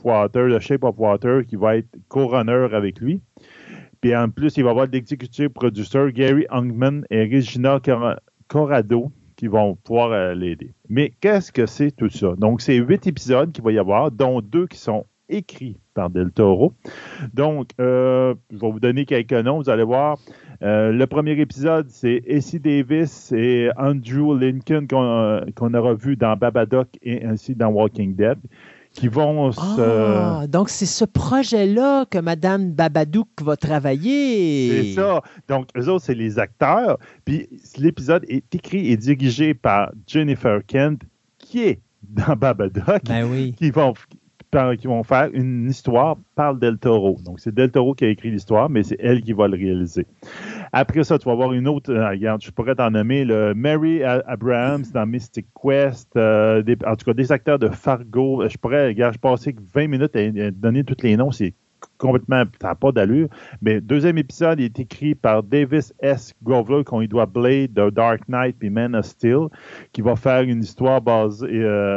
Water, qui va être co-runner avec lui. Puis en plus, il va y avoir l'executive producer Gary Oldman et Regina Corrado qui vont pouvoir l'aider. Mais qu'est-ce que c'est tout ça? Donc, c'est 8 épisodes qu'il va y avoir, dont 2 qui sont écrits par Del Toro. Donc, je vais vous donner quelques noms, vous allez voir. Le premier épisode, c'est Essie Davis et Andrew Lincoln qu'on aura vu dans Babadook et ainsi dans Walking Dead. Qui vont donc, c'est ce projet-là que Mme Babadook va travailler. C'est ça. Donc, eux autres, c'est les acteurs. Puis, l'épisode est écrit et dirigé par Jennifer Kent, qui est dans Babadook. Ben oui. Qui vont faire une histoire par Del Toro. Donc, c'est Del Toro qui a écrit l'histoire, mais c'est elle qui va le réaliser. Après ça, tu vas avoir une autre, regarde, je pourrais t'en nommer, Mary Abrahams dans Mystic Quest, en tout cas, des acteurs de Fargo. Je passais 20 minutes à donner tous les noms, c'est complètement, ça n'a pas d'allure. Mais deuxième épisode, il est écrit par Davis S. Grover, qu'on lui doit Blade, The Dark Knight et Man of Steel, qui va faire une histoire basée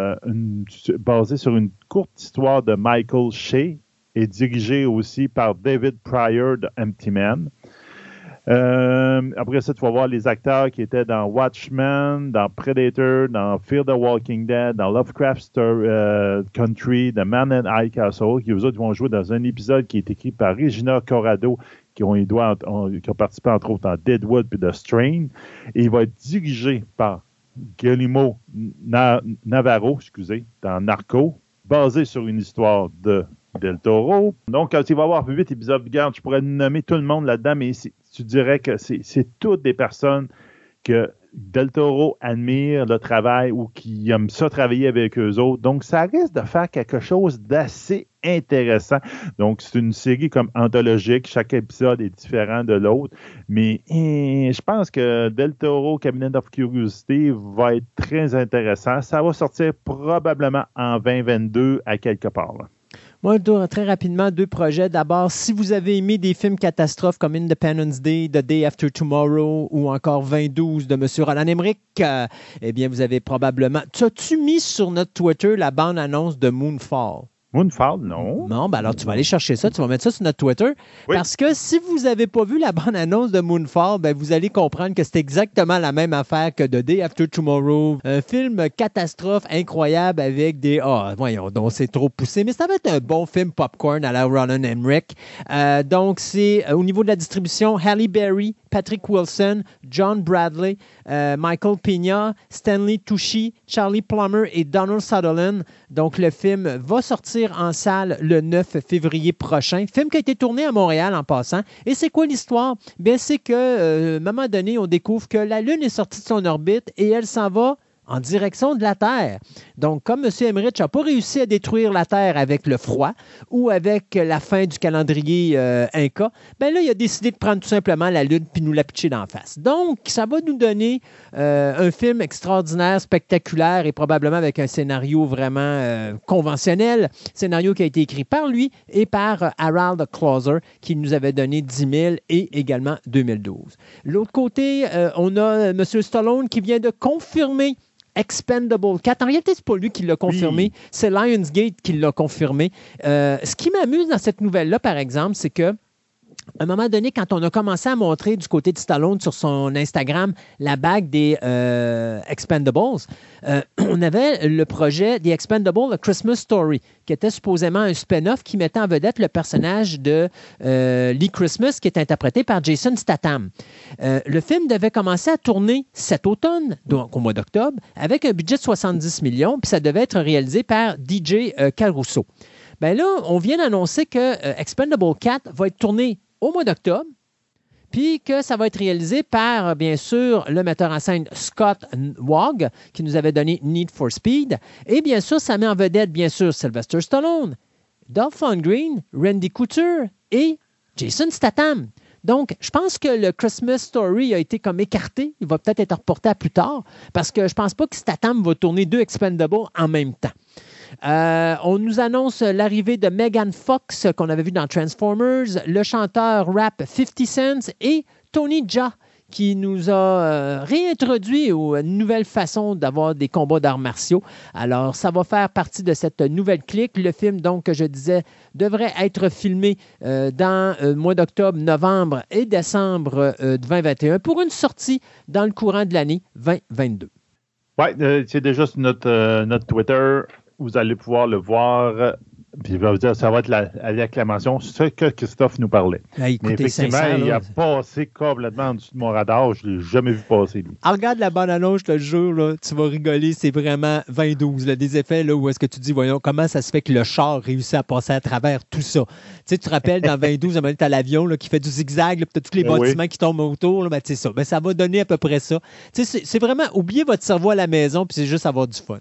sur une courte histoire de Michael Shea et dirigée aussi par David Pryor de Empty Man. Après ça, tu vas voir les acteurs qui étaient dans Watchmen, dans Predator, dans Fear the Walking Dead, dans Lovecraft Country, The Man in High Castle, qui eux autres vont jouer dans un épisode qui est écrit par Regina Corrado, qui ont participé entre autres dans Deadwood puis The Strain. Et il va être dirigé par Guillermo Navarro, dans Narco, basé sur une histoire de Del Toro. Donc, il va y avoir 8 épisodes. Regarde, je pourrais nommer tout le monde là-dedans, mais tu dirais que c'est toutes des personnes que Del Toro admire le travail ou qui aiment ça travailler avec eux autres. Donc, ça risque de faire quelque chose d'assez intéressant. Donc, c'est une série comme anthologique. Chaque épisode est différent de l'autre. Mais je pense que Del Toro, Cabinet of Curiosity, va être très intéressant. Ça va sortir probablement en 2022 à quelque part, là. Moi, très rapidement, 2 projets. D'abord, si vous avez aimé des films catastrophes comme Independence Day, The Day After Tomorrow ou encore 2012 de M. Roland Emmerich, eh bien, vous avez probablement... As-tu mis sur notre Twitter la bande-annonce de Moonfall? Moonfall, non. Non, ben alors tu vas aller chercher ça, tu vas mettre ça sur notre Twitter. Oui. Parce que si vous n'avez pas vu la bande-annonce de Moonfall, ben vous allez comprendre que c'est exactement la même affaire que The Day After Tomorrow. Un film catastrophe incroyable avec des... voyons donc, c'est trop poussé, mais ça va être un bon film popcorn à la Roland Emmerich. Donc, c'est au niveau de la distribution, Halle Berry, Patrick Wilson, John Bradley, Michael Pena, Stanley Tucci, Charlie Plummer et Donald Sutherland. Donc, le film va sortir en salle le 9 février prochain. Film qui a été tourné à Montréal en passant. Et c'est quoi l'histoire? Bien, c'est que, à un moment donné, on découvre que la Lune est sortie de son orbite et elle s'en va en direction de la Terre. Donc, comme M. Emmerich n'a pas réussi à détruire la Terre avec le froid ou avec la fin du calendrier Inca, bien là, il a décidé de prendre tout simplement la Lune puis nous la pitcher d'en face. Donc, ça va nous donner un film extraordinaire, spectaculaire et probablement avec un scénario vraiment conventionnel. Scénario qui a été écrit par lui et par Harald Klauser, qui nous avait donné 10 000 et également 2012. L'autre côté, on a M. Stallone qui vient de confirmer Expendable 4. En réalité, ce n'est pas lui qui l'a confirmé, c'est Lionsgate qui l'a confirmé. Ce qui m'amuse dans cette nouvelle-là, par exemple, c'est que à un moment donné, quand on a commencé à montrer du côté de Stallone sur son Instagram la bague des Expendables, on avait le projet The Expendables, A Christmas Story, qui était supposément un spin-off qui mettait en vedette le personnage de Lee Christmas, qui est interprété par Jason Statham. Le film devait commencer à tourner cet automne, donc au mois d'octobre, avec un budget de 70 millions, puis ça devait être réalisé par DJ Caruso. Bien là, on vient d'annoncer que Expendable 4 va être tourné au mois d'octobre, puis que ça va être réalisé par, bien sûr, le metteur en scène Scott Wagg, qui nous avait donné Need for Speed. Et bien sûr, ça met en vedette, bien sûr, Sylvester Stallone, Dolph Lundgren, Randy Couture et Jason Statham. Donc, je pense que le Christmas Story a été comme écarté. Il va peut-être être reporté à plus tard, parce que je ne pense pas que Statham va tourner 2 Expendables en même temps. On nous annonce l'arrivée de Megan Fox, qu'on avait vu dans Transformers, le chanteur rap 50 Cent et Tony Jaa, qui nous a réintroduit une nouvelle façon d'avoir des combats d'arts martiaux. Alors, ça va faire partie de cette nouvelle clique. Le film, donc, que je disais, devrait être filmé dans le mois d'octobre, novembre et décembre 2021 pour une sortie dans le courant de l'année 2022. Oui, c'est déjà sur notre Twitter. Vous allez pouvoir le voir. Puis je vais vous dire, ça va être l'acclamation, ce que Christophe nous parlait. Ah, écoutez, mais effectivement, 500, il a passé complètement en dessous de mon radar. Je ne l'ai jamais vu passer, lui. Ah, regarde la bande-annonce, je te le jure, là, tu vas rigoler. C'est vraiment 2012. Là, des effets là, où est-ce que tu dis, voyons, comment ça se fait que le char réussit à passer à travers tout ça. Tu te rappelles, dans 2012, à un moment donné, tu as l'avion là, qui fait du zigzag, puis tu as tous les bâtiments qui tombent autour. Là, ben, c'est ça. Ben, ça va donner à peu près ça. C'est vraiment, oubliez votre cerveau à la maison, puis c'est juste avoir du fun.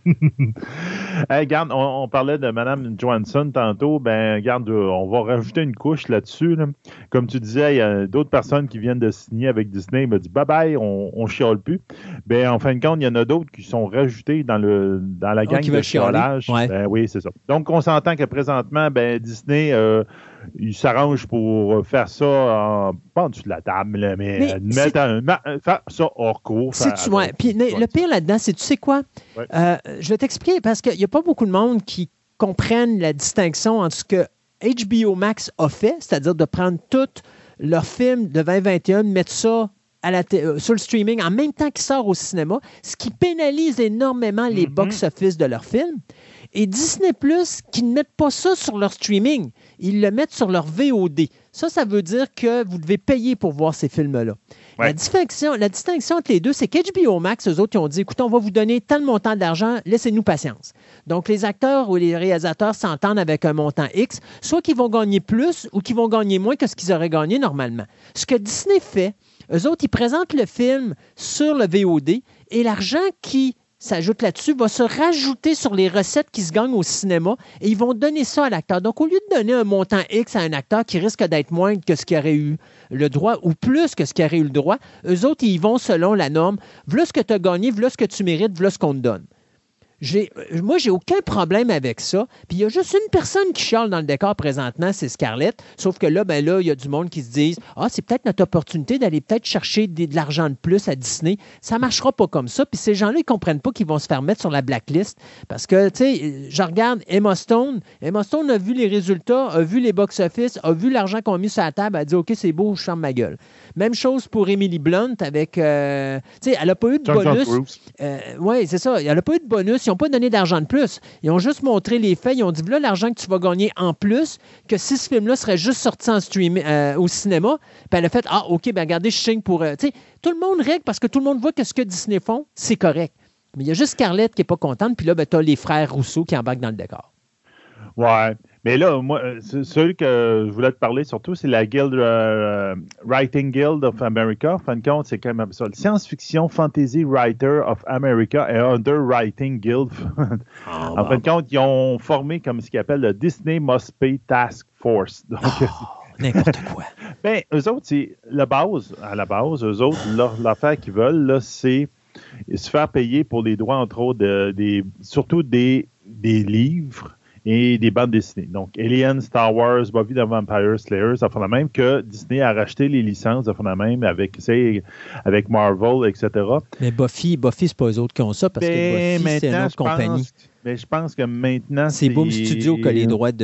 Hey, regarde, on parlait de Mme Johansson tantôt. Ben, regarde, on va rajouter une couche là-dessus. Là. Comme tu disais, il y a d'autres personnes qui viennent de signer avec Disney. Il m'a dit bye-bye, on chiale plus. Ben, en fin de compte, il y en a d'autres qui sont rajoutés dans la gang de chiolage. Ouais. Ben, oui, c'est ça. Donc, on s'entend que présentement, ben, Disney, il s'arrange pour faire ça pas en dessous de la table, là, mais faire ça hors cours. Puis le pire là-dedans, c'est, tu sais quoi? Ouais. Je vais t'expliquer parce qu'il n'y a pas beaucoup de monde qui comprennent la distinction entre ce que HBO Max a fait, c'est-à-dire de prendre tous leurs films de 2021, mettre ça sur le streaming en même temps qu'ils sortent au cinéma, ce qui pénalise énormément les box-office de leurs films. Et Disney+, qui ne mettent pas ça sur leur streaming, ils le mettent sur leur VOD. Ça veut dire que vous devez payer pour voir ces films-là. Ouais. La distinction entre les deux, c'est qu'HBO Max, eux autres, ils ont dit, écoutez, on va vous donner tel montant d'argent, laissez-nous patience. Donc, les acteurs ou les réalisateurs s'entendent avec un montant X, soit qu'ils vont gagner plus ou qu'ils vont gagner moins que ce qu'ils auraient gagné normalement. Ce que Disney fait, eux autres, ils présentent le film sur le VOD et l'argent qui s'ajoute là-dessus, va se rajouter sur les recettes qui se gagnent au cinéma et ils vont donner ça à l'acteur. Donc, au lieu de donner un montant X à un acteur qui risque d'être moins que ce qu'il aurait eu le droit ou plus que ce qu'il aurait eu le droit, eux autres, ils vont selon la norme. Voilà ce que tu as gagné, voilà ce que tu mérites, voilà ce qu'on te donne. Moi, j'ai aucun problème avec ça. Puis il y a juste une personne qui chiale dans le décor présentement, c'est Scarlett. Sauf que là, il y a du monde qui se dit « Ah, c'est peut-être notre opportunité d'aller peut-être chercher de l'argent de plus à Disney. » Ça ne marchera pas comme ça. Puis ces gens-là, ils ne comprennent pas qu'ils vont se faire mettre sur la blacklist. Parce que, tu sais, je regarde Emma Stone. Emma Stone a vu les résultats, a vu les box-office, a vu l'argent qu'on a mis sur la table. Elle a dit « OK, c'est beau, je ferme ma gueule. » Même chose pour Emily Blunt avec... tu sais, elle n'a pas eu de bonus. Oui, c'est ça. Elle n'a pas eu de bonus. Ils n'ont pas donné d'argent de plus. Ils ont juste montré les faits. Ils ont dit, voilà l'argent que tu vas gagner en plus, que si ce film-là serait juste sorti en streaming au cinéma. Puis elle a fait, ah, OK, ben regardez, je signe pour... tu sais, tout le monde règle parce que tout le monde voit que ce que Disney font, c'est correct. Mais il y a juste Scarlett qui n'est pas contente. Puis là, ben, tu as les frères Rousseau qui embarquent dans le décor. Ouais. Mais là, moi, celui que je voulais te parler surtout, c'est la Guild, Writing Guild of America. En fin de compte, c'est quand même ça. Le Science-Fiction Fantasy Writer of America et Underwriting Guild. En fin de compte, ils ont formé comme ce qu'ils appellent le Disney Must Pay Task Force. Donc, n'importe quoi. Ben, eux autres, c'est à la base, eux autres, l'affaire qu'ils veulent, là, c'est se faire payer pour les droits, entre autres, surtout des livres et des bandes dessinées. Donc, Alien, Star Wars, Buffy the Vampire Slayer, ça fait la même que Disney a racheté les licences, ça fait la même avec Marvel, etc. Mais Buffy, c'est pas eux autres qui ont ça, parce que Buffy, c'est une autre compagnie. Mais je pense que maintenant, c'est Boom Studio qui a les droits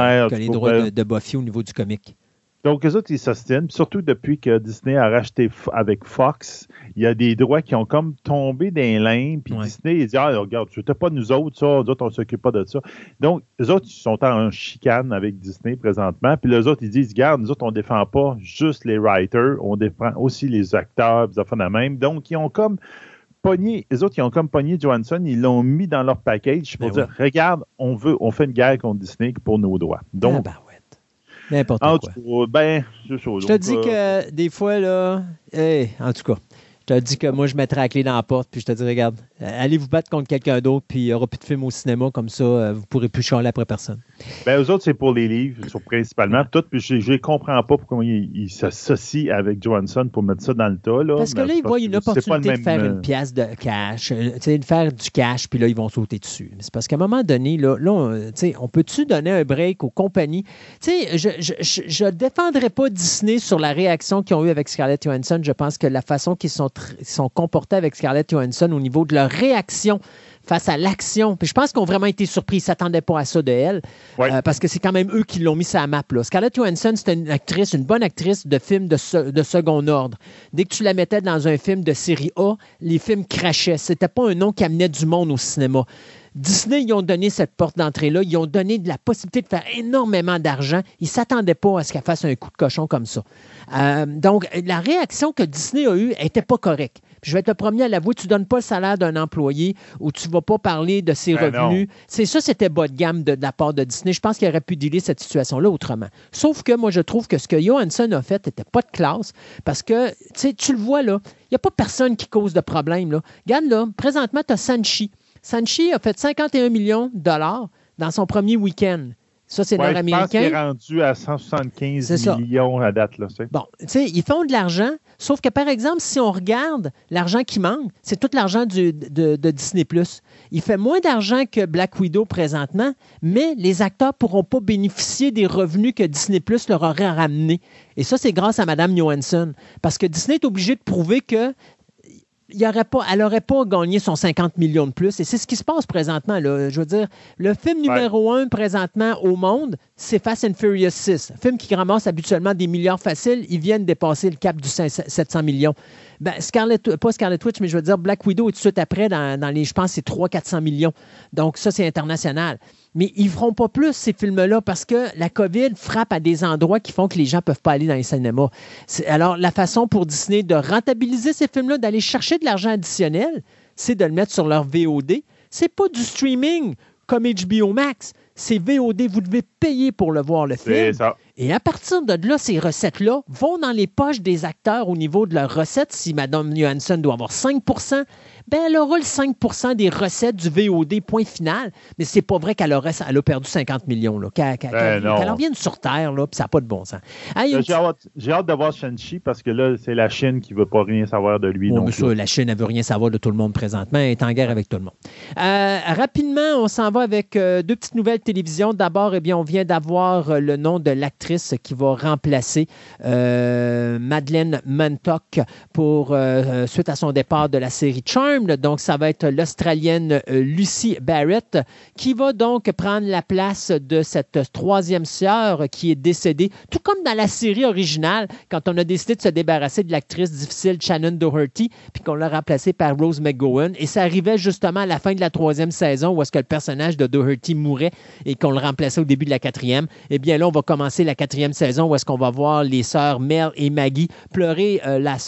de Buffy au niveau du comic. Donc, eux autres, ils s'ostinent. Surtout depuis que Disney a racheté avec Fox, il y a des droits qui ont comme tombé dans les limbes. Puis Disney, ils disent, ah, regarde, c'était pas nous autres, ça. Nous autres, on ne s'occupe pas de ça. Donc, eux autres, ils sont en chicane avec Disney présentement. Puis les autres, ils disent, regarde, nous autres, on ne défend pas juste les writers, on défend aussi les acteurs, ça fait la même. Donc, ils ont comme pogné Johansson, ils l'ont mis dans leur package pour dire, regarde, on fait une guerre contre Disney pour nos droits. Donc, n'importe quoi. Je te dis que des fois, là, en tout cas, je te dis que moi, je mettrais la clé dans la porte, puis je te dis, regarde, allez vous battre contre quelqu'un d'autre, puis il n'y aura plus de films au cinéma, comme ça, vous ne pourrez plus chialer après personne. Ben, eux autres, c'est pour les livres, principalement. Tout, puis je ne comprends pas pourquoi ils s'associent avec Johansson pour mettre ça dans le tas. Là. Parce que là, ils voient une opportunité de faire une pièce de cash, de faire du cash, puis là, ils vont sauter dessus. C'est parce qu'à un moment donné, là on peut-tu donner un break aux compagnies? Je ne défendrai pas Disney sur la réaction qu'ils ont eue avec Scarlett Johansson. Je pense que la façon qu'ils sont sont comportés avec Scarlett Johansson au niveau de leur réaction face à l'action. Puis je pense qu'ils ont vraiment été surpris. Ils ne s'attendaient pas à ça de elle. Ouais. Parce que c'est quand même eux qui l'ont mis sur la map. Là. Scarlett Johansson, c'était une bonne actrice de film de second ordre. Dès que tu la mettais dans un film de série A, les films crachaient. C'était pas un nom qui amenait du monde au cinéma. Disney, ils ont donné cette porte d'entrée-là. Ils ont donné de la possibilité de faire énormément d'argent. Ils ne s'attendaient pas à ce qu'elle fasse un coup de cochon comme ça. Donc, la réaction que Disney a eue n'était pas correcte. Puis je vais être le premier à l'avouer, tu ne donnes pas le salaire d'un employé ou tu ne vas pas parler de ses revenus. C'est ça, c'était bas de gamme de la part de Disney. Je pense qu'il aurait pu dealer cette situation-là autrement. Sauf que moi, je trouve que ce que Johansson a fait n'était pas de classe parce que, tu le vois là, il n'y a pas personne qui cause de problème. Là. Regarde là, présentement, tu as Sanchi. Sanchi a fait 51 millions de dollars dans son premier week-end. Ça, c'est nord-américain. Je pense qu'il est rendu à 175 millions à date. Là, bon, tu sais, ils font de l'argent, sauf que, par exemple, si on regarde l'argent qui manque, c'est tout l'argent de Disney+. Il fait moins d'argent que Black Widow présentement, mais les acteurs ne pourront pas bénéficier des revenus que Disney+ leur aurait ramenés. Et ça, c'est grâce à Mme Johansson. Parce que Disney est obligé de prouver que elle n'aurait pas gagné son 50 millions de plus. Et c'est ce qui se passe présentement. Là. Je veux dire, le film numéro 1 présentement au monde, c'est Fast and Furious 6. Un film qui ramasse habituellement des milliards faciles. Ils viennent dépasser le cap du 700 millions. Ben, pas Scarlet Witch, mais je veux dire, Black Widow est tout de suite après dans les, je pense, c'est 300-400 millions. Donc, ça, c'est international. Mais ils ne feront pas plus, ces films-là, parce que la COVID frappe à des endroits qui font que les gens ne peuvent pas aller dans les cinémas. Alors, la façon pour Disney de rentabiliser ces films-là, d'aller chercher de l'argent additionnel, c'est de le mettre sur leur VOD. C'est pas du streaming comme HBO Max. C'est VOD. Vous devez payer pour le voir, le film. C'est ça. Et à partir de là, ces recettes-là vont dans les poches des acteurs au niveau de leurs recettes. Si Mme Johansson doit avoir 5 ben elle aura le 5 des recettes du VOD, point final. Mais c'est pas vrai qu'elle a perdu 50 millions. Là, qu'elle en vienne sur Terre, là, puis ça n'a pas de bon sens. J'ai hâte de voir Shang-Chi parce que là, c'est la Chine qui ne veut pas rien savoir de lui. Oui, mais ça, la Chine, elle ne veut rien savoir de tout le monde présentement. Elle est en guerre avec tout le monde. Rapidement, on s'en va avec deux petites nouvelles télévision. D'abord, eh bien, on vient d'avoir le nom de l'actrice qui va remplacer Madeleine Mantock suite à son départ de la série Charmed. Donc, ça va être l'Australienne Lucy Barrett qui va donc prendre la place de cette troisième sœur qui est décédée, tout comme dans la série originale, quand on a décidé de se débarrasser de l'actrice difficile Shannon Doherty, puis qu'on l'a remplacée par Rose McGowan. Et ça arrivait justement à la fin de la troisième saison où est-ce que le personnage de Doherty mourait et qu'on le remplaçait au début de la quatrième. Eh bien là, on va commencer la quatrième saison où est-ce qu'on va voir les sœurs Mel et Maggie pleurer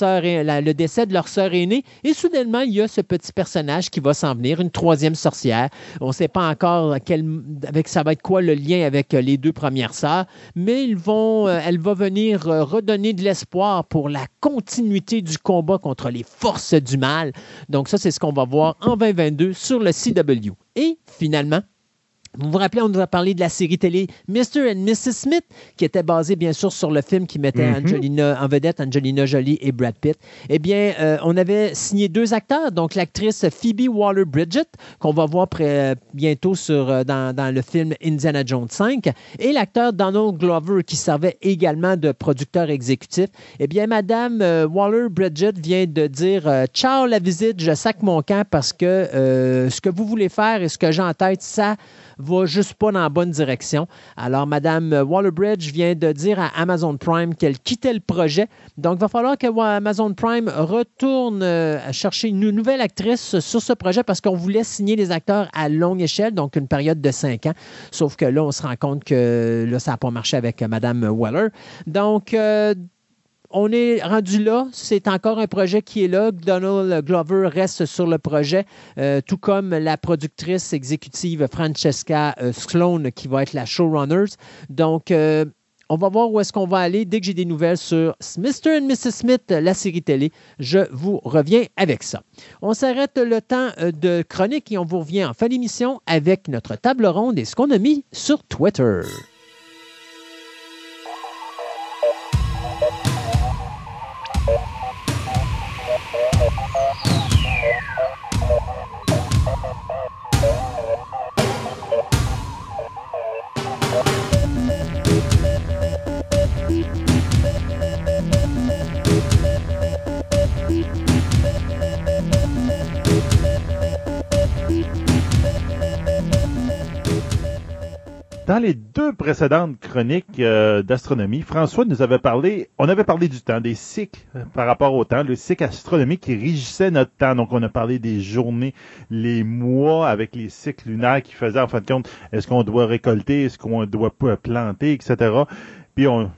le décès de leur sœur aînée. Et soudainement, il y a ce petit personnage qui va s'en venir, une troisième sorcière. On ne sait pas encore ça va être quoi le lien avec les deux premières sœurs, mais elle va venir redonner de l'espoir pour la continuité du combat contre les forces du mal. Donc ça, c'est ce qu'on va voir en 2022 sur le CW. Et finalement, vous vous rappelez, on nous a parlé de la série télé Mr. and Mrs. Smith, qui était basée bien sûr sur le film qui mettait en vedette Angelina Jolie et Brad Pitt. Eh bien, on avait signé deux acteurs, donc l'actrice Phoebe Waller-Bridge, qu'on va voir bientôt dans le film Indiana Jones 5, et l'acteur Donald Glover, qui servait également de producteur exécutif. Eh bien, Madame Waller-Bridge vient de dire « Ciao la visite, je sac mon camp parce que ce que vous voulez faire et ce que j'ai en tête, ça va juste pas dans la bonne direction. » Alors, Mme Waller-Bridge vient de dire à Amazon Prime qu'elle quittait le projet. Donc, il va falloir que Amazon Prime retourne chercher une nouvelle actrice sur ce projet parce qu'on voulait signer les acteurs à longue échelle, donc une période de 5 ans. Sauf que là, on se rend compte que là, ça n'a pas marché avec Mme Waller. Donc, on est rendu là. C'est encore un projet qui est là. Donald Glover reste sur le projet, tout comme la productrice exécutive Francesca Sloan, qui va être la showrunner. Donc, on va voir où est-ce qu'on va aller. Dès que j'ai des nouvelles sur Mr. and Mrs. Smith, la série télé, je vous reviens avec ça. On s'arrête le temps de chronique et on vous revient en fin d'émission avec notre table ronde et ce qu'on a mis sur Twitter. dans les 2 précédentes chroniques d'astronomie, François nous avait parlé, on avait parlé du temps, des cycles par rapport au temps, le cycle astronomique qui régissait notre temps. Donc, on a parlé des journées, les mois avec les cycles lunaires qui faisaient, en fin de compte, est-ce qu'on doit récolter, est-ce qu'on doit planter, etc. Puis, on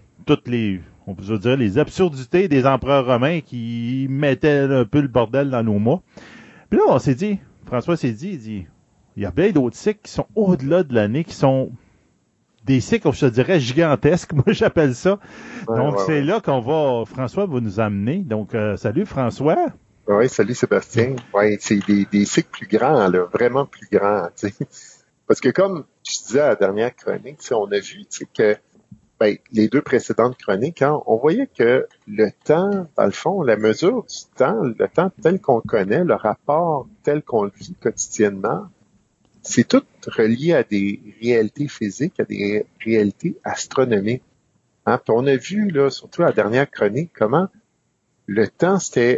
peut dire, les absurdités des empereurs romains qui mettaient un peu le bordel dans nos mois. Puis là, François s'est dit, il y a bien d'autres cycles qui sont au-delà de l'année, qui sont des cycles, je te dirais, gigantesques. Moi, j'appelle ça. Donc, c'est là François va nous amener. Donc, salut François. Oui, salut Sébastien. Oui, c'est des cycles plus grands, là, vraiment plus grands. Tu sais. Parce que comme je disais à la dernière chronique, on a vu que les 2 précédentes chroniques, on voyait que le temps, dans le fond, la mesure du temps, le temps tel qu'on le connaît, le rapport tel qu'on le vit quotidiennement, c'est tout relié à des réalités physiques, à des réalités astronomiques. Puis on a vu, là, surtout la dernière chronique, comment le temps, c'était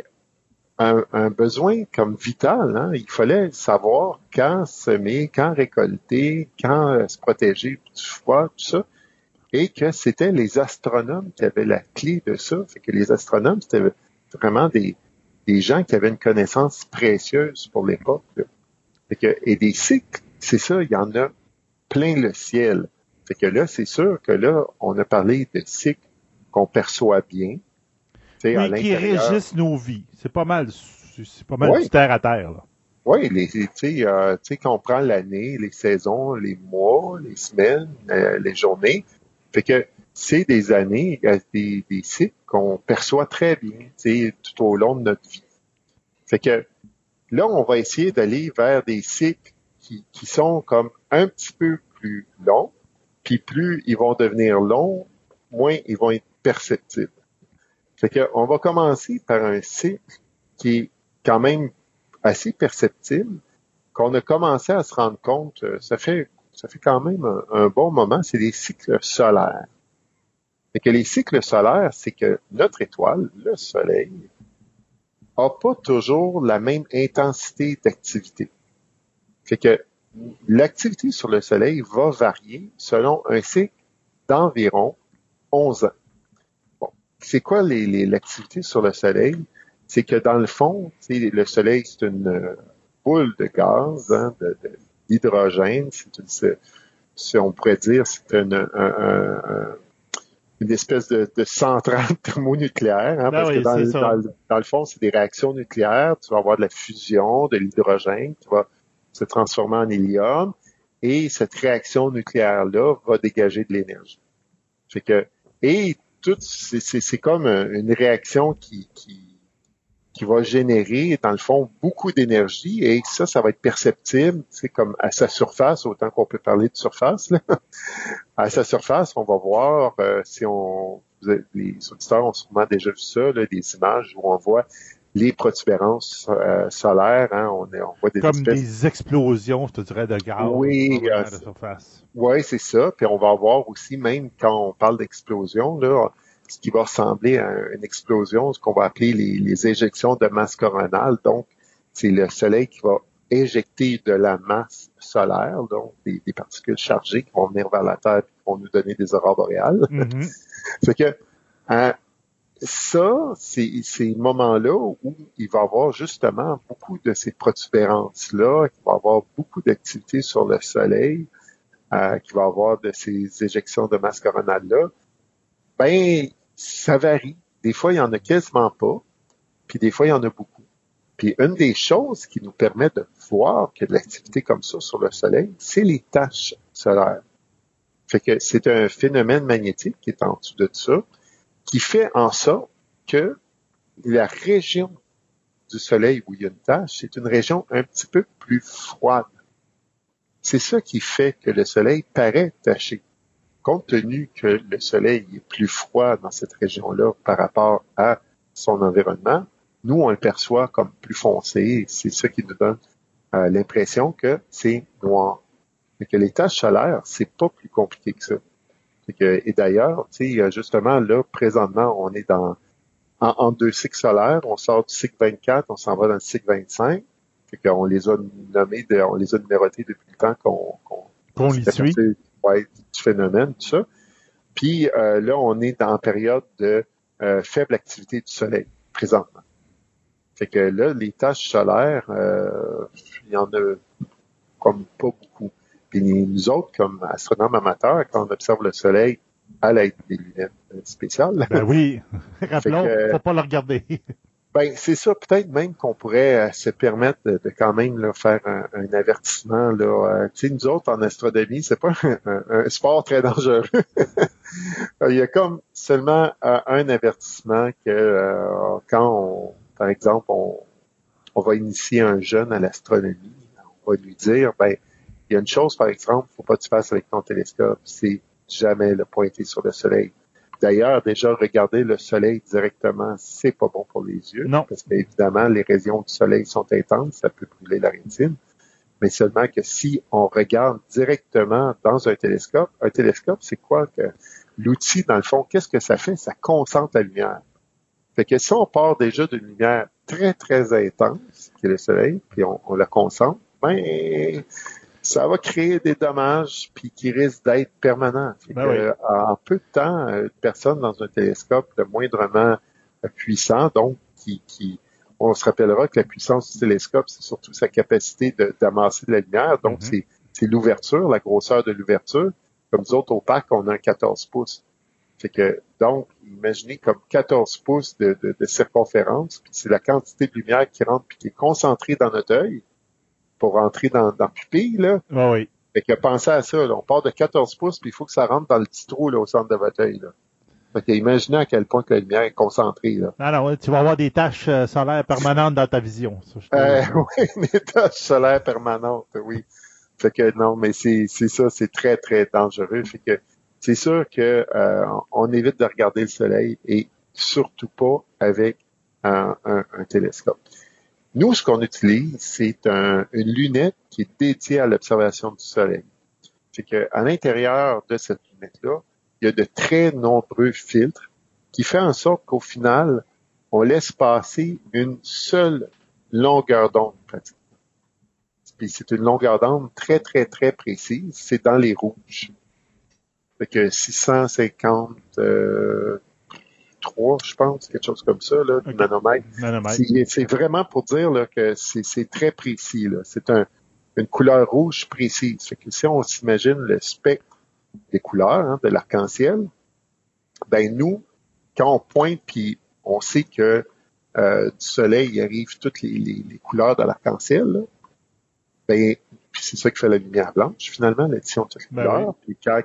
un besoin comme vital. Il fallait savoir quand semer, quand récolter, quand se protéger du froid, tout ça. Et que c'était les astronomes qui avaient la clé de ça. Fait que les astronomes, c'était vraiment des gens qui avaient une connaissance précieuse pour l'époque. Et des cycles, c'est ça, il y en a plein le ciel. Fait que là, c'est sûr que là, on a parlé de cycles qu'on perçoit bien. Oui, à qui régissent nos vies. C'est pas mal oui. Du terre à terre, là. Oui, tu sais, quand on prend l'année, les saisons, les mois, les semaines, les journées, fait que c'est des années, des cycles qu'on perçoit très bien, tu sais, tout au long de notre vie. Fait que là, on va essayer d'aller vers des cycles qui sont comme un petit peu plus longs, puis plus ils vont devenir longs, moins ils vont être perceptibles. Fait que on va commencer par un cycle qui est quand même assez perceptible, qu'on a commencé à se rendre compte, ça fait quand même un bon moment, c'est les cycles solaires. Fait que les cycles solaires, c'est que notre étoile, le Soleil, a pas toujours la même intensité d'activité. Fait que l'activité sur le Soleil va varier selon un cycle d'environ 11 ans. Bon, c'est quoi l'activité sur le Soleil? C'est que dans le fond, le Soleil, c'est une boule de gaz, d'hydrogène. Si on pourrait dire, c'est une espèce de centrale thermonucléaire, parce que dans le fond, c'est des réactions nucléaires. Tu vas avoir de la fusion, de l'hydrogène qui va se transformer en hélium, et cette réaction nucléaire-là va dégager de l'énergie. Fait que, et tout, c'est comme une réaction qui va générer, dans le fond, beaucoup d'énergie, et ça va être perceptible, c'est comme à sa surface, autant qu'on peut parler de surface, là. À sa surface, on va voir, les auditeurs ont sûrement déjà vu ça, là, des images où on voit les protubérances solaires, on voit des comme des explosions, je te dirais, de gaz à la surface. Oui, c'est ça. Puis on va voir aussi, même quand on parle d'explosion, là, ce qui va ressembler à une explosion, ce qu'on va appeler les éjections de masse coronale. Donc, c'est le Soleil qui va éjecter de la masse solaire, donc des particules chargées qui vont venir vers la Terre et qui vont nous donner des aurores boréales. Mm-hmm. Fait que ça, c'est ces moments-là où il va y avoir justement beaucoup de ces protubérances-là, qu'il va y avoir beaucoup d'activité sur le Soleil, qu'il va y avoir de ces éjections de masse coronale-là. Ben, ça varie. Des fois, il y en a quasiment pas, puis des fois, il y en a beaucoup. Puis une des choses qui nous permet de voir qu'il y a de l'activité comme ça sur le Soleil, c'est les taches solaires. Fait que c'est un phénomène magnétique qui est en dessous de ça, qui fait en sorte que la région du Soleil où il y a une tache, c'est une région un petit peu plus froide. C'est ça qui fait que le Soleil paraît taché. Compte tenu que le Soleil est plus froid dans cette région-là par rapport à son environnement, nous, on le perçoit comme plus foncé. C'est ça qui nous donne l'impression que c'est noir. Mais que les taches solaires, c'est pas plus compliqué que ça. Et d'ailleurs, tu sais, justement, là, présentement, on est en 2 cycles solaires. On sort du cycle 24, on s'en va dans le cycle 25. Fait qu'on les a nommés, on les a numérotés depuis le temps qu'on les suit. du phénomène, tout ça. Puis là, on est en période de faible activité du soleil, présentement. Fait que là, les taches solaires, il y en a comme pas beaucoup. Puis nous autres, comme astronomes amateurs, quand on observe le soleil à l'aide des lunettes spéciales. Ben oui, rappelons, faut pas le regarder. Ben, c'est ça, peut-être même qu'on pourrait se permettre de quand même là, faire un avertissement. Là. Tu sais, nous autres, en astronomie, c'est pas un sport très dangereux. Il y a comme seulement un avertissement que quand, par exemple, on va initier un jeune à l'astronomie, on va lui dire, ben, il y a une chose, par exemple, faut pas que tu fasses avec ton télescope, c'est jamais le pointer sur le soleil. D'ailleurs, déjà, regarder le soleil directement, c'est pas bon pour les yeux. Non. Parce qu'évidemment, les rayons du soleil sont intenses, ça peut brûler la rétine. Mais seulement que si on regarde directement dans un télescope, c'est quoi que l'outil, dans le fond, qu'est-ce que ça fait? Ça concentre la lumière. Fait que si on part déjà d'une lumière très, très intense, qui est le soleil, puis on la concentre, ben, ça va créer des dommages puis qui risquent d'être permanents. En peu de temps, une personne dans un télescope le moindrement puissant, donc on se rappellera que la puissance du télescope, c'est surtout sa capacité d'amasser de la lumière. Donc, c'est l'ouverture, la grosseur de l'ouverture. Comme nous autres, au parc, on a un 14 pouces. Fait que, donc, imaginez comme 14 pouces de circonférence, puis c'est la quantité de lumière qui rentre puis qui est concentrée dans notre œil pour rentrer dans la pupille, là. Ah oui. Fait que pensez à ça, là. On part de 14 pouces, puis il faut que ça rentre dans le petit trou, là, au centre de votre œil, là. Fait que imaginez à quel point que la lumière est concentrée, là. Non, tu vas avoir des taches solaires permanentes dans ta vision. Oui, des taches solaires permanentes, oui. Fait que non, mais c'est ça, c'est très, très dangereux. Fait que c'est sûr que on évite de regarder le soleil et surtout pas avec un télescope. Nous, ce qu'on utilise, c'est une lunette qui est dédiée à l'observation du soleil. C'est que à l'intérieur de cette lunette-là, il y a de très nombreux filtres qui fait en sorte qu'au final, on laisse passer une seule longueur d'onde pratiquement. Puis c'est une longueur d'onde très, très, très précise. C'est dans les rouges. Fait que 653, je pense, quelque chose comme ça, là, du nanomètre. C'est vraiment pour dire là, que c'est très précis. Là. C'est une couleur rouge précise. Fait que si on s'imagine le spectre des couleurs de l'arc-en-ciel, ben nous, quand on pointe puis on sait que du soleil il arrive toutes les couleurs de l'arc-en-ciel, là, ben puis c'est ça qui fait la lumière blanche finalement, l'addition de toutes les couleurs. Oui. Puis quand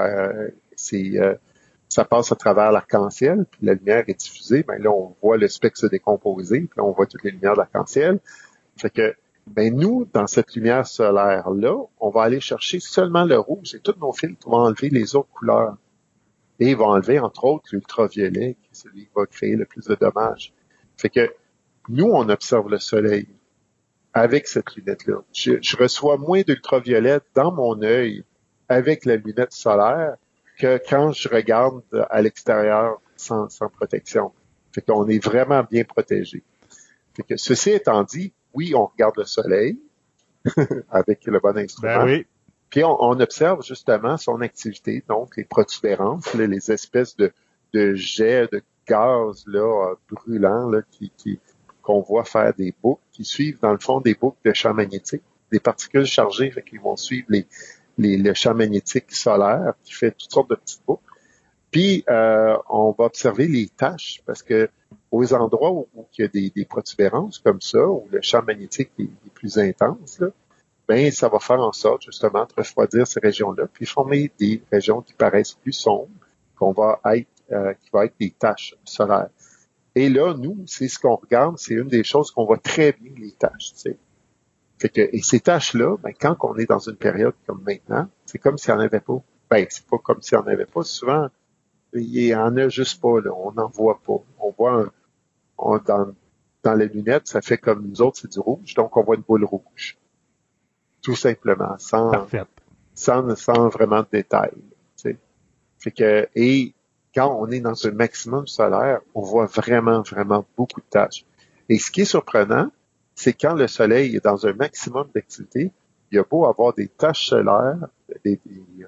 ça passe à travers l'arc-en-ciel, puis la lumière est diffusée, ben là on voit le spectre se décomposer, puis là, on voit toutes les lumières de l'arc-en-ciel. Fait que ben nous, dans cette lumière solaire-là, on va aller chercher seulement le rouge et tous nos filtres vont enlever les autres couleurs. Et ils vont enlever, entre autres, l'ultraviolet, qui est celui qui va créer le plus de dommages. Fait que nous, on observe le soleil avec cette lunette-là. Je reçois moins d'ultraviolet dans mon œil avec la lunette solaire que quand je regarde à l'extérieur sans protection. Fait qu'on est vraiment bien protégé. Fait que ceci étant dit, oui, on regarde le soleil avec le bon instrument. Ben oui. Puis on observe justement son activité, donc les protubérances, là, les espèces de jets de gaz là, brûlants là, qu'on voit faire des boucles, qui suivent dans le fond des boucles de champs magnétiques, des particules chargées qui vont suivre le champ magnétique solaire qui fait toutes sortes de petites boucles. Puis on va observer les taches parce que aux endroits où il y a des protubérances comme ça, où le champ magnétique est plus intense, là, ben ça va faire en sorte justement de refroidir ces régions-là, puis former des régions qui paraissent plus sombres, qui va être des taches solaires. Et là, nous, c'est ce qu'on regarde, c'est une des choses qu'on voit très bien, les taches. Tu sais. Fait que, et ces taches-là, ben, quand on est dans une période comme maintenant, c'est comme s'il n'y en avait pas. Ben, c'est pas comme s'il n'y en avait pas. Souvent, il y en a juste pas, là. On n'en voit pas. On voit dans les lunettes, ça fait comme nous autres, c'est du rouge, donc on voit une boule rouge. Tout simplement, sans vraiment de détails. Tu sais. Fait que, et quand on est dans un maximum solaire, on voit vraiment, vraiment beaucoup de taches. Et ce qui est surprenant, c'est quand le soleil est dans un maximum d'activité, il y a beau avoir des taches solaires, des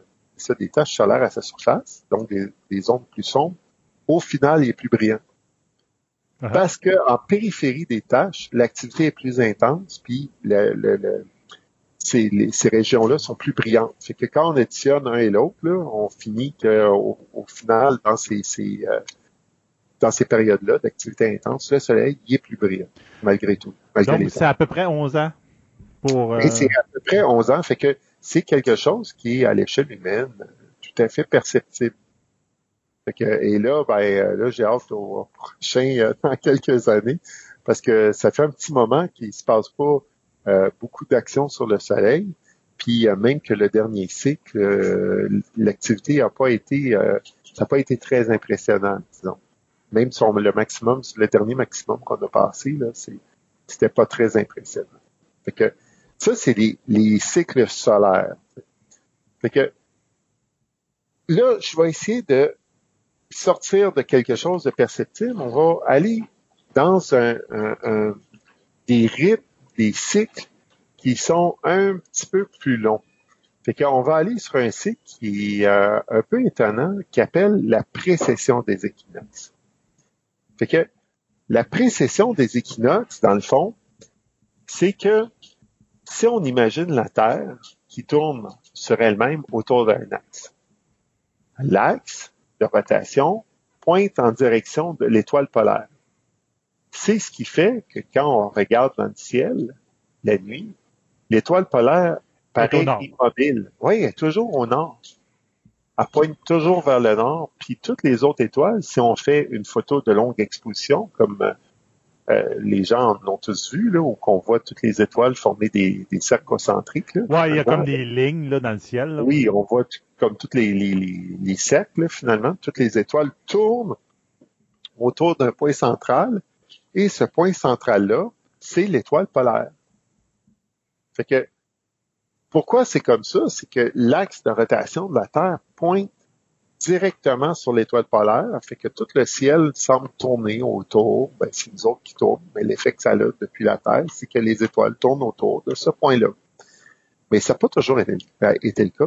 ça, des taches solaires à sa surface, donc des ondes plus sombres, au final, il est plus brillant. Parce que en périphérie des taches, l'activité est plus intense, puis ces régions-là sont plus brillantes. Fait que quand on additionne un et l'autre, là, on finit qu'au final, dans ces périodes-là d'activité intense, le soleil, il est plus brillant, malgré tout. Donc, c'est à peu près 11 ans pour... Et c'est à peu près 11 ans, fait que c'est quelque chose qui est, à l'échelle humaine, tout à fait perceptible. Fait que, et là, là, j'ai hâte au prochain dans quelques années, parce que ça fait un petit moment qu'il se passe pas beaucoup d'actions sur le soleil, puis même que le dernier cycle, l'activité n'a pas été, ça n'a pas été très impressionnant, disons. Même si le dernier maximum qu'on a passé, là, c'était pas très impressionnant. Fait que ça, c'est les cycles solaires. Fait que là, je vais essayer de sortir de quelque chose de perceptible. On va aller dans des rythmes, des cycles qui sont un petit peu plus longs. Fait qu'on va aller sur un cycle qui est un peu étonnant, qui appelle la précession des équinoxes. Fait que la précession des équinoxes, dans le fond, c'est que si on imagine la Terre qui tourne sur elle-même autour d'un axe, l'axe de rotation pointe en direction de l'étoile polaire. C'est ce qui fait que quand on regarde dans le ciel, la nuit, l'étoile polaire paraît immobile. Oui, elle est toujours au nord. Elle pointe toujours vers le nord, puis toutes les autres étoiles, si on fait une photo de longue exposition, comme les gens en ont tous vu, là, où qu'on voit toutes les étoiles former des cercles concentriques. Oui, il y a comme des lignes là, dans le ciel. Là. Oui, on voit comme toutes les cercles, là, finalement, toutes les étoiles tournent autour d'un point central, et ce point central-là, c'est l'étoile polaire. Fait que, pourquoi c'est comme ça? C'est que l'axe de rotation de la Terre pointe directement sur l'étoile polaire, fait que tout le ciel semble tourner autour, c'est nous autres qui tournent, mais l'effet que ça a depuis la Terre, c'est que les étoiles tournent autour de ce point-là. Mais ça n'a pas toujours été le cas.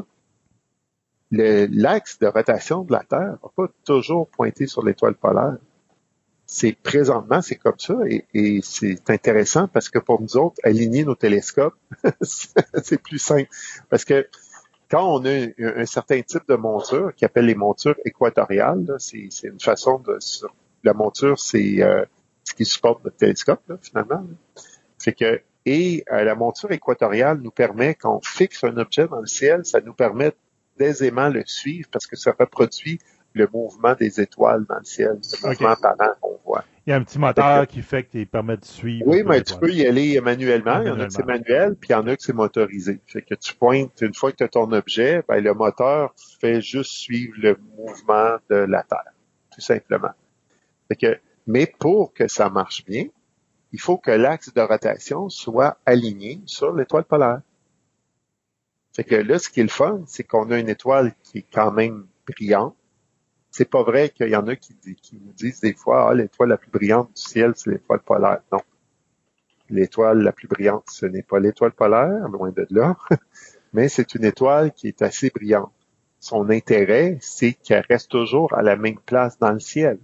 L'axe de rotation de la Terre n'a pas toujours pointé sur l'étoile polaire. Présentement, c'est comme ça, et c'est intéressant parce que pour nous autres, aligner nos télescopes, c'est plus simple. Parce que quand on a un certain type de monture, qui appelle les montures équatoriales, là, c'est une façon la monture, c'est ce qui supporte notre télescope, là, finalement. Fait que, la monture équatoriale nous permet, quand on fixe un objet dans le ciel, ça nous permet d'aisément le suivre parce que ça reproduit le mouvement des étoiles dans le ciel, le mouvement apparent qu'on voit. Il y a un petit moteur qui fait qu'il permet de suivre. Oui, mais tu peux y aller manuellement. Il y en a que c'est manuel, puis il y en a que c'est motorisé. Fait que tu pointes, une fois que tu as ton objet, le moteur fait juste suivre le mouvement de la Terre, tout simplement. Fait que, mais pour que ça marche bien, il faut que l'axe de rotation soit aligné sur l'étoile polaire. Fait que là, ce qui est le fun, c'est qu'on a une étoile qui est quand même brillante. C'est pas vrai qu'il y en a qui nous disent des fois, l'étoile la plus brillante du ciel, c'est l'étoile polaire. Non. L'étoile la plus brillante, ce n'est pas l'étoile polaire, loin de là, mais c'est une étoile qui est assez brillante. Son intérêt, c'est qu'elle reste toujours à la même place dans le ciel.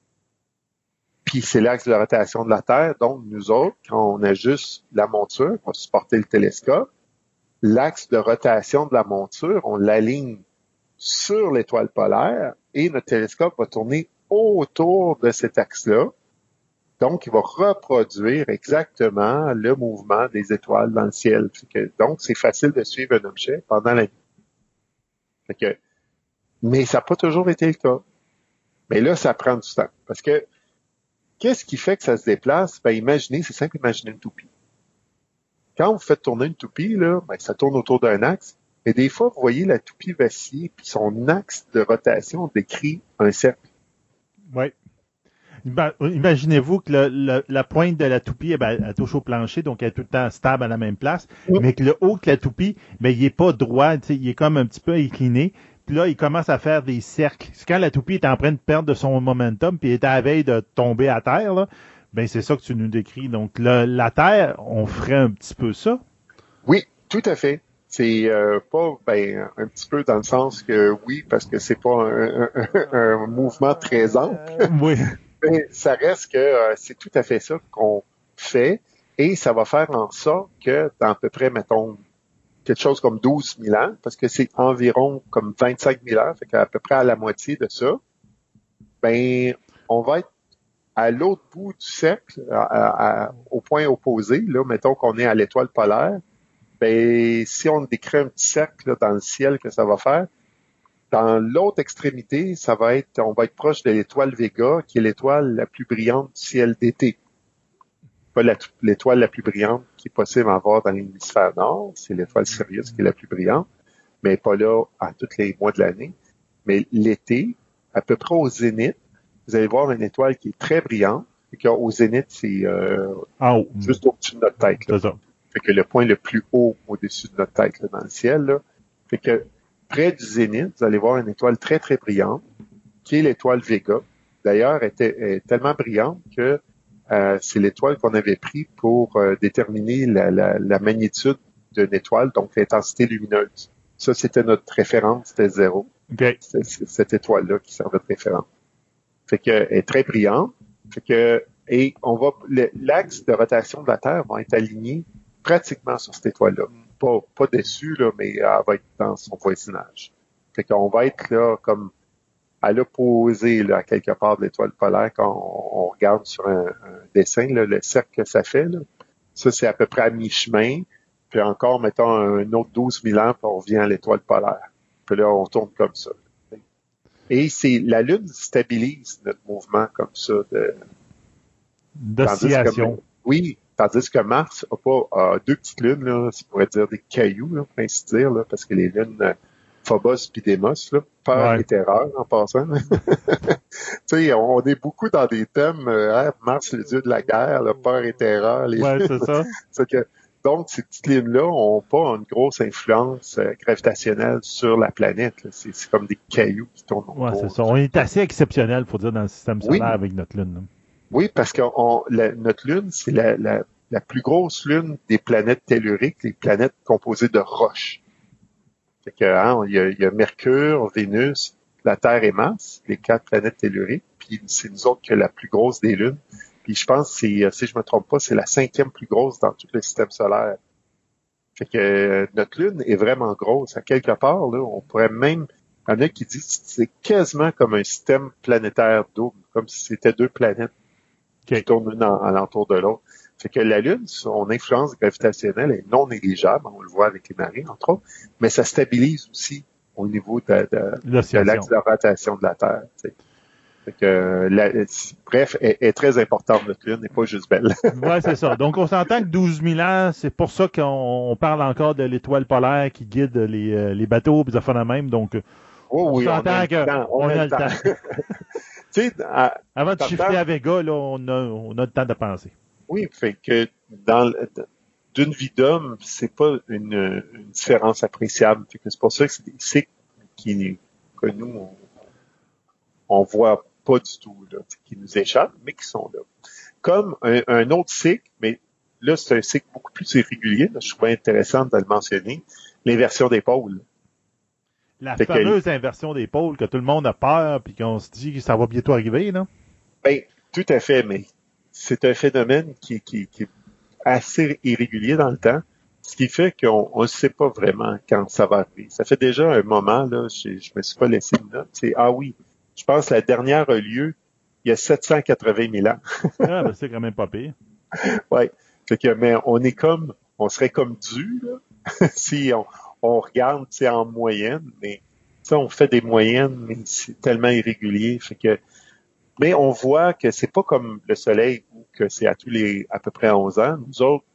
Puis c'est l'axe de rotation de la Terre, donc nous autres, quand on ajuste la monture pour supporter le télescope, l'axe de rotation de la monture, on l'aligne sur l'étoile polaire et notre télescope va tourner autour de cet axe-là. Donc, il va reproduire exactement le mouvement des étoiles dans le ciel. Donc, c'est facile de suivre un objet pendant la nuit. Mais ça n'a pas toujours été le cas. Mais là, ça prend du temps. Parce que, qu'est-ce qui fait que ça se déplace? Imaginez, c'est simple, imaginez une toupie. Quand vous faites tourner une toupie, là, ça tourne autour d'un axe. Mais des fois, vous voyez la toupie vaciller, puis son axe de rotation décrit un cercle. Oui. Imaginez-vous que la pointe de la toupie, elle touche au plancher, donc elle est tout le temps stable à la même place, mais que le haut de la toupie, il n'est pas droit, il est comme un petit peu incliné. Puis là, il commence à faire des cercles. C'est quand la toupie est en train de perdre de son momentum, puis est à la veille de tomber à terre, là, c'est ça que tu nous décris. Donc, la Terre, on ferait un petit peu ça? Oui, tout à fait. C'est pas un petit peu dans le sens que oui, parce que c'est pas un mouvement très ample. Oui. Mais ça reste que c'est tout à fait ça qu'on fait et ça va faire en sorte que dans à peu près, mettons, quelque chose comme 12 000 ans, parce que c'est environ comme 25 000 ans, fait qu'à peu près à la moitié de ça, on va être à l'autre bout du cercle, au point opposé, là, mettons qu'on est à l'étoile polaire, si on décrit un petit cercle là, dans le ciel que ça va faire, dans l'autre extrémité, on va être proche de l'étoile Vega, qui est l'étoile la plus brillante du ciel d'été. Pas l'étoile la plus brillante qui est possible à voir dans l'hémisphère nord, c'est l'étoile Sirius qui est la plus brillante, mais pas là à tous les mois de l'année. Mais l'été, à peu près au zénith, vous allez voir une étoile qui est très brillante, et qu'au zénith, c'est juste au-dessus de notre tête. Là. C'est ça. Fait que le point le plus haut au-dessus de notre tête là, dans le ciel. Là. Fait que près du zénith, vous allez voir une étoile très, très brillante, qui est l'étoile Vega. D'ailleurs, elle est tellement brillante que c'est l'étoile qu'on avait pris pour déterminer la magnitude d'une étoile, donc l'intensité lumineuse. Ça, c'était notre référence, c'était 0. Okay. C'est cette étoile-là qui servait de référence. Fait qu'elle est très brillante. Fait que, et l'axe de rotation de la Terre va être aligné pratiquement sur cette étoile-là. Pas dessus, là, mais elle va être dans son voisinage. Fait qu'on va être là comme à l'opposé, là, à quelque part de l'étoile polaire quand on regarde sur un dessin, là, le cercle que ça fait. Là. Ça, c'est à peu près à mi-chemin. Puis encore, mettons, un autre 12 000 ans, puis on revient à l'étoile polaire. Puis là, on tourne comme ça. Et la Lune stabilise notre mouvement comme ça d'oscillation. Oui, tandis que Mars a deux petites lunes, là, ça pourrait dire des cailloux, là, pour ainsi dire, là, parce que les lunes Phobos puis Démos, là, peur et terreur en passant. Tu sais, on est beaucoup dans des thèmes, Mars, le dieu de la guerre, là, peur et terreur. C'est ça. Donc, ces petites lignes-là n'ont pas une grosse influence gravitationnelle sur la planète. Là. C'est comme des cailloux qui tournent autour. Oui, c'est ça. On est assez exceptionnel, il faut dire, dans le système solaire avec notre Lune. Là. Oui, parce que notre Lune, c'est la plus grosse lune des planètes telluriques, les planètes composées de roches. Fait que, il y a Mercure, Vénus, la Terre et Mars, les 4 planètes telluriques, puis c'est nous autres que la plus grosse des lunes. Puis je pense que si je me trompe pas, c'est la 5e plus grosse dans tout le système solaire. Fait que notre Lune est vraiment grosse. À quelque part, là, on pourrait même... Il y en a qui disent que c'est quasiment comme un système planétaire double, comme si c'était 2 planètes qui tournent l'une alentour de l'autre. Fait que la Lune, son influence gravitationnelle est non négligeable, on le voit avec les marées, entre autres, mais ça stabilise aussi au niveau de l'axe de rotation de la Terre. T'sais. Fait que, bref, elle est très importante, notre Lune, n'est pas juste belle. Oui, c'est ça. Donc, on s'entend que 12 000 ans, c'est pour ça qu'on parle encore de l'étoile polaire qui guide les bateaux et des affaires de même. Donc, on s'entend qu'on a le temps. Avant de chiffrer à Vega, là, on a le temps de penser. Oui, fait que d'une vie d'homme, c'est pas une différence appréciable. Fait que c'est pour ça que c'est des cycles que nous, on voit pas du tout, là, qui nous échappent, mais qui sont là. Comme un autre cycle, mais là, c'est un cycle beaucoup plus irrégulier, là, je trouvais intéressant de le mentionner, l'inversion des pôles. La fameuse inversion des pôles que tout le monde a peur, puis qu'on se dit que ça va bientôt arriver, non? Ben, tout à fait, mais c'est un phénomène qui est assez irrégulier dans le temps, ce qui fait qu'on ne sait pas vraiment quand ça va arriver. Ça fait déjà un moment, là, je me suis pas laissé une note, je pense que la dernière a lieu il y a 780 000 ans. C'est quand même pas pire. Oui. Fait que, mais on serait comme dû, là, si on regarde, en moyenne, mais, on fait des moyennes, mais c'est tellement irrégulier. Fait que, mais on voit que c'est pas comme le soleil où que c'est à peu près 11 ans. Nous autres,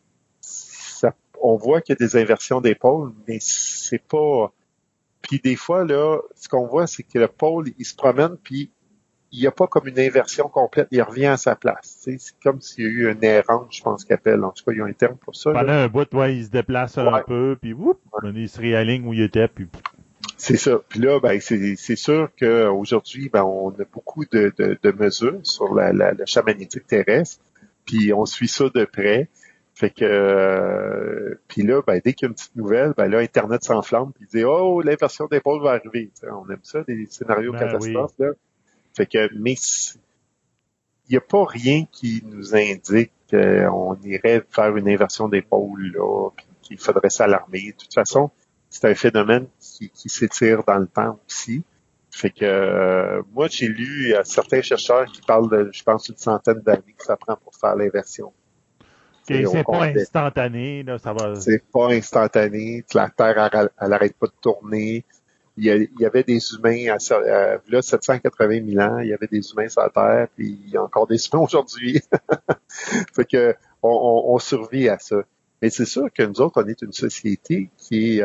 on voit qu'il y a des inversions des pôles, mais c'est pas, puis des fois, là, ce qu'on voit, c'est que le pôle, il se promène, puis il n'y a pas comme une inversion complète, il revient à sa place. C'est comme s'il y a eu une errance, je pense qu'il appelle. En tout cas, il y a un terme pour ça. Pendant un bout, il se déplace un peu, puis il se réaligne où il était, puis... C'est ça. Puis là, c'est sûr qu'aujourd'hui, on a beaucoup de mesures sur le champ magnétique terrestre, puis on suit ça de près. Fait que puis là, ben, dès qu'il y a une petite nouvelle, ben là, Internet s'enflamme, puis il dit oh, l'inversion d'épaule va arriver. T'sais, on aime ça, des scénarios catastrophes, là. Fait que, mais il n'y a pas rien qui nous indique qu'on irait faire une inversion d'épaule, là, puis qu'il faudrait s'alarmer. De toute façon, c'est un phénomène qui s'étire dans le temps aussi. Fait que moi, j'ai lu certains chercheurs qui parlent de, je pense, une centaine d'années que ça prend pour faire l'inversion. Okay, c'est pas instantané, là, ça va. C'est pas instantané. La Terre, elle arrête pas de tourner. Il y avait des humains, là, 780 000 ans, il y avait des humains sur la Terre, puis il y a encore des humains aujourd'hui. Fait que on survit à ça. Mais c'est sûr que nous autres, on est une société qui est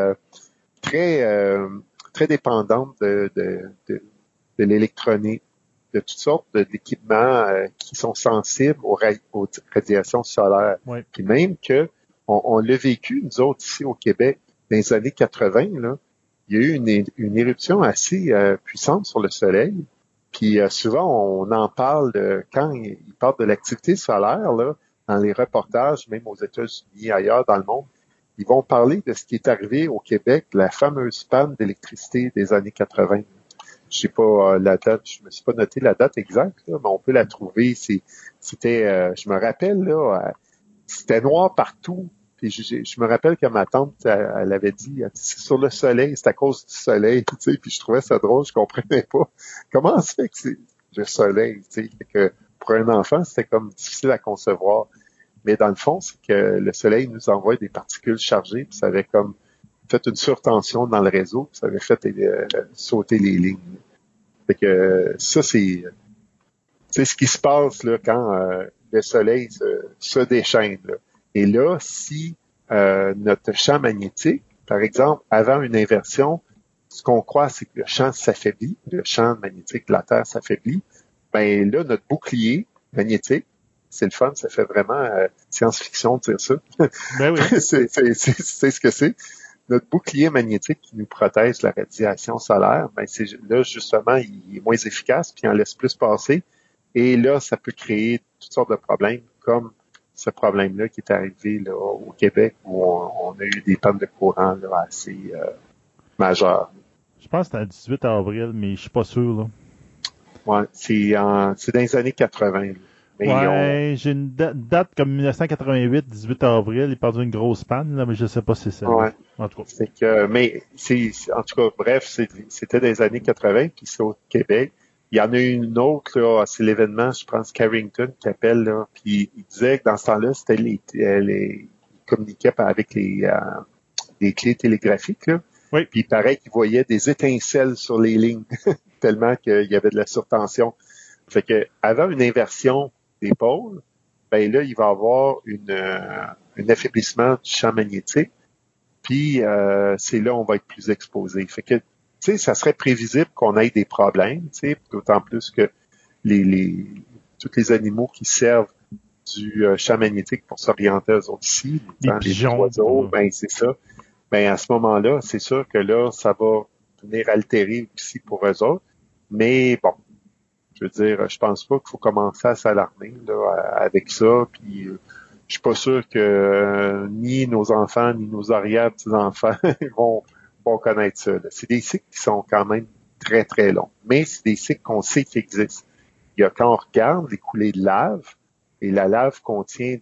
très dépendante de l'électronique, de toutes sortes d'équipements qui sont sensibles aux radiations solaires. Oui. Puis même que on l'a vécu, nous autres, ici au Québec, dans les années 80, là, il y a eu une éruption assez puissante sur le Soleil. Puis souvent, on en parle quand ils parlent de l'activité solaire, là, dans les reportages, même aux États-Unis, ailleurs dans le monde, ils vont parler de ce qui est arrivé au Québec, la fameuse panne d'électricité des années 80. Je sais pas la date, je me suis pas noté la date exacte, là, mais on peut la trouver. C'était, je me rappelle là, c'était noir partout. Puis je me rappelle que ma tante, elle avait dit, c'est sur le soleil, c'est à cause du soleil, tu sais. Puis je trouvais ça drôle, je comprenais pas comment ça fait que c'est le soleil, tu sais. Que pour un enfant, c'était comme difficile à concevoir. Mais dans le fond, c'est que le soleil nous envoie des particules chargées, puis ça avait comme fait une surtension dans le réseau, puis ça avait fait sauter les lignes. Fait que ça, c'est ce qui se passe là quand le soleil se déchaîne. Là. Et là, si notre champ magnétique, par exemple, avant une inversion, ce qu'on croit, c'est que le champ s'affaiblit, le champ magnétique de la Terre s'affaiblit, ben là, notre bouclier magnétique, c'est le fun, ça fait vraiment science-fiction de dire ça. Ben oui. c'est ce que c'est. Notre bouclier magnétique qui nous protège de la radiation solaire, ben c'est là justement, il est moins efficace, puis il en laisse plus passer. Et là, ça peut créer toutes sortes de problèmes, comme ce problème-là qui est arrivé là, au Québec, où on a eu des pannes de courant là, assez majeures. Je pense que c'était le 18 avril, mais je suis pas sûr. Là. Ouais, c'est dans les années 80. Là. Mais j'ai une date comme 1988, 18 avril, il parle d'une grosse panne, là, mais je sais pas si c'est ça. Ouais. En tout cas. C'est que, mais en tout cas, bref, c'était dans les années 80, puis c'est au Québec. Il y en a une autre, là, c'est l'événement, je pense, Carrington qui appelle, là, puis il disait que dans ce temps-là, c'était il communiquait avec les clés télégraphiques, là. Oui. Puis il paraît qu'il voyait des étincelles sur les lignes, tellement qu'il y avait de la surtension. Fait que, avant une inversion des pôles, ben là, il va y avoir un affaiblissement du champ magnétique, puis c'est là où on va être plus exposé. Fait que, tu sais, ça serait prévisible qu'on ait des problèmes, tu sais, d'autant plus que tous les animaux qui servent du champ magnétique pour s'orienter aux autres ici, les oiseaux, ben c'est ça. Ben à ce moment-là, c'est sûr que là, ça va venir altérer aussi pour eux autres. Mais bon, je veux dire, je pense pas qu'il faut commencer à s'alarmer là avec ça. Puis je suis pas sûr que ni nos enfants ni nos arrière-petits-enfants vont connaître ça. Là. C'est des cycles qui sont quand même très très longs, mais c'est des cycles qu'on sait qui existent. Il y a quand on regarde les coulées de lave, et la lave contient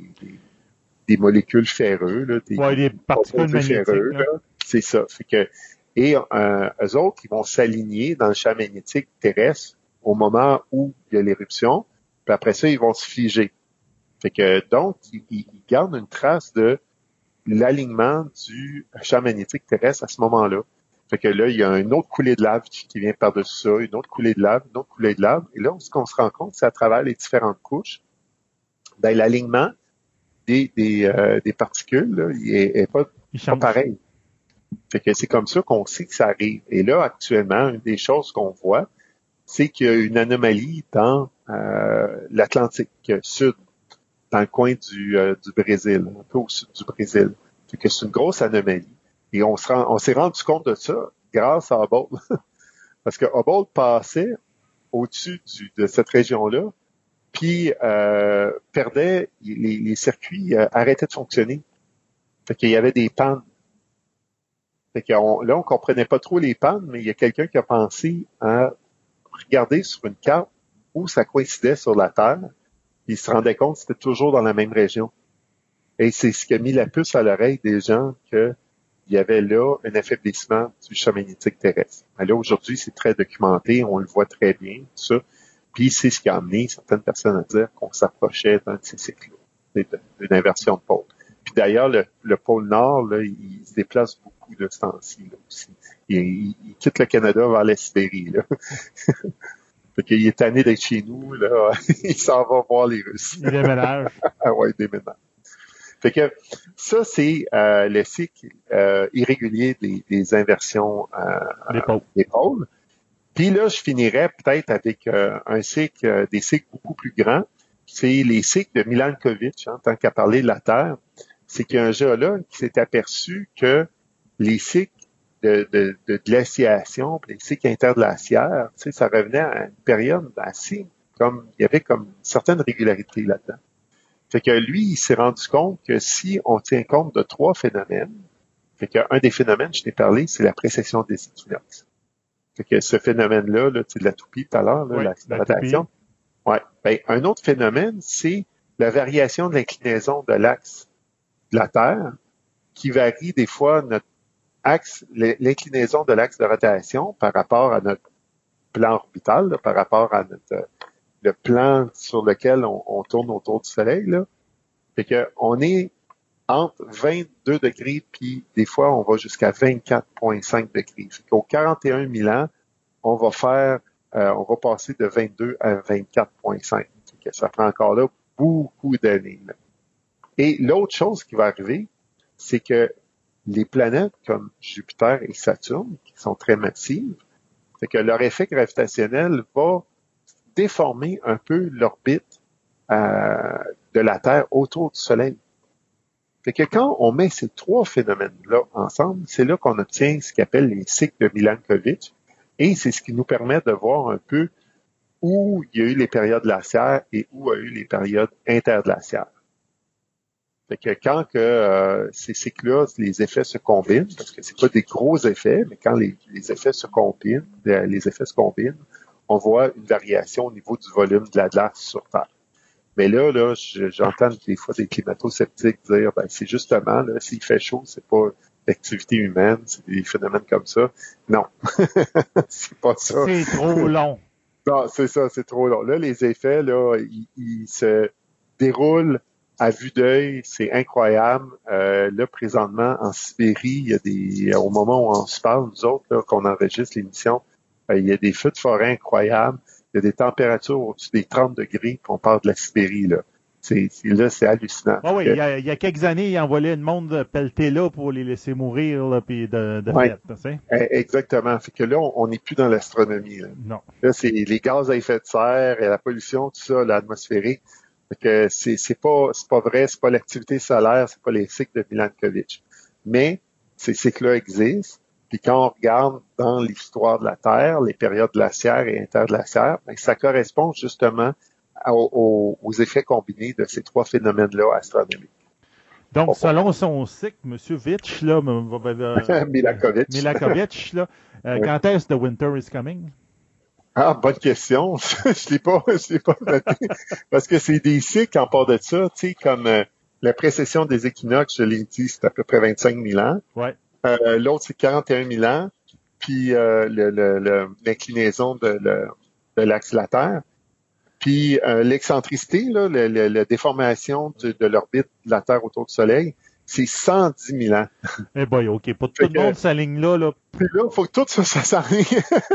des molécules ferreuses, là, des particules magnétiques. Ferreux, là. C'est ça. Fait que eux autres, ils vont s'aligner dans le champ magnétique terrestre au moment où il y a l'éruption, puis après ça, ils vont se figer. Fait que donc, ils gardent une trace de l'alignement du champ magnétique terrestre à ce moment-là. Fait que là, il y a une autre coulée de lave qui vient par-dessus ça, une autre coulée de lave, une autre coulée de lave. Et là, ce qu'on se rend compte, c'est à travers les différentes couches, ben, l'alignement des particules, là, il est pas pareil. Fait que c'est comme ça qu'on sait que ça arrive. Et là, actuellement, une des choses qu'on voit, c'est qu'il y a une anomalie dans l'Atlantique sud, dans le coin du Brésil, un peu au sud du Brésil. Fait que c'est une grosse anomalie. Et on s'est rendu compte de ça grâce à Hubble. Parce que Hubble passait au-dessus de cette région-là, puis perdait, les circuits arrêtaient de fonctionner. Fait qu'il y avait des pannes. Fait que là, on comprenait pas trop les pannes, mais il y a quelqu'un qui a pensé à regarder sur une carte où ça coïncidait sur la Terre, puis il se rendait compte que c'était toujours dans la même région. Et c'est ce qui a mis la puce à l'oreille des gens qu'il y avait là un affaiblissement du champ magnétique terrestre. Mais là, aujourd'hui, c'est très documenté, on le voit très bien, tout ça. Puis c'est ce qui a amené certaines personnes à dire qu'on s'approchait d'un de ces cycles-là, d'une inversion de pôle. Puis d'ailleurs, le pôle Nord, là, il se déplace beaucoup de ce temps-ci là, aussi. Il quitte le Canada vers la Sibérie. Là. Fait qu'il est tanné d'être chez nous, là. Il s'en va voir les Russes. Il déménage. Ah ouais, il déménage. Fait que ça, c'est le cycle irrégulier des inversions des pôles. Puis là, je finirais peut-être avec un cycle, des cycles beaucoup plus grands. C'est les cycles de Milankovitch, hein, tant qu'à parler de la Terre. C'est qu'il y a un géologue qui s'est aperçu que les cycles de glaciation, les cycles interglaciaires, tu sais, ça revenait à une période assez comme il y avait comme une certaine régularité là-dedans. Fait que lui, il s'est rendu compte que si on tient compte de 3 phénomènes, fait qu'un des phénomènes, je t'ai parlé, c'est la précession des équinoxes. Fait que ce phénomène-là, là, tu sais, de la toupie tout à l'heure, là, oui, la rotation. Ouais. Ben, un autre phénomène, c'est la variation de l'inclinaison de l'axe de la Terre, qui varie des fois notre axe, l'inclinaison de l'axe de rotation par rapport à notre plan orbital, là, par rapport à notre le plan sur lequel on tourne autour du Soleil. Là. Fait que on est entre 22 degrés, puis des fois, on va jusqu'à 24,5 degrés. Fait qu'au 41 000 ans, on va passer de 22 à 24,5. Fait que ça prend encore là beaucoup d'années. Là. Et l'autre chose qui va arriver, c'est que les planètes comme Jupiter et Saturne, qui sont très massives, fait que leur effet gravitationnel va déformer un peu l'orbite de la Terre autour du Soleil. Fait que quand on met ces 3 phénomènes-là ensemble, c'est là qu'on obtient ce qu'on appelle les cycles de Milankovitch, et c'est ce qui nous permet de voir un peu où il y a eu les périodes glaciaires et où il y a eu les périodes interglaciaires. Fait que quand ces cycles-là, les effets se combinent, parce que c'est pas des gros effets, mais quand les effets se combinent, on voit une variation au niveau du volume de la glace sur Terre. Mais là, j'entends des fois des climato-sceptiques dire, ben, c'est justement, là, s'il fait chaud, c'est pas l'activité humaine, c'est des phénomènes comme ça. Non. C'est pas ça. C'est trop long. Non, c'est ça, c'est trop long. Là, les effets, là, ils se déroulent à vue d'œil, c'est incroyable. Là, présentement, en Sibérie, il y a au moment où on se parle, nous autres, là, qu'on enregistre l'émission, il y a des feux de forêt incroyables. Il y a des températures au-dessus des 30 degrés, puis on parle de la Sibérie, là. C'est hallucinant. Ah oui, il y a quelques années, ils envoyaient le monde pelleter là pour les laisser mourir, là, puis de ouais. fait, tu sais. Exactement. Fait que là, on n'est plus dans l'astronomie, là. Non. Là, c'est les gaz à effet de serre et la pollution, tout ça, l'atmosphérique. Fait que c'est pas vrai, c'est pas l'activité solaire, c'est pas les cycles de Milankovitch. Mais ces cycles-là existent. Puis quand on regarde dans l'histoire de la Terre, les périodes glaciaires et interglaciaires, ben, ça correspond justement aux effets combinés de ces 3 phénomènes-là astronomiques. Donc, selon son cycle, M. Vitch, là, Milankovitch, là, oui. Quand est-ce The Winter is Coming? Ah, bonne question. Je l'ai pas noté. Parce que c'est des cycles en part de ça, tu sais, comme la précession des équinoxes, je l'ai dit, c'est à peu près 25 000 ans. Ouais. L'autre, c'est 41 000 ans. Puis l'inclinaison de l'axe de la Terre. Puis l'excentricité, là, la déformation de l'orbite de la Terre autour du Soleil, c'est 110 000 ans. Eh boy, OK. Pour tout le monde, ça ligne là. Puis là, il faut que tout ça s'aligne.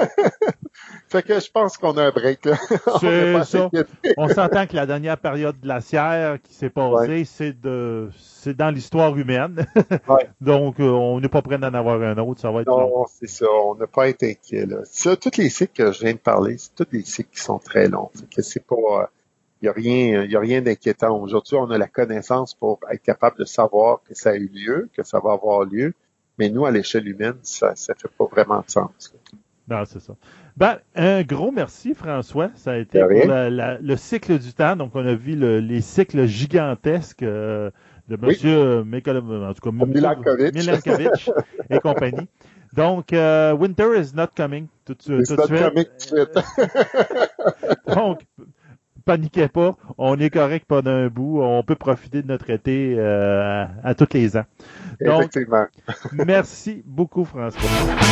Fait que je pense qu'on a un break, là. C'est ça. On s'entend que la dernière période glaciaire qui s'est passée, ouais. c'est dans l'histoire humaine. Ouais. Donc, on n'est pas prêt d'en avoir un autre. Ça va être non, long. C'est ça. On n'a pas été inquiet, là. Ça, tous les cycles que je viens de parler, c'est tous des cycles qui sont très longs. Fait que c'est pas... Il y a rien d'inquiétant. Aujourd'hui, on a la connaissance pour être capable de savoir que ça a eu lieu, que ça va avoir lieu. Mais nous, à l'échelle humaine, ça fait pas vraiment de sens. Non, c'est ça. Ben, un gros merci, François. Ça a été pour le cycle du temps. Donc, on a vu les cycles gigantesques de M. Milankovitch et compagnie. Donc, Winter is not coming tout de suite. Donc, paniquez pas. On est correct pendant un bout. On peut profiter de notre été à tous les ans. Donc, effectivement. Merci beaucoup, François.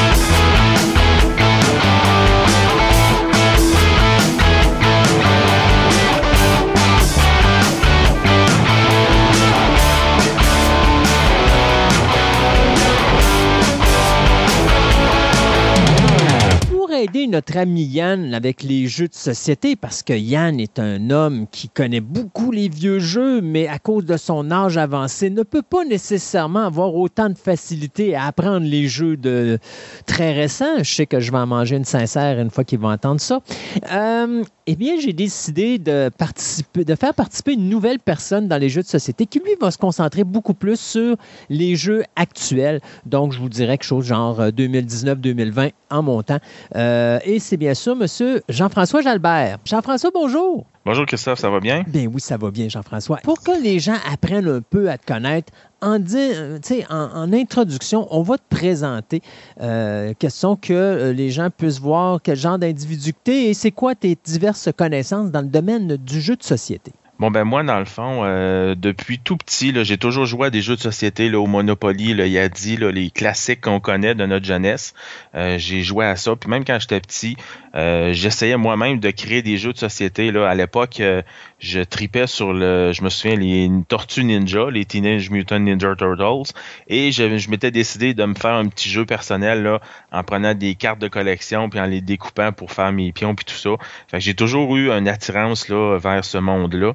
Aider notre ami Yann avec les jeux de société parce que Yann est un homme qui connaît beaucoup les vieux jeux, mais à cause de son âge avancé, ne peut pas nécessairement avoir autant de facilité à apprendre les jeux de très récents. Je sais que je vais en manger une sincère une fois qu'il va entendre ça. Eh bien, j'ai décidé de faire participer une nouvelle personne dans les jeux de société qui, lui, va se concentrer beaucoup plus sur les jeux actuels. Donc, je vous dirais quelque chose genre 2019-2020 en montant. Et c'est bien sûr M. Jean-François Jalbert. Jean-François, bonjour. Bonjour Christophe, ça va bien? Bien oui, ça va bien, Jean-François. Pour que les gens apprennent un peu à te connaître, en introduction, on va te présenter, question que les gens puissent voir quel genre d'individu que tu es et c'est quoi tes diverses connaissances dans le domaine du jeu de société. Bon, ben moi, dans le fond, depuis tout petit, là, j'ai toujours joué à des jeux de société, là, au Monopoly, le Yadi, là, les classiques qu'on connaît de notre jeunesse. J'ai joué à ça. Puis même quand j'étais petit, j'essayais moi-même de créer des jeux de société. Là. À l'époque, je tripais sur je me souviens, les Tortues Ninja, les Teenage Mutant Ninja Turtles. Et je m'étais décidé de me faire un petit jeu personnel là, en prenant des cartes de collection puis en les découpant pour faire mes pions puis tout ça. Fait que j'ai toujours eu une attirance là, vers ce monde-là.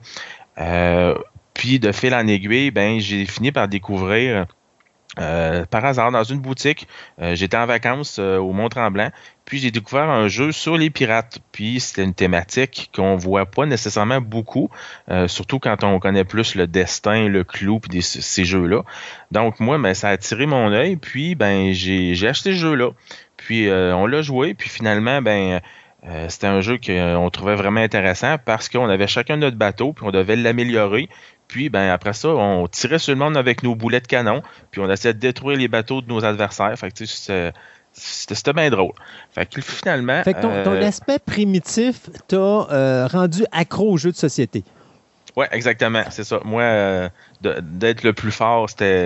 Puis de fil en aiguille, ben j'ai fini par découvrir par hasard dans une boutique. J'étais en vacances au Mont-Tremblant, puis j'ai découvert un jeu sur les pirates. Puis c'était une thématique qu'on voit pas nécessairement beaucoup, surtout quand on connaît plus le destin, le clou, puis ces jeux-là. Donc moi, ben ça a attiré mon œil, puis ben j'ai acheté ce jeu-là. Puis on l'a joué, puis finalement, ben c'était un jeu qu'on trouvait vraiment intéressant parce qu'on avait chacun notre bateau, puis on devait l'améliorer. Puis, ben après ça, on tirait sur le monde avec nos boulets de canon, puis on essayait de détruire les bateaux de nos adversaires. Fait que, tu sais, c'était bien drôle. Fait que finalement... Fait que ton aspect primitif t'a rendu accro aux jeux de société. Oui, exactement. C'est ça. Moi, d'être le plus fort,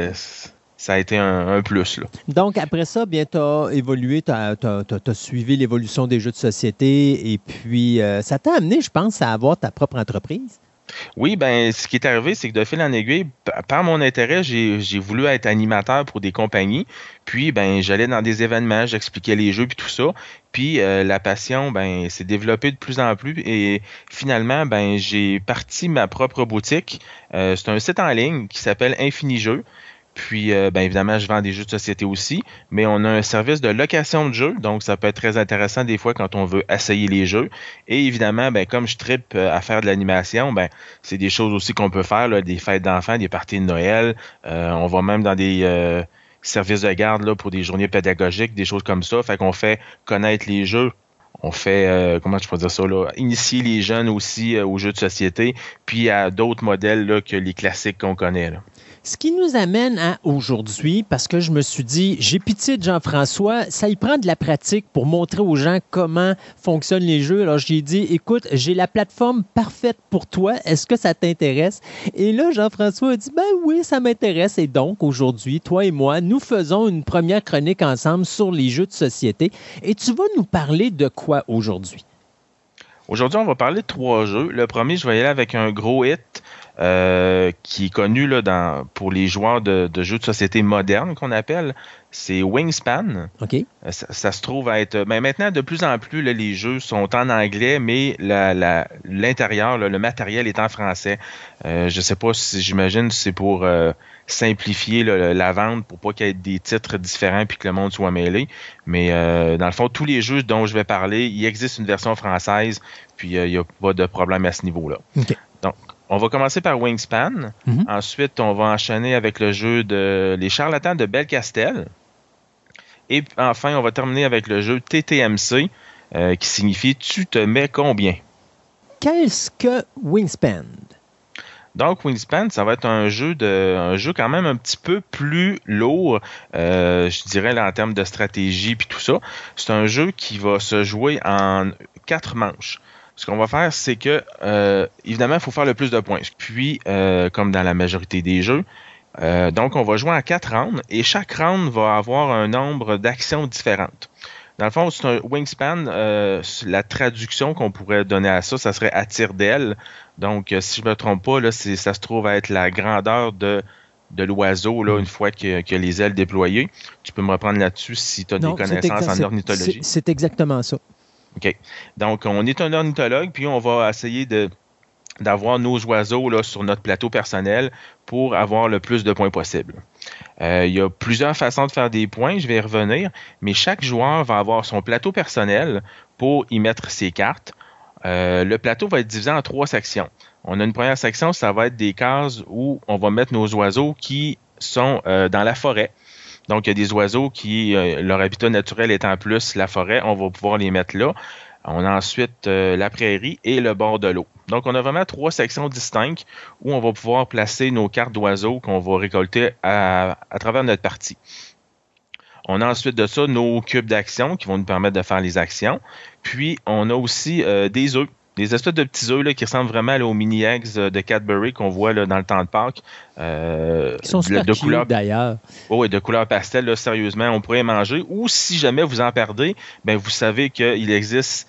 ça a été un plus. Là. Donc, après ça, bien, tu as évolué, tu as suivi l'évolution des jeux de société et puis ça t'a amené, je pense, à avoir ta propre entreprise. Oui, ben ce qui est arrivé, c'est que de fil en aiguille, par mon intérêt, j'ai voulu être animateur pour des compagnies. Puis, ben j'allais dans des événements, j'expliquais les jeux puis tout ça. Puis, la passion, ben s'est développée de plus en plus. Et finalement, ben j'ai parti ma propre boutique. C'est un site en ligne qui s'appelle Infini Jeux. Puis, ben évidemment, je vends des jeux de société aussi, mais on a un service de location de jeux, donc ça peut être très intéressant des fois quand on veut essayer les jeux. Et évidemment, ben comme je trippe à faire de l'animation, ben c'est des choses aussi qu'on peut faire, là, des fêtes d'enfants, des parties de Noël. On va même dans des services de garde là, pour des journées pédagogiques, des choses comme ça. Fait qu'on fait connaître les jeux. On fait, comment je peux dire ça, là, initier les jeunes aussi aux jeux de société, puis à d'autres modèles là, que les classiques qu'on connaît. Là. Ce qui nous amène à aujourd'hui, parce que je me suis dit, j'ai pitié de Jean-François, ça y prend de la pratique pour montrer aux gens comment fonctionnent les jeux. Alors, j'ai dit, écoute, j'ai la plateforme parfaite pour toi. Est-ce que ça t'intéresse? Et là, Jean-François a dit, ben oui, ça m'intéresse. Et donc, aujourd'hui, toi et moi, nous faisons une première chronique ensemble sur les jeux de société. Et tu vas nous parler de quoi aujourd'hui? Aujourd'hui, on va parler de 3 jeux. Le premier, je vais y aller avec un gros hit. Qui est connu là, pour les joueurs de jeux de société modernes qu'on appelle, c'est Wingspan. Okay. Ça se trouve à être... Mais maintenant, de plus en plus, là, les jeux sont en anglais, mais l'intérieur, là, le matériel est en français. Je sais pas si j'imagine c'est pour simplifier là, la vente pour pas qu'il y ait des titres différents puis que le monde soit mêlé. Mais dans le fond, tous les jeux dont je vais parler, il existe une version française, puis il n'y a pas de problème à ce niveau-là. Okay. Donc, on va commencer par Wingspan. Ensuite, on va enchaîner avec le jeu de Les Charlatans de Belcastel. Et enfin, on va terminer avec le jeu TTMC, qui signifie « Tu te mets combien ». Qu'est-ce que Wingspan? Donc, Wingspan, ça va être un jeu quand même un petit peu plus lourd, je dirais, là, en termes de stratégie puis tout ça. C'est un jeu qui va se jouer en 4 manches. Ce qu'on va faire, c'est que, évidemment, il faut faire le plus de points. Puis, comme dans la majorité des jeux, donc on va jouer en 4 rounds et chaque round va avoir un nombre d'actions différentes. Dans le fond, c'est un Wingspan, la traduction qu'on pourrait donner à ça, ça serait à tire-d'aile. Donc, si je ne me trompe pas, là, ça se trouve à être la grandeur de l'oiseau là, une fois qu'il a les ailes déployées. Tu peux me reprendre là-dessus si tu as des connaissances en ornithologie. C'est exactement ça. OK. Donc, on est un ornithologue, puis on va essayer d'avoir nos oiseaux là, sur notre plateau personnel pour avoir le plus de points possible. Il y a plusieurs façons de faire des points, je vais y revenir, mais chaque joueur va avoir son plateau personnel pour y mettre ses cartes. Le plateau va être divisé en 3 sections. On a une première section, ça va être des cases où on va mettre nos oiseaux qui sont dans la forêt. Donc, il y a des oiseaux qui, leur habitat naturel étant plus la forêt, on va pouvoir les mettre là. On a ensuite la prairie et le bord de l'eau. Donc, on a vraiment 3 sections distinctes où on va pouvoir placer nos cartes d'oiseaux qu'on va récolter à travers notre partie. On a ensuite de ça nos cubes d'action qui vont nous permettre de faire les actions. Puis, on a aussi des œufs. Des espèces de petits œufs là, qui ressemblent vraiment là, aux mini-eggs de Cadbury qu'on voit là, dans le temps de Pâques. Ils sont super cute, couleur, d'ailleurs. Oui, de couleur pastel, là, sérieusement, on pourrait manger. Ou si jamais vous en perdez, ben, vous savez qu'il existe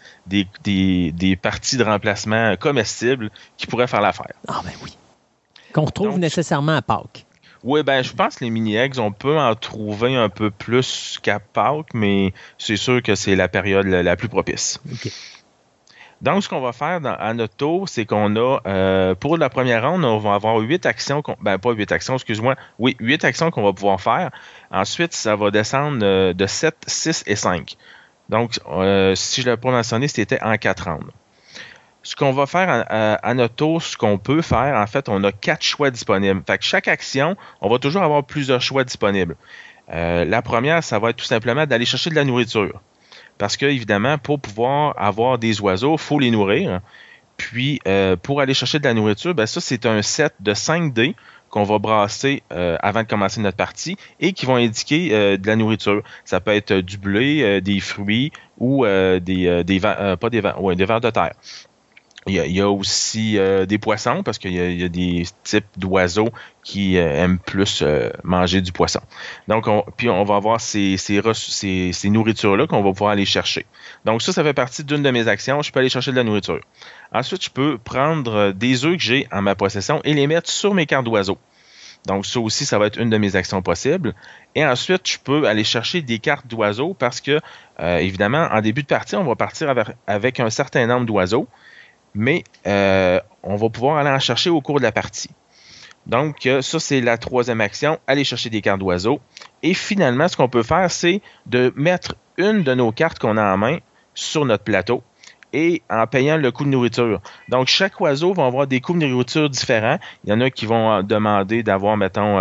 des parties de remplacement comestibles qui pourraient faire l'affaire. Ah ben oui. Qu'on retrouve nécessairement à Pâques. Oui, ben je pense que les mini-eggs, on peut en trouver un peu plus qu'à Pâques, mais c'est sûr que c'est la période la plus propice. OK. Donc, ce qu'on va faire à notre tour, c'est qu'on a, pour la première ronde, on va avoir 8 actions, pas 8 actions, excuse-moi, oui, 8 actions qu'on va pouvoir faire. Ensuite, ça va descendre de 7, 6 et 5. Donc, si je l'ai pas mentionné, c'était en 4 rounds. Ce qu'on va faire à notre tour, ce qu'on peut faire, en fait, on a 4 choix disponibles. Fait que chaque action, on va toujours avoir plusieurs choix disponibles. La première, ça va être tout simplement d'aller chercher de la nourriture. Parce que, évidemment, pour pouvoir avoir des oiseaux, il faut les nourrir. Puis, pour aller chercher de la nourriture, ben ça, c'est un set de 5 dés qu'on va brasser avant de commencer notre partie et qui vont indiquer de la nourriture. Ça peut être du blé, des fruits ou des vers de terre. Il y a aussi des poissons parce qu'il y a des types d'oiseaux qui aiment plus manger du poisson. Donc, on va avoir ces nourritures-là qu'on va pouvoir aller chercher. Donc, ça fait partie d'une de mes actions. Je peux aller chercher de la nourriture. Ensuite, je peux prendre des œufs que j'ai en ma possession et les mettre sur mes cartes d'oiseaux. Donc, ça aussi, ça va être une de mes actions possibles. Et ensuite, je peux aller chercher des cartes d'oiseaux parce que, évidemment, en début de partie, on va partir avec un certain nombre d'oiseaux. Mais on va pouvoir aller en chercher au cours de la partie. Donc, ça, c'est la 3e action, aller chercher des cartes d'oiseaux. Et finalement, ce qu'on peut faire, c'est de mettre une de nos cartes qu'on a en main sur notre plateau et en payant le coût de nourriture. Donc, chaque oiseau va avoir des coûts de nourriture différents. Il y en a qui vont demander d'avoir, mettons,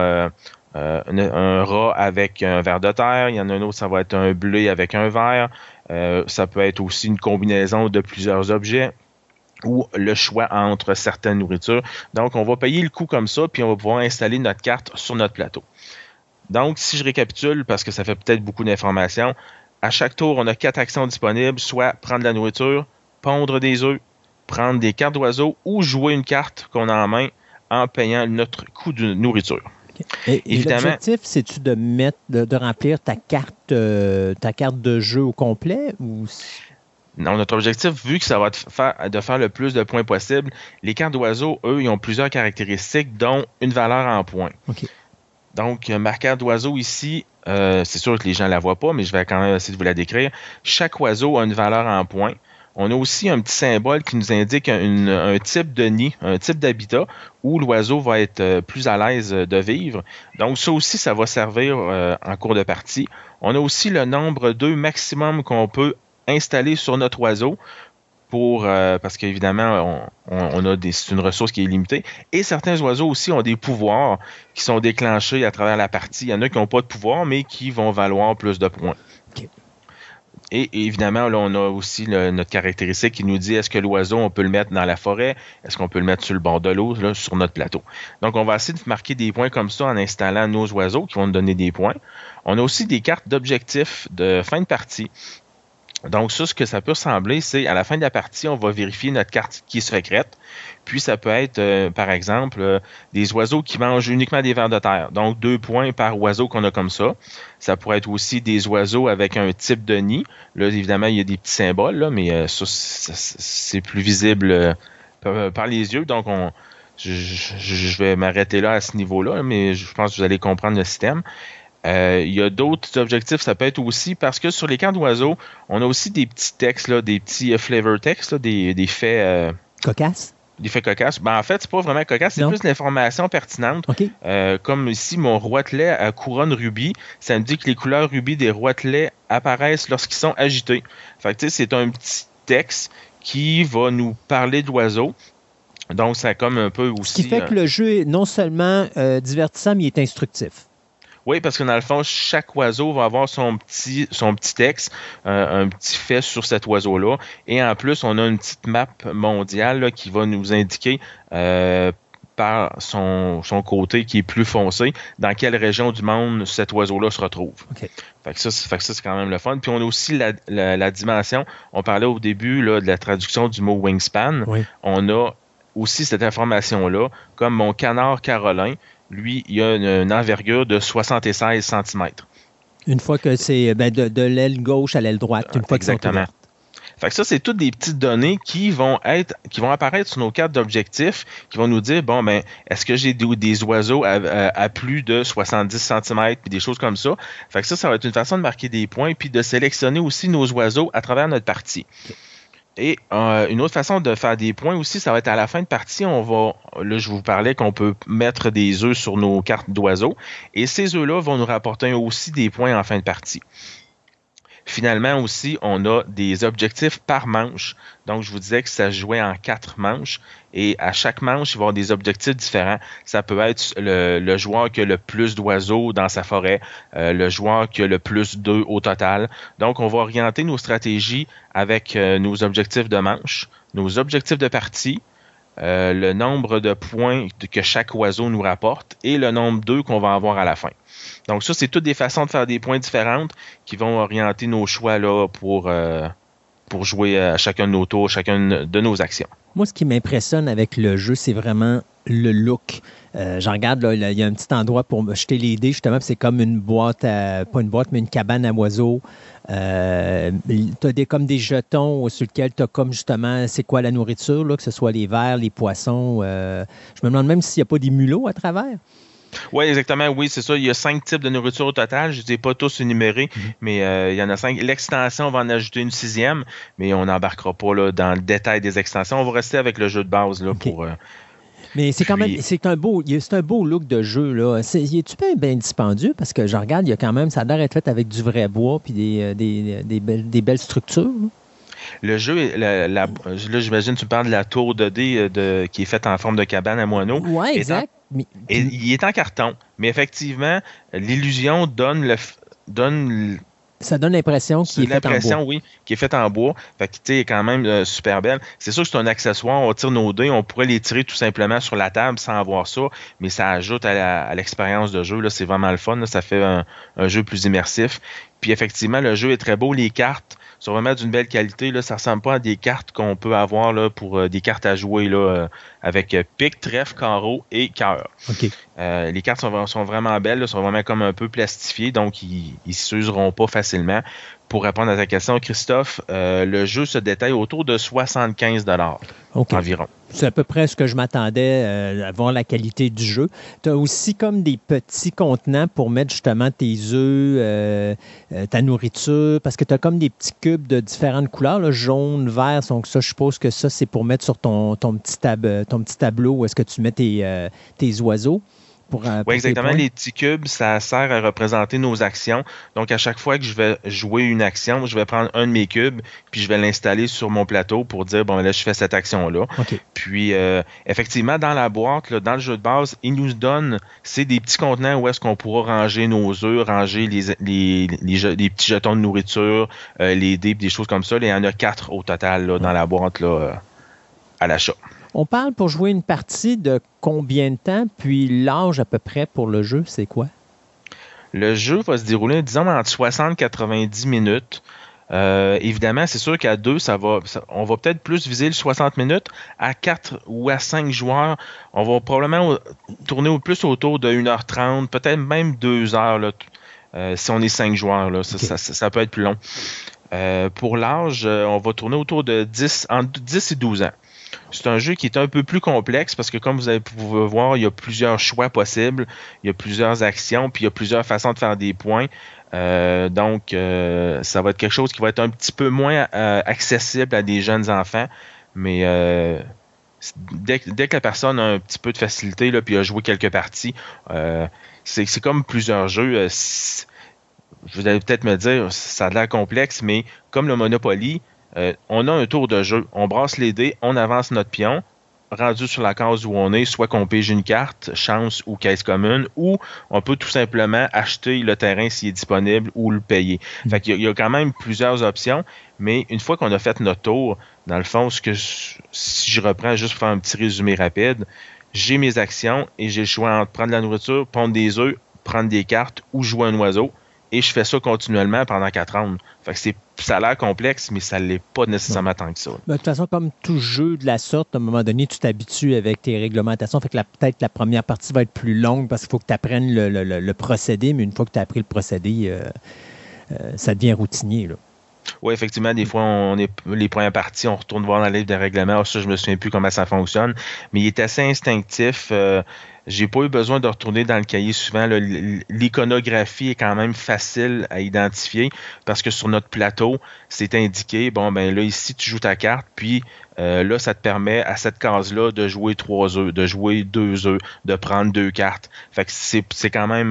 un rat avec un ver de terre. Il y en a un autre, ça va être un blé avec un ver. Ça peut être aussi une combinaison de plusieurs objets ou le choix entre certaines nourritures. Donc, on va payer le coût comme ça, puis on va pouvoir installer notre carte sur notre plateau. Donc, si je récapitule, parce que ça fait peut-être beaucoup d'informations, à chaque tour, on a 4 actions disponibles, soit prendre de la nourriture, pondre des œufs, prendre des cartes d'oiseaux ou jouer une carte qu'on a en main en payant notre coût de nourriture. Okay. Évidemment, l'objectif, c'est-tu de remplir ta carte de jeu au complet ou... Non, notre objectif, vu que ça va être de faire le plus de points possible, les cartes d'oiseaux, eux, ils ont plusieurs caractéristiques, dont une valeur en points. Okay. Donc, ma carte d'oiseau ici, c'est sûr que les gens ne la voient pas, mais je vais quand même essayer de vous la décrire. Chaque oiseau a une valeur en points. On a aussi un petit symbole qui nous indique un type de nid, un type d'habitat où l'oiseau va être plus à l'aise de vivre. Donc, ça aussi, ça va servir en cours de partie. On a aussi le nombre d'œufs maximum qu'on peut installer sur notre oiseau parce qu'évidemment, c'est une ressource qui est limitée. Et certains oiseaux aussi ont des pouvoirs qui sont déclenchés à travers la partie. Il y en a qui n'ont pas de pouvoir, mais qui vont valoir plus de points. Okay. Et évidemment, là, on a aussi notre caractéristique qui nous dit est-ce que l'oiseau, on peut le mettre dans la forêt? Est-ce qu'on peut le mettre sur le bord de l'eau, là, sur notre plateau? Donc, on va essayer de marquer des points comme ça en installant nos oiseaux qui vont nous donner des points. On a aussi des cartes d'objectifs de fin de partie. Donc, ça, ce que ça peut ressembler, c'est à la fin de la partie, on va vérifier notre carte qui est secrète. Puis, ça peut être, par exemple, des oiseaux qui mangent uniquement des vers de terre. Donc, 2 points par oiseau qu'on a comme ça. Ça pourrait être aussi des oiseaux avec un type de nid. Là, évidemment, il y a des petits symboles, là, mais ça, c'est plus visible par les yeux. Donc, je vais m'arrêter là à ce niveau-là, mais je pense que vous allez comprendre le système. Il y a d'autres objectifs, ça peut être aussi parce que sur les cartes d'oiseaux, on a aussi des petits textes, là, des petits flavor texts, là, des faits... cocasses? Des faits cocasses. Ben, en fait, c'est pas vraiment cocasse, c'est plus l'information pertinente. Okay. Comme ici, mon roitelet à couronne rubis, ça me dit que les couleurs rubis des roitelets apparaissent lorsqu'ils sont agités. Fait que, tu sais, c'est un petit texte qui va nous parler de l'oiseau. Donc, ça comme un peu aussi... Ce qui fait que le jeu est non seulement divertissant, mais il est instructif. Oui, parce que dans le fond, chaque oiseau va avoir son petit texte, un petit fait sur cet oiseau-là. Et en plus, on a une petite map mondiale là, qui va nous indiquer par son côté qui est plus foncé, dans quelle région du monde cet oiseau-là se retrouve. Okay. Fait que ça, c'est quand même le fun. Puis on a aussi la dimension. On parlait au début là, de la traduction du mot wingspan. Oui. On a aussi cette information-là, comme mon canard carolin. Lui, il a une envergure de 76 cm. Une fois que c'est de l'aile gauche à l'aile droite, une fois exactement. Fait que ça, c'est toutes des petites données qui vont apparaître sur nos cartes d'objectifs, qui vont nous dire, bon, ben, est-ce que j'ai des oiseaux à plus de 70 cm, puis des choses comme ça. Fait que ça va être une façon de marquer des points, puis de sélectionner aussi nos oiseaux à travers notre partie. Okay. Et une autre façon de faire des points aussi, ça va être à la fin de partie, là je vous parlais qu'on peut mettre des œufs sur nos cartes d'oiseaux, et ces œufs-là vont nous rapporter aussi des points en fin de partie. Finalement aussi, on a des objectifs par manche. Donc, je vous disais que ça se jouait en 4 manches. Et à chaque manche, il va y avoir des objectifs différents. Ça peut être le joueur qui a le plus d'oiseaux dans sa forêt, le joueur qui a le plus d'œufs au total. Donc, on va orienter nos stratégies avec nos objectifs de manche, nos objectifs de partie, le nombre de points que chaque oiseau nous rapporte et le nombre d'œufs qu'on va avoir à la fin. Donc ça, c'est toutes des façons de faire des points différentes qui vont orienter nos choix là, pour jouer à chacun de nos tours, chacune de nos actions. Moi, ce qui m'impressionne avec le jeu, c'est vraiment le look. J'en regarde, là, il y a un petit endroit pour jeter les dés, justement, c'est comme une boîte, pas une boîte, mais une cabane à oiseaux. Tu as comme des jetons sur lesquels tu as comme justement, c'est quoi la nourriture, là, que ce soit les vers, les poissons. Je me demande même s'il n'y a pas des mulots à travers. Oui, exactement. Oui, c'est ça. Il y a 5 types de nourriture au total. Je ne les ai pas tous énumérés, mais il y en a 5. L'extension, on va en ajouter une 6e, mais on n'embarquera pas là, dans le détail des extensions. On va rester avec le jeu de base là, pour... Mais c'est quand même c'est un beau look de jeu. Là. Es-tu bien dispendieux? Parce que je regarde, il y a quand même, ça a l'air d'être fait avec du vrai bois et des belles structures. Là. Le jeu, là, j'imagine, tu parles de la tour de dés qui est faite en forme de cabane à moineaux. Oui, exact. Et il est en carton. Mais effectivement, l'illusion ça donne l'impression qu'il est fait en bois. Oui, qu'il est fait en bois. Fait que, tu sais, quand même super belle. C'est sûr que c'est un accessoire. On tire nos dés, on pourrait les tirer tout simplement sur la table sans avoir ça, mais ça ajoute à l'expérience de jeu. Là, c'est vraiment le fun. Là, ça fait un jeu plus immersif. Puis effectivement, le jeu est très beau. Les cartes sont vraiment d'une belle qualité. Là, ça ne ressemble pas à des cartes qu'on peut avoir là, pour des cartes à jouer là, avec pique, trèfle, carreau et cœur. Okay. Les cartes sont vraiment belles, là, sont vraiment comme un peu plastifiées, donc ils ne s'useront pas facilement. Pour répondre à ta question, Christophe, le jeu se détaille autour de 75 $ environ. C'est à peu près ce que je m'attendais à voir la qualité du jeu. Tu as aussi comme des petits contenants pour mettre justement tes œufs, ta nourriture, parce que tu as comme des petits cubes de différentes couleurs, là, jaune, vert. Donc ça, je suppose que ça, c'est pour mettre sur ton petit tableau où est-ce que tu mets tes oiseaux. Oui, exactement. Les petits cubes, ça sert à représenter nos actions. Donc, à chaque fois que je vais jouer une action, je vais prendre un de mes cubes, puis je vais l'installer sur mon plateau pour dire, bon, là, je fais cette action-là. Okay. Puis, effectivement, dans la boîte, là, dans le jeu de base, il nous donne, c'est des petits contenants où est-ce qu'on pourra ranger nos œufs, ranger les petits jetons de nourriture, les dés, des choses comme ça. Là, il y en a 4 au total là, dans la boîte là, à l'achat. On parle pour jouer une partie de combien de temps, puis l'âge à peu près pour le jeu, c'est quoi? Le jeu va se dérouler, disons, entre 60 et 90 minutes. Évidemment, c'est sûr qu'à 2, on va peut-être plus viser le 60 minutes. À 4 ou à 5 joueurs, on va probablement tourner au plus autour de 1h30, peut-être même 2 heures, là, si on est 5 joueurs. Là, ça peut être plus long. Pour l'âge, on va tourner autour de entre 10 et 12 ans. C'est un jeu qui est un peu plus complexe parce que, comme vous pouvez voir, il y a plusieurs choix possibles, il y a plusieurs actions, puis il y a plusieurs façons de faire des points. Donc, ça va être quelque chose qui va être un petit peu moins accessible à des jeunes enfants, mais dès que la personne a un petit peu de facilité, là, puis a joué quelques parties, c'est comme plusieurs jeux. Vous allez peut-être me dire, ça a l'air complexe, mais comme le Monopoly, on a un tour de jeu. On brasse les dés, on avance notre pion. Rendu sur la case où on est, soit qu'on pige une carte, chance ou caisse commune, ou on peut tout simplement acheter le terrain s'il est disponible ou le payer. Fait qu'il y a quand même plusieurs options, mais une fois qu'on a fait notre tour, dans le fond, si je reprends juste pour faire un petit résumé rapide, j'ai mes actions et j'ai le choix entre prendre de la nourriture, pondre des œufs, prendre des cartes ou jouer un oiseau. Et je fais ça continuellement pendant 4 rounds. Fait que ça a l'air complexe, mais ça ne l'est pas nécessairement tant que ça. De toute façon, comme tout jeu de la sorte, à un moment donné, tu t'habitues avec tes réglementations. Fait que peut-être la première partie va être plus longue parce qu'il faut que tu apprennes le procédé, mais une fois que tu as appris le procédé, ça devient routinier, là. Oui, effectivement, des fois, les premières parties, on retourne voir dans le livre de règlement. Ça, je me souviens plus comment ça fonctionne, mais il est assez instinctif. J'ai pas eu besoin de retourner dans le cahier souvent. Là. L'iconographie est quand même facile à identifier parce que sur notre plateau, c'est indiqué, bon, ben là, ici, tu joues ta carte, puis là, ça te permet à cette case-là de jouer 3 œufs, de jouer 2 œufs, de prendre 2 cartes. Fait que c'est quand même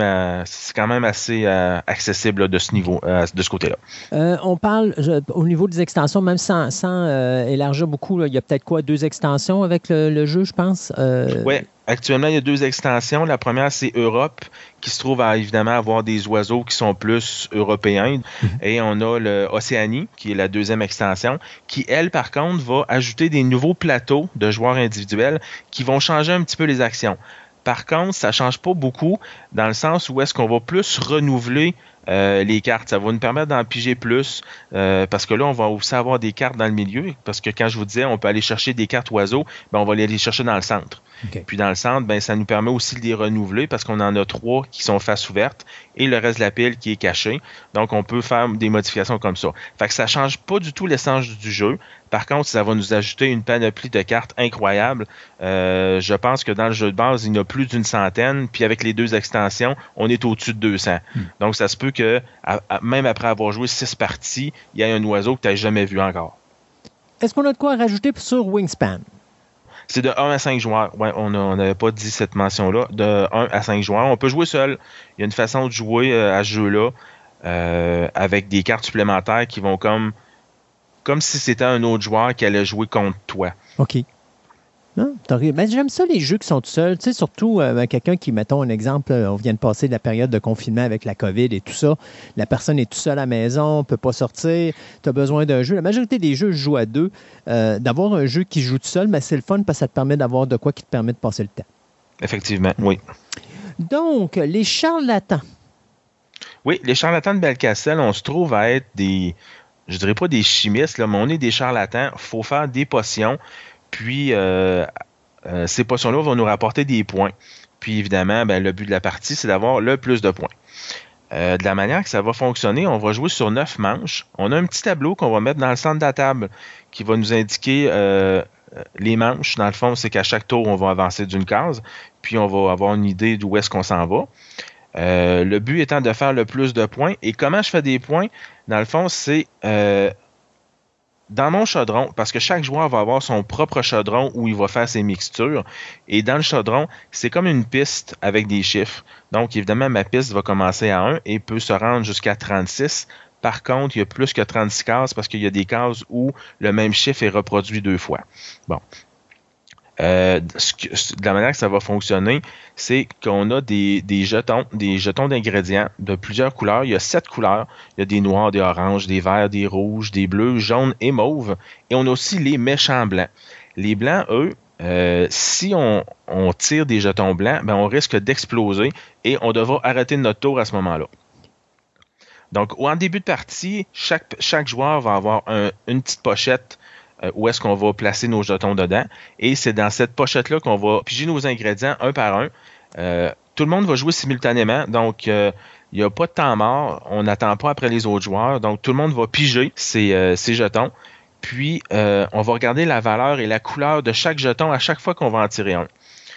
assez accessible là, de ce niveau, de ce côté-là. On parle au niveau des extensions, même sans élargir beaucoup, là, il y a peut-être 2 extensions avec le jeu, je pense? Oui. Actuellement, il y a 2 extensions. La première, c'est Europe, qui se trouve à évidemment avoir des oiseaux qui sont plus européens. Et on a le Océanie, qui est la 2e extension, qui, elle, par contre, va ajouter des nouveaux plateaux de joueurs individuels qui vont changer un petit peu les actions. Par contre, ça ne change pas beaucoup dans le sens où est-ce qu'on va plus renouveler les cartes. Ça va nous permettre d'en piger plus parce que là, on va aussi avoir des cartes dans le milieu parce que quand je vous disais, on peut aller chercher des cartes oiseaux, ben, on va aller les chercher dans le centre. Okay. Puis dans le centre, ben, ça nous permet aussi de les renouveler parce qu'on en a 3 qui sont face ouverte et le reste de la pile qui est caché. Donc, on peut faire des modifications comme ça. Fait que ça ne change pas du tout l'essence du jeu. Par contre, ça va nous ajouter une panoplie de cartes incroyables. Je pense que dans le jeu de base, il y en a plus d'une centaine. Puis avec les 2 extensions, on est au-dessus de 200. Donc, ça se peut que même après avoir joué 6 parties, il y ait un oiseau que tu n'as jamais vu encore. Est-ce qu'on a de quoi rajouter sur Wingspan? C'est de 1 à 5 joueurs. Ouais, on n'avait pas dit cette mention-là. De 1 à 5 joueurs. On peut jouer seul. Il y a une façon de jouer à ce jeu-là avec des cartes supplémentaires qui vont comme si c'était un autre joueur qui allait jouer contre toi. OK. Non, mais j'aime ça, les jeux qui sont tout seuls. Tu sais, surtout quelqu'un qui, mettons un exemple, on vient de passer de la période de confinement avec la COVID et tout ça. La personne est tout seule à la maison, ne peut pas sortir, tu as besoin d'un jeu. La majorité des jeux jouent à 2. D'avoir un jeu qui joue tout seul, mais c'est le fun parce que ça te permet d'avoir de quoi qui te permet de passer le temps. Effectivement, oui. Donc, les charlatans. Oui, les charlatans de Belcastel, on se trouve à être je dirais pas des chimistes, là, mais on est des charlatans. Il faut faire des potions. Puis, ces potions-là vont nous rapporter des points. Puis, évidemment, ben, le but de la partie, c'est d'avoir le plus de points. De la manière que ça va fonctionner, on va jouer sur 9 manches. On a un petit tableau qu'on va mettre dans le centre de la table qui va nous indiquer les manches. Dans le fond, c'est qu'à chaque tour, on va avancer d'une case. Puis, on va avoir une idée d'où est-ce qu'on s'en va. Le but étant de faire le plus de points. Et comment je fais des points? Dans le fond, c'est... dans mon chaudron, parce que chaque joueur va avoir son propre chaudron où il va faire ses mixtures, et dans le chaudron, c'est comme une piste avec des chiffres. Donc, évidemment, ma piste va commencer à 1 et peut se rendre jusqu'à 36. Par contre, il y a plus que 36 cases parce qu'il y a des cases où le même chiffre est reproduit 2 fois. Bon. De la manière que ça va fonctionner, c'est qu'on a des jetons d'ingrédients de plusieurs couleurs. Il y a 7 couleurs. Il y a des noirs, des oranges, des verts, des rouges, des bleus, jaunes et mauves. Et on a aussi les méchants blancs. Les blancs, eux, si on tire des jetons blancs, ben on risque d'exploser et on devra arrêter notre tour à ce moment-là. Donc, en début de partie, chaque joueur va avoir une petite pochette où est-ce qu'on va placer nos jetons dedans. Et c'est dans cette pochette-là qu'on va piger nos ingrédients un par un. Tout le monde va jouer simultanément, donc il n'y a pas de temps mort. On n'attend pas après les autres joueurs. Donc, tout le monde va piger ses jetons. Puis, on va regarder la valeur et la couleur de chaque jeton à chaque fois qu'on va en tirer un.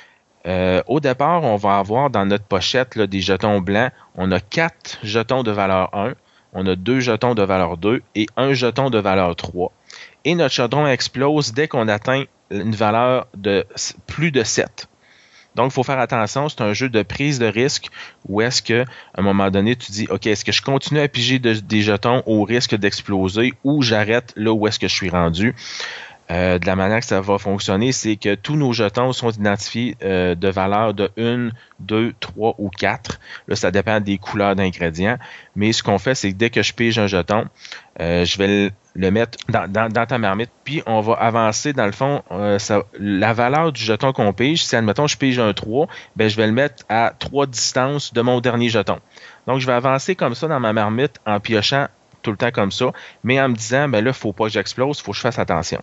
Au départ, on va avoir dans notre pochette là, des jetons blancs. On a 4 jetons de valeur 1, on a 2 jetons de valeur 2 et 1 jeton de valeur 3. Et notre chaudron explose dès qu'on atteint une valeur de plus de 7. Donc, il faut faire attention, c'est un jeu de prise de risque où est-ce qu'à un moment donné, tu dis, OK, est-ce que je continue à piger des jetons au risque d'exploser ou j'arrête là où est-ce que je suis rendu? De la manière que ça va fonctionner, c'est que tous nos jetons sont identifiés de valeurs de 1, 2, 3 ou 4. Là, ça dépend des couleurs d'ingrédients. Mais ce qu'on fait, c'est que dès que je pige un jeton, je vais le mettre dans ta marmite, puis on va avancer, dans le fond, la valeur du jeton qu'on pige, si admettons je pige un 3, ben, je vais le mettre à 3 distances de mon dernier jeton. Donc, je vais avancer comme ça dans ma marmite en piochant tout le temps comme ça, mais en me disant, ben là, il ne faut pas que j'explose, il faut que je fasse attention.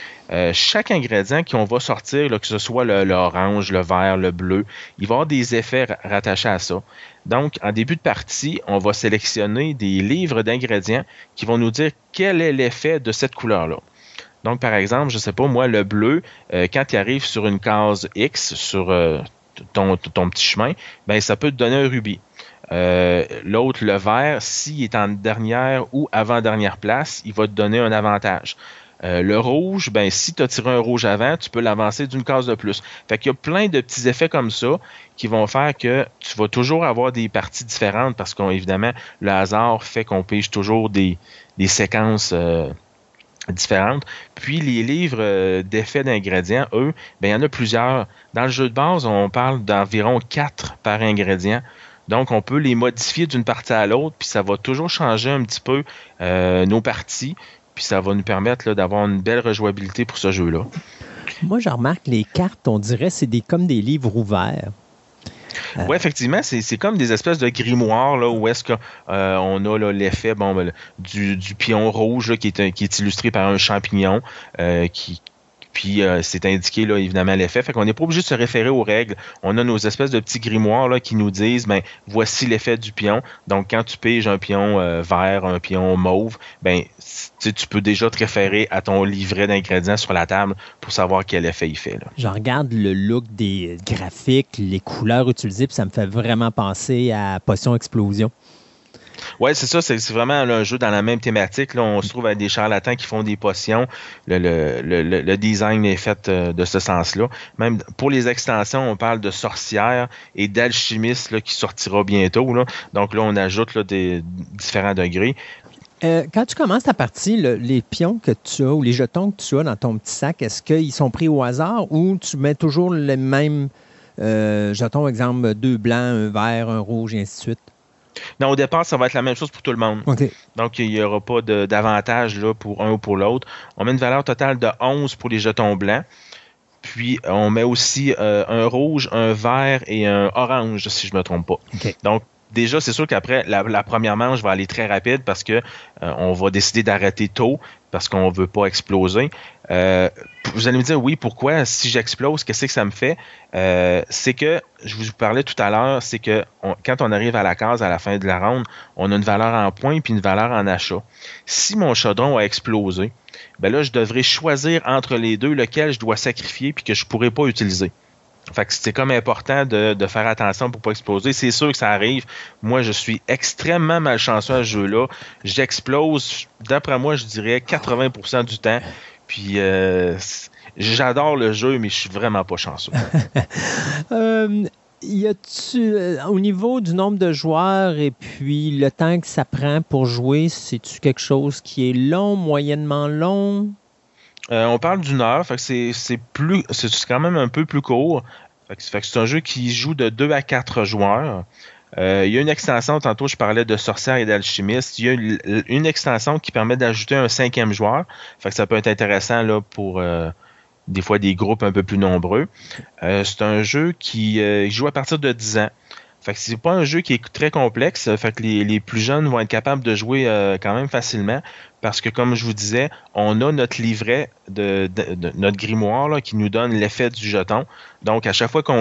Chaque ingrédient qu'on va sortir, là, que ce soit l'orange, le vert, le bleu, il va y avoir des effets rattachés à ça. Donc, en début de partie, on va sélectionner des livres d'ingrédients qui vont nous dire quel est l'effet de cette couleur-là. Donc, par exemple, je ne sais pas, moi, le bleu, quand il arrive sur une case X, sur ton petit chemin, ben ça peut te donner un rubis. L'autre, le vert, s'il est en dernière ou avant-dernière place, il va te donner un avantage. Le rouge, ben si tu as tiré un rouge avant, tu peux l'avancer d'une case de plus. Fait qu'il y a plein de petits effets comme ça qui vont faire que tu vas toujours avoir des parties différentes parce qu'évidemment, le hasard fait qu'on pige toujours des séquences différentes. Puis les livres d'effets d'ingrédients, eux, ben il y en a plusieurs. Dans le jeu de base, on parle d'environ 4 par ingrédient. Donc, on peut les modifier d'une partie à l'autre, puis ça va toujours changer un petit peu nos parties, puis ça va nous permettre là, d'avoir une belle rejouabilité pour ce jeu-là. Moi, je remarque les cartes, on dirait, c'est comme des livres ouverts. Oui, effectivement, c'est comme des espèces de grimoires là, où est-ce qu'on a là, l'effet du pion rouge là, qui est illustré par un champignon Puis c'est indiqué là, évidemment l'effet. Fait qu'on n'est pas obligé de se référer aux règles. On a nos espèces de petits grimoires là, qui nous disent ben voici l'effet du pion. Donc quand tu piges un pion vert, un pion mauve, ben tu peux déjà te référer à ton livret d'ingrédients sur la table pour savoir quel effet il fait. Là. Je regarde le look des graphiques, les couleurs utilisées, puis ça me fait vraiment penser à Potion Explosion. Oui, c'est ça, c'est vraiment un jeu dans la même thématique. Là, on se trouve avec des charlatans qui font des potions. Le design est fait de ce sens-là. Même pour les extensions, on parle de sorcières et d'alchimistes là, qui sortira bientôt. Là. Donc là, on ajoute là, des différents degrés. Quand tu commences ta partie, les pions que tu as ou les jetons que tu as dans ton petit sac, est-ce qu'ils sont pris au hasard ou tu mets toujours les mêmes jetons, exemple 2 blancs, un vert, un rouge et ainsi de suite? Non, au départ, ça va être la même chose pour tout le monde. Okay. Donc, il n'y aura pas d'avantage là, pour un ou pour l'autre. On met une valeur totale de 11 pour les jetons blancs. Puis, on met aussi un rouge, un vert et un orange, si je ne me trompe pas. Okay. Donc, déjà, c'est sûr qu'après, la première manche va aller très rapide parce que on va décider d'arrêter tôt parce qu'on ne veut pas exploser. Vous allez me dire, oui, pourquoi? Si j'explose, qu'est-ce que ça me fait? C'est que, je vous parlais tout à l'heure, c'est que quand on arrive à la case, à la fin de la ronde, on a une valeur en points puis une valeur en achat. Si mon chaudron a explosé, ben là, je devrais choisir entre les deux lequel je dois sacrifier puis que je ne pourrais pas utiliser. Fait que c'est comme important de faire attention pour pas exploser. C'est sûr que ça arrive. Moi, je suis extrêmement malchanceux à ce jeu-là. J'explose, d'après moi, je dirais 80% du temps. Puis j'adore le jeu, mais je suis vraiment pas chanceux. Y a-tu, au niveau du nombre de joueurs et puis le temps que ça prend pour jouer, c'est-tu quelque chose qui est long, moyennement long? On parle d'une heure, fait que c'est quand même un peu plus court. Fait que c'est un jeu qui joue de 2 à 4 joueurs. Il y a une extension, tantôt je parlais de sorcières et d'alchimistes. Il y a une extension qui permet d'ajouter un 5e joueur. Fait que ça peut être intéressant là, pour des fois des groupes un peu plus nombreux. C'est un jeu qui joue à partir de 10 ans. Fait que c'est pas un jeu qui est très complexe. Fait que les plus jeunes vont être capables de jouer quand même facilement. Parce que, comme je vous disais, on a notre livret de notre grimoire là, qui nous donne l'effet du jeton. Donc, à chaque fois qu'on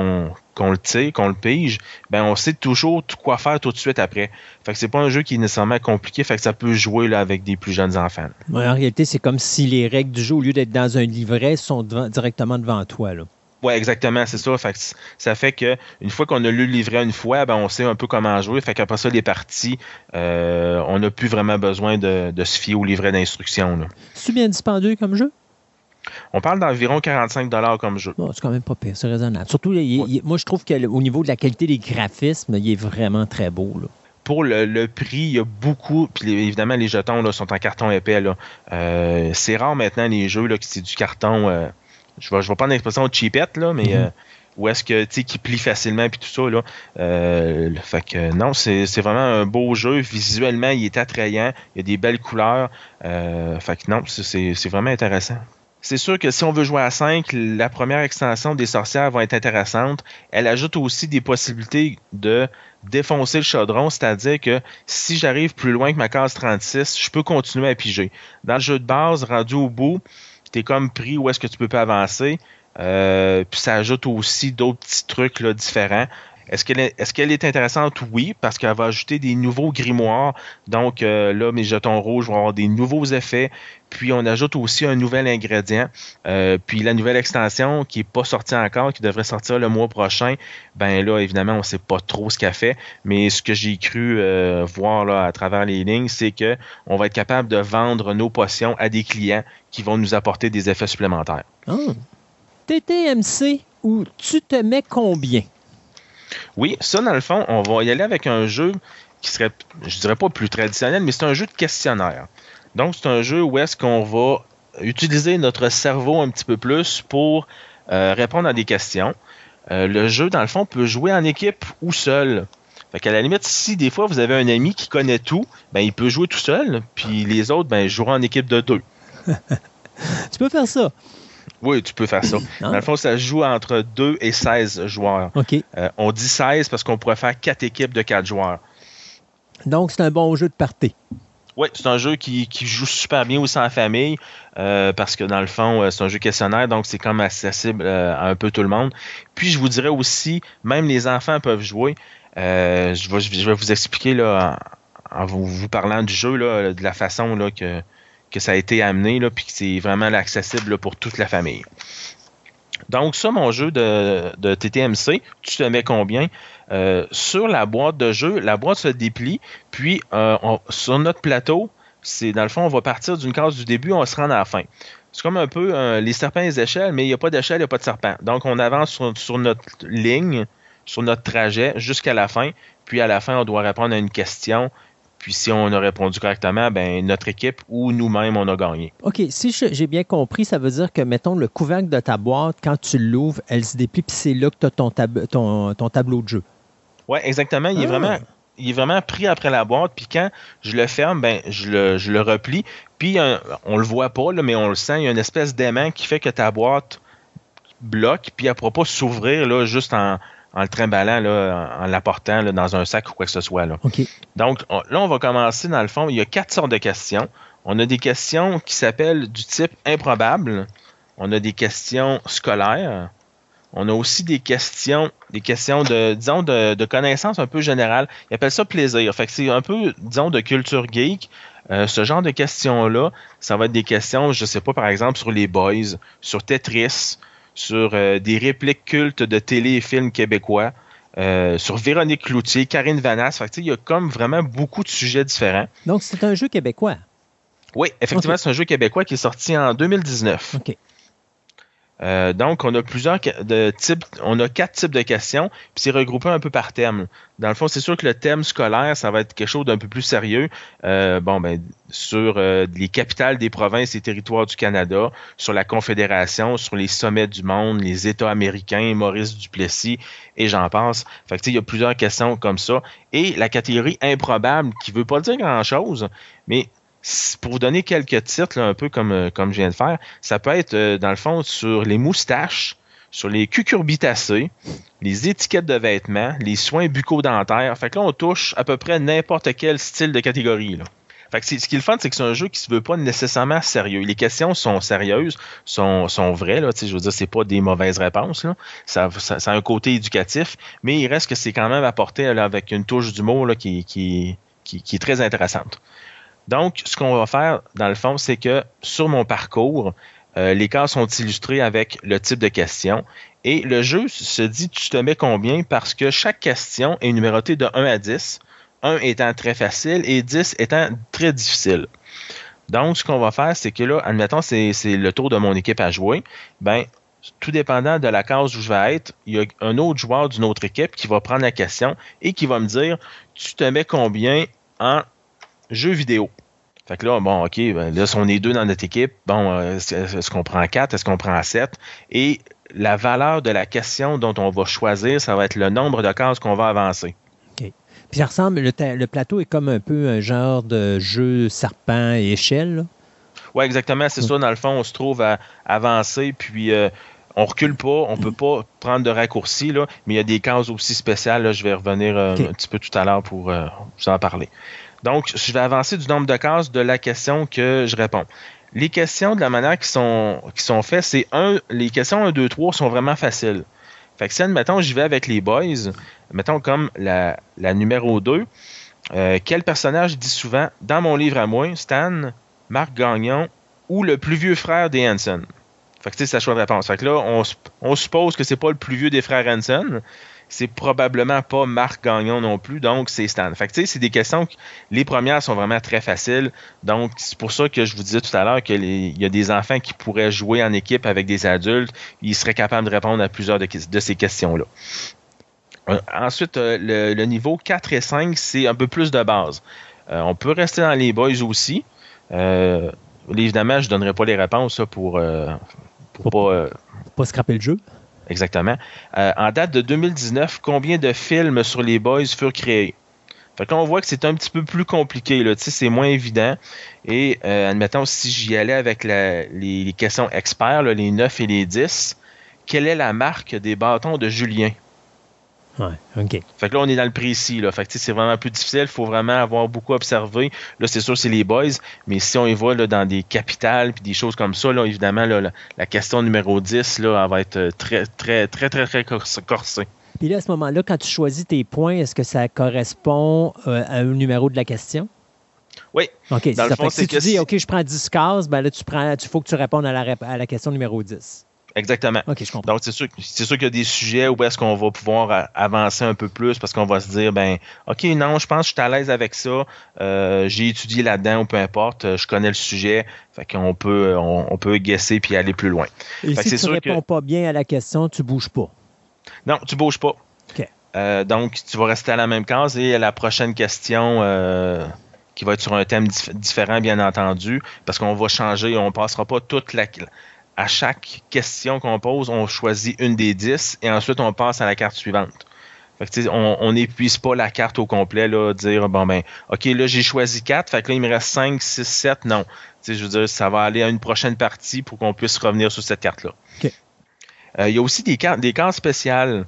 le tire, qu'on le pige, ben on sait toujours quoi faire tout de suite après. Fait que c'est pas un jeu qui est nécessairement compliqué. Fait que ça peut jouer là, avec des plus jeunes enfants. Ouais, en réalité, c'est comme si les règles du jeu, au lieu d'être dans un livret, sont directement devant toi, là. Oui, exactement, c'est ça. Fait que ça fait que une fois qu'on a lu le livret une fois, ben on sait un peu comment jouer. Fait qu'après ça, les parties, on n'a plus vraiment besoin de se fier au livret d'instruction. C'est bien dispendieux comme jeu? On parle d'environ 45$ comme jeu. Oh, c'est quand même pas pire, c'est raisonnable. Surtout, moi, je trouve qu'au niveau de la qualité des graphismes, il est vraiment très beau, là. Pour le prix, il y a beaucoup, puis évidemment, les jetons là, sont en carton épais. Là. C'est rare maintenant, les jeux, là, que c'est du carton... Je vais prendre l'expression cheapette, là, mais où est-ce que, tu sais, qui plie facilement puis tout ça, là. Fait que non, c'est vraiment un beau jeu. Visuellement, il est attrayant. Il y a des belles couleurs. Fait que non, c'est vraiment intéressant. C'est sûr que si on veut jouer à 5, la première extension des sorcières va être intéressante. Elle ajoute aussi des possibilités de défoncer le chaudron, c'est-à-dire que si j'arrive plus loin que ma case 36, je peux continuer à piger. Dans le jeu de base, rendu au bout, t'es comme pris où est-ce que tu peux pas avancer. Puis ça ajoute aussi d'autres petits trucs là, différents. Est-ce qu'elle est intéressante? Oui, parce qu'elle va ajouter des nouveaux grimoires. Donc là, mes jetons rouges vont avoir des nouveaux effets. Puis on ajoute aussi un nouvel ingrédient. Puis la nouvelle extension qui n'est pas sortie encore, qui devrait sortir le mois prochain, ben là, évidemment, on ne sait pas trop ce qu'elle fait. Mais ce que j'ai cru voir là, à travers les lignes, c'est qu'on va être capable de vendre nos potions à des clients qui vont nous apporter des effets supplémentaires. Oh. TTMC, où tu te mets combien? Oui, ça, dans le fond, on va y aller avec un jeu qui serait, je dirais pas plus traditionnel, mais c'est un jeu de questionnaire. Donc, c'est un jeu où est-ce qu'on va utiliser notre cerveau un petit peu plus pour répondre à des questions. Le jeu, dans le fond, peut jouer en équipe ou seul. Fait qu'à la limite, si des fois vous avez un ami qui connaît tout, ben il peut jouer tout seul, puis les autres, ben joueront en équipe de 2. Tu peux faire ça? Oui, tu peux faire ça. Dans le fond, ça se joue entre 2 et 16 joueurs. Okay. On dit 16 parce qu'on pourrait faire 4 équipes de 4 joueurs. Donc, c'est un bon jeu de party. Oui, c'est un jeu qui joue super bien aussi en famille parce que dans le fond, c'est un jeu questionnaire, donc c'est comme accessible à un peu tout le monde. Puis, je vous dirais aussi, même les enfants peuvent jouer. Je vais vous expliquer là, en vous parlant du jeu, là, de la façon là, que ça a été amené, là, puis que c'est vraiment accessible là, pour toute la famille. Donc ça, mon jeu de TTMC, tu te mets combien? Sur la boîte de jeu, la boîte se déplie, puis sur notre plateau, c'est dans le fond, on va partir d'une case du début, on va se rendre à la fin. C'est comme un peu les serpents et les échelles, mais il n'y a pas d'échelle, il n'y a pas de serpent. Donc on avance sur notre ligne, sur notre trajet, jusqu'à la fin, puis à la fin, on doit répondre à une question. Puis si on a répondu correctement, ben notre équipe ou nous-mêmes, on a gagné. OK. Si j'ai bien compris, ça veut dire que, mettons, le couvercle de ta boîte, quand tu l'ouvres, elle se déplie, puis c'est là que tu as ton tableau de jeu. Oui, exactement. Il est vraiment pris après la boîte. Puis quand je le ferme, ben je le replie. Puis on le voit pas, là, mais on le sent. Il y a une espèce d'aimant qui fait que ta boîte bloque, puis elle ne pourra pas s'ouvrir là, juste en le trimballant, là, en l'apportant là, dans un sac ou quoi que ce soit. Là. Okay. Donc, là, on va commencer, dans le fond, il y a 4 sortes de questions. On a des questions qui s'appellent du type improbable. On a des questions scolaires. On a aussi des questions de connaissances un peu générales. Ils appellent ça plaisir. Fait que c'est un peu, disons, de culture geek. Ce genre de questions-là, ça va être des questions, je sais pas, par exemple, sur les Boys, sur Tetris, sur des répliques cultes de télé et films québécois, sur Véronique Cloutier, Karine Vanasse. Fait que, il y a comme vraiment beaucoup de sujets différents. Donc, c'est un jeu québécois. Oui, effectivement, c'est un jeu québécois qui est sorti en 2019. OK. Donc, on a on a 4 types de questions, puis c'est regroupé un peu par thème. Dans le fond, c'est sûr que le thème scolaire, ça va être quelque chose d'un peu plus sérieux. Sur les capitales des provinces et territoires du Canada, sur la Confédération, sur les sommets du monde, les États américains, Maurice Duplessis, et j'en passe. Fait que, il y a plusieurs questions comme ça. Et la catégorie improbable, qui veut pas dire grand-chose, mais pour vous donner quelques titres, là, un peu comme je viens de faire, ça peut être, dans le fond, sur les moustaches, sur les cucurbitacées, les étiquettes de vêtements, les soins bucco-dentaires. Fait que là, on touche à peu près n'importe quel style de catégorie, là. Fait que ce qui est le fun, c'est que c'est un jeu qui se veut pas nécessairement sérieux. Les questions sont sérieuses, sont vraies, là. Je veux dire, c'est pas des mauvaises réponses, là. Ça a un côté éducatif, mais il reste que c'est quand même apporté là, avec une touche d'humour là, qui est très intéressante. Donc, ce qu'on va faire, dans le fond, c'est que sur mon parcours, les cases sont illustrées avec le type de question. Et le jeu se dit « tu te mets combien » parce que chaque question est numérotée de 1 à 10, 1 étant très facile et 10 étant très difficile. Donc, ce qu'on va faire, c'est que là, admettons, c'est le tour de mon équipe à jouer. Ben, tout dépendant de la case où je vais être, il y a un autre joueur d'une autre équipe qui va prendre la question et qui va me dire « tu te mets combien en jeu vidéo. » Fait que là, bon, OK, ben là, si on est 2 dans notre équipe, bon, est-ce qu'on prend 4, est-ce qu'on prend 7? Et la valeur de la question dont on va choisir, ça va être le nombre de cases qu'on va avancer. OK. Puis ça ressemble, le plateau est comme un peu un genre de jeu serpent et échelle. Oui, exactement, c'est ça. Dans le fond, on se trouve à avancer, puis on recule pas, on peut pas prendre de raccourcis, là, mais il y a des cases aussi spéciales. Là, je vais revenir un petit peu tout à l'heure pour vous en parler. Donc, je vais avancer du nombre de cases de la question que je réponds. Les questions, de la manière qui sont faites, c'est les questions 1, 2, 3 sont vraiment faciles. Fait que si, admettons, j'y vais avec les boys, mettons comme la numéro 2, quel personnage dit souvent, dans mon livre à moi, Stan, Marc Gagnon ou le plus vieux frère des Hanson? Fait que c'est sa choix de réponse. Fait que là, on suppose que c'est pas le plus vieux des frères Hanson. C'est probablement pas Marc Gagnon non plus, donc c'est Stan. Fait que tu sais, c'est des questions, les premières sont vraiment très faciles, donc c'est pour ça que je vous disais tout à l'heure qu'il y a des enfants qui pourraient jouer en équipe avec des adultes, ils seraient capables de répondre à plusieurs de ces questions-là. Ensuite, le niveau 4 et 5, c'est un peu plus de base. On peut rester dans les boys aussi. Évidemment, je ne donnerai pas les réponses là, pour pas scraper le jeu. Exactement. En date de 2019, combien de films sur les boys furent créés? Fait que là, on voit que c'est un petit peu plus compliqué, là. Tu sais, c'est moins évident. Et admettons, si j'y allais avec les questions experts, là, les 9 et les 10, quelle est la marque des bâtons de Julien? Ouais, OK. Fait que là, on est dans le précis, là. Fait que c'est vraiment plus difficile. Il faut vraiment avoir beaucoup observé. Là, c'est sûr, c'est les boys. Mais si on y va là, dans des capitales puis des choses comme ça, là, évidemment, là, la question numéro 10, là, elle va être très, très, très, très, très corsée. Puis là, à ce moment-là, quand tu choisis tes points, est-ce que ça correspond à un numéro de la question? Oui. OK. Dans le fond, si tu dis, OK, je prends 10 cases, ben là, il faut que tu répondes à la question numéro 10. Exactement. OK, je comprends. Donc, c'est sûr qu'il y a des sujets où est-ce qu'on va pouvoir avancer un peu plus parce qu'on va se dire, ben, OK, non, je pense que je suis à l'aise avec ça. J'ai étudié là-dedans ou peu importe. Je connais le sujet. Fait qu'on peut guesser puis aller plus loin. Et si tu ne réponds pas bien à la question, tu ne bouges pas. Non, tu ne bouges pas. OK. Donc, tu vas rester à la même case et à la prochaine question qui va être sur un thème différent, bien entendu, parce qu'on va changer. On ne passera pas à chaque question qu'on pose, on choisit une des 10 et ensuite on passe à la carte suivante. Fait que, on n'épuise pas la carte au complet, là, dire bon ben, OK, là j'ai choisi 4, fait que là il me reste 5, 6, 7, non. Je veux dire, ça va aller à une prochaine partie pour qu'on puisse revenir sur cette carte-là. Okay. Il y a aussi des cartes spéciales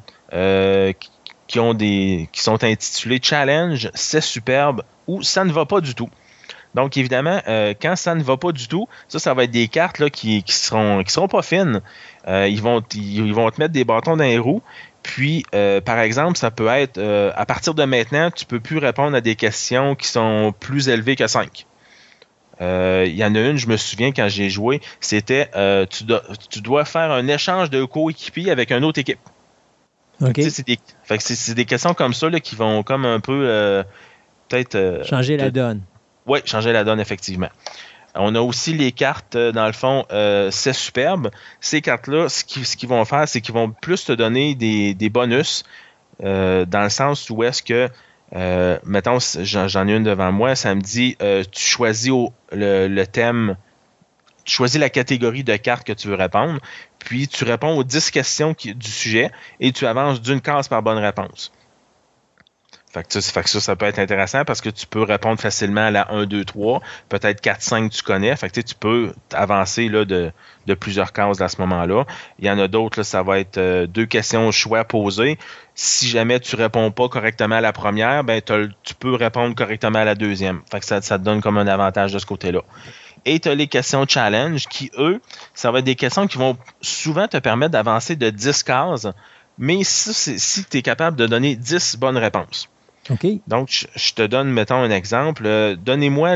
qui sont intitulées Challenge, c'est superbe ou ça ne va pas du tout. Donc, évidemment, quand ça ne va pas du tout, ça va être des cartes là, qui seront pas fines. Ils vont te mettre des bâtons dans les roues. Puis, par exemple, ça peut être, à partir de maintenant, tu ne peux plus répondre à des questions qui sont plus élevées que 5. Il y en a une, je me souviens, quand j'ai joué, c'était tu dois faire un échange de coéquipiers avec une autre équipe. OK. C'est des questions comme ça là, qui vont comme un peu peut-être... changer la donne. Oui, changer la donne, effectivement. On a aussi les cartes, dans le fond, c'est superbe. Ces cartes-là, ce qu'ils vont faire, c'est qu'ils vont plus te donner des bonus dans le sens où est-ce que, mettons, j'en ai une devant moi, ça me dit, tu choisis le thème, tu choisis la catégorie de cartes que tu veux répondre, puis tu réponds aux 10 questions du sujet et tu avances d'une case par bonne réponse. Fait que ça peut être intéressant parce que tu peux répondre facilement à la 1, 2, 3, peut-être 4, 5 tu connais. Fait que tu peux avancer là, de plusieurs cases à ce moment-là. Il y en a d'autres, là, ça va être 2 questions au choix posées. Si jamais tu réponds pas correctement à la première, ben tu peux répondre correctement à la deuxième. Fait que ça te donne comme un avantage de ce côté-là. Et tu as les questions challenge qui, eux, ça va être des questions qui vont souvent te permettre d'avancer de 10 cases, mais si tu es capable de donner 10 bonnes réponses. Okay. Donc, je te donne, mettons, un exemple. Donnez-moi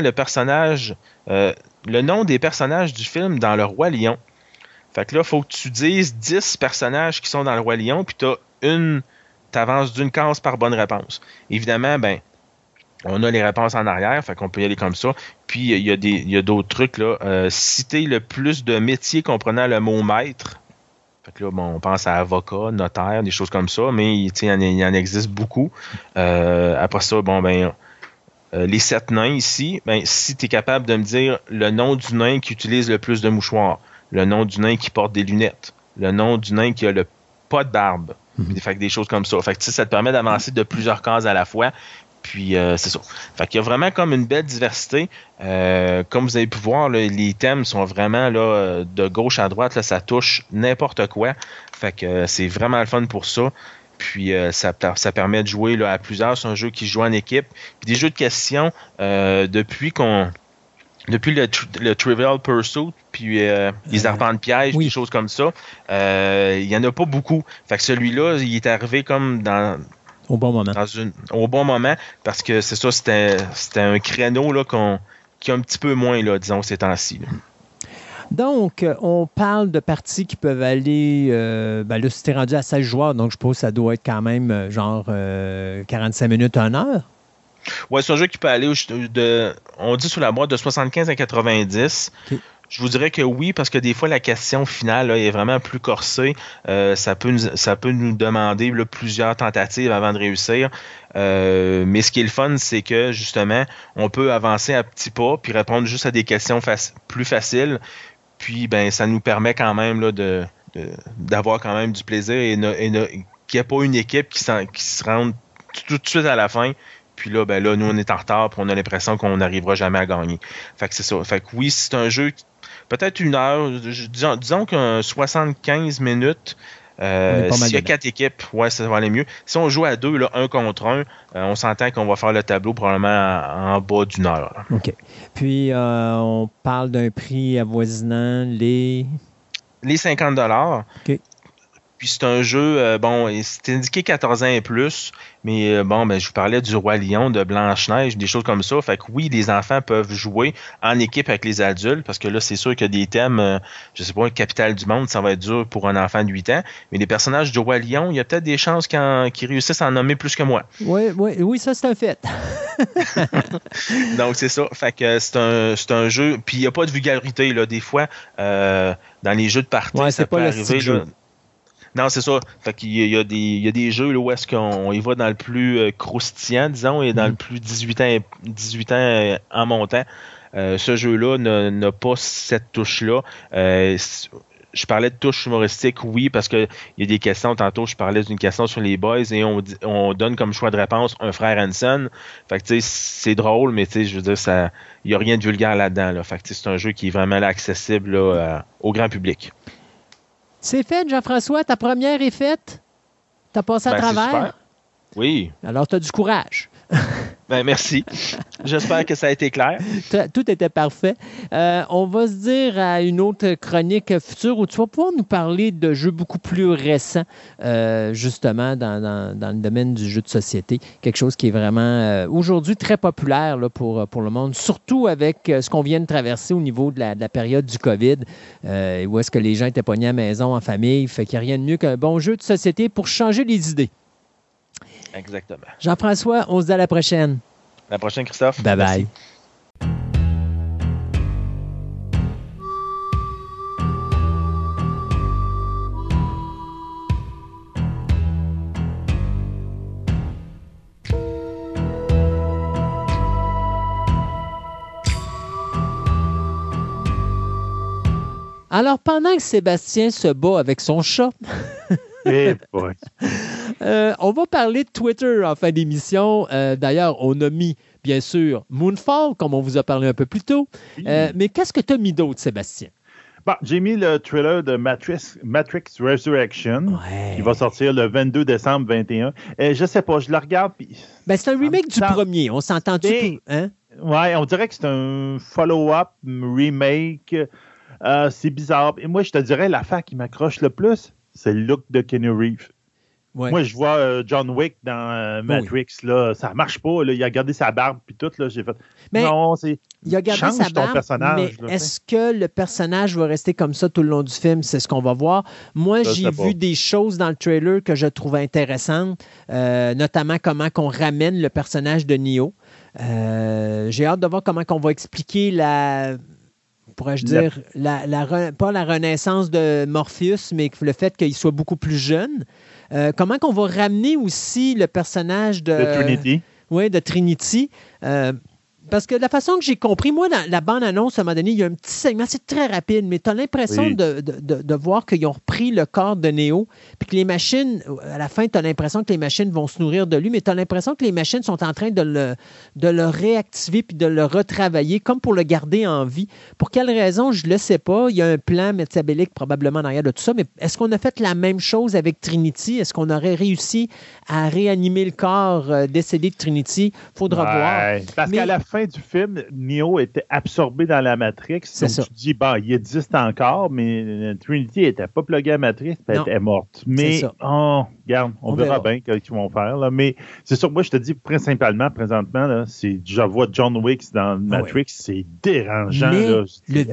le nom des personnages du film dans Le Roi Lion. Fait que là, il faut que tu dises 10 personnages qui sont dans Le Roi Lion, puis t'avances d'une case par bonne réponse. Évidemment, on a les réponses en arrière, fait qu'on peut y aller comme ça. Puis, il y a d'autres trucs, là. Citer le plus de métiers comprenant le mot maître. Fait que là, on pense à avocat, notaire, des choses comme ça, mais il en existe beaucoup. Après ça, les 7 nains ici, si tu es capable de me dire le nom du nain qui utilise le plus de mouchoirs, le nom du nain qui porte des lunettes, le nom du nain qui a pas de barbe, fait que des choses comme ça. Fait que ça te permet d'avancer de plusieurs cases à la fois. Puis, c'est ça. Fait qu'il y a vraiment comme une belle diversité. Comme vous avez pu voir, là, les thèmes sont vraiment là, de gauche à droite. Là, ça touche n'importe quoi. Fait que c'est vraiment le fun pour ça. Puis, ça permet de jouer là, à plusieurs. C'est un jeu qui se joue en équipe. Puis, des jeux de questions, depuis le Trivial Pursuit, puis les arpents de piège, des choses comme ça, il n'y en a pas beaucoup. Fait que celui-là, il est arrivé comme au bon moment. Au bon moment, parce que c'est ça, c'était un créneau là, qui a un petit peu moins, là, disons, ces temps-ci. Là. Donc, on parle de parties qui peuvent aller... là, si t'es rendu à 16 joueurs, donc je suppose que ça doit être quand même 45 minutes, 1 heure. Ouais, c'est un jeu qui peut aller on dit sur la boîte de 75 à 90. Okay. Je vous dirais que oui, parce que des fois, la question finale là, est vraiment plus corsée. Ça peut nous demander là, plusieurs tentatives avant de réussir. Mais ce qui est le fun, c'est que justement, on peut avancer à petits pas puis répondre juste à des questions plus faciles. Puis, ça nous permet quand même là, d'avoir quand même du plaisir et qu'il n'y ait pas une équipe qui se rende tout de suite à la fin. Puis là, nous, on est en retard puis on a l'impression qu'on n'arrivera jamais à gagner. Fait que c'est ça. Fait que oui, c'est un jeu... Peut-être 1 heure, disons qu'un 75 minutes, s'il y a 4 équipes, ouais, ça va aller mieux. Si on joue à 2, là, 1 contre 1, on s'entend qu'on va faire le tableau probablement en bas d'1 heure. Là. OK. Puis, on parle d'un prix avoisinant les 50 $. OK. Puis c'est un jeu, c'est indiqué 14 ans et plus, mais je vous parlais du Roi Lion, de Blanche-Neige, des choses comme ça. Fait que oui, les enfants peuvent jouer en équipe avec les adultes, parce que là, c'est sûr qu'il y a des thèmes, je sais pas, Capitale du Monde, ça va être dur pour un enfant de 8 ans, mais les personnages du Roi Lion, il y a peut-être des chances qu'ils réussissent à en nommer plus que moi. Oui, ça c'est un fait. Donc c'est ça. Fait que c'est un jeu, puis il n'y a pas de vulgarité, là, des fois, dans les jeux de partie, ça peut arriver, là. Non, c'est ça. Fait qu'il y a des jeux là, où est-ce qu'on y va dans le plus croustillant, disons, et dans le plus 18 ans en montant. Ce jeu-là n'a pas cette touche-là. Je parlais de touche humoristique, oui, parce qu'il y a des questions. Tantôt, je parlais d'une question sur les boys et on donne comme choix de réponse un frère Hanson. Fait que, tu sais, c'est drôle, mais, tu sais, je veux dire, il n'y a rien de vulgaire là-dedans. Là. Fait que, c'est un jeu qui est vraiment là, accessible là, au grand public. C'est fait, Jean-François. Ta première est faite. Tu as passé à travers. Super. Oui. Alors, tu as du courage. Ben, merci. J'espère que ça a été clair. Tout était parfait. On va se dire à une autre chronique future où tu vas pouvoir nous parler de jeux beaucoup plus récents, justement, dans le domaine du jeu de société. Quelque chose qui est vraiment, aujourd'hui, très populaire là, pour le monde, surtout avec ce qu'on vient de traverser au niveau de la période du COVID, où est-ce que les gens étaient pognés à la maison, en famille. Fait qu'il n'y a rien de mieux qu'un bon jeu de société pour changer les idées. Exactement. Jean-François, on se dit à la prochaine. À la prochaine, Christophe. Bye bye. Alors, pendant que Sébastien se bat avec son chat, on va parler de Twitter en fin d'émission. D'ailleurs, on a mis, bien sûr, Moonfall, comme on vous a parlé un peu plus tôt. Mais qu'est-ce que tu as mis d'autre, Sébastien? Bon, j'ai mis le trailer de Matrix Resurrection, qui va sortir le 22 décembre 2021. Je sais pas, je le regarde. Puis ben, c'est un remake du premier. On s'entend-tu? Hein? Ouais, on dirait que c'est un follow-up, remake. C'est bizarre. Et moi, je te dirais, l'affaire qui m'accroche le plus, c'est le look de Keanu Reeves. Ouais. Moi, je vois John Wick dans Matrix, là, ça marche pas. Là, il a gardé sa barbe puis tout. Là, j'ai fait. Mais non, c'est. Il a gardé sa barbe, mais là, est-ce que le personnage va rester comme ça tout le long du film? C'est ce qu'on va voir. Moi, j'ai vu des choses dans le trailer que je trouve intéressantes, notamment comment qu'on ramène le personnage de Neo. J'ai hâte de voir comment on va expliquer pourrais-je dire, pas la renaissance de Morpheus, mais le fait qu'il soit beaucoup plus jeune. Comment qu'on va ramener aussi le personnage de Trinity. Oui, de Trinity. Parce que de la façon que j'ai compris, moi, dans la bande-annonce, à un moment donné, il y a un petit segment, c'est très rapide, mais tu as l'impression de voir qu'ils ont repris le corps de Neo, puis que les machines, à la fin, tu as l'impression que les machines vont se nourrir de lui, mais tu as l'impression que les machines sont en train de le réactiver puis de le retravailler, comme pour le garder en vie. Pour quelle raison, je ne le sais pas. Il y a un plan métabolique probablement en arrière de tout ça, mais est-ce qu'on a fait la même chose avec Trinity? Est-ce qu'on aurait réussi à réanimer le corps décédé de Trinity? Faudra voir. Parce qu'à la fin du film, Neo était absorbé dans la Matrix. C'est donc ça. Tu dis, bon, il existe encore, mais Trinity n'était pas pluguée à la Matrix, puis elle était morte. Mais, regarde, on verra bien ce qu'ils vont faire. Là. Mais c'est sûr, moi, je te dis, principalement, présentement, là, je vois John Wick dans Matrix, c'est dérangeant. Mais là.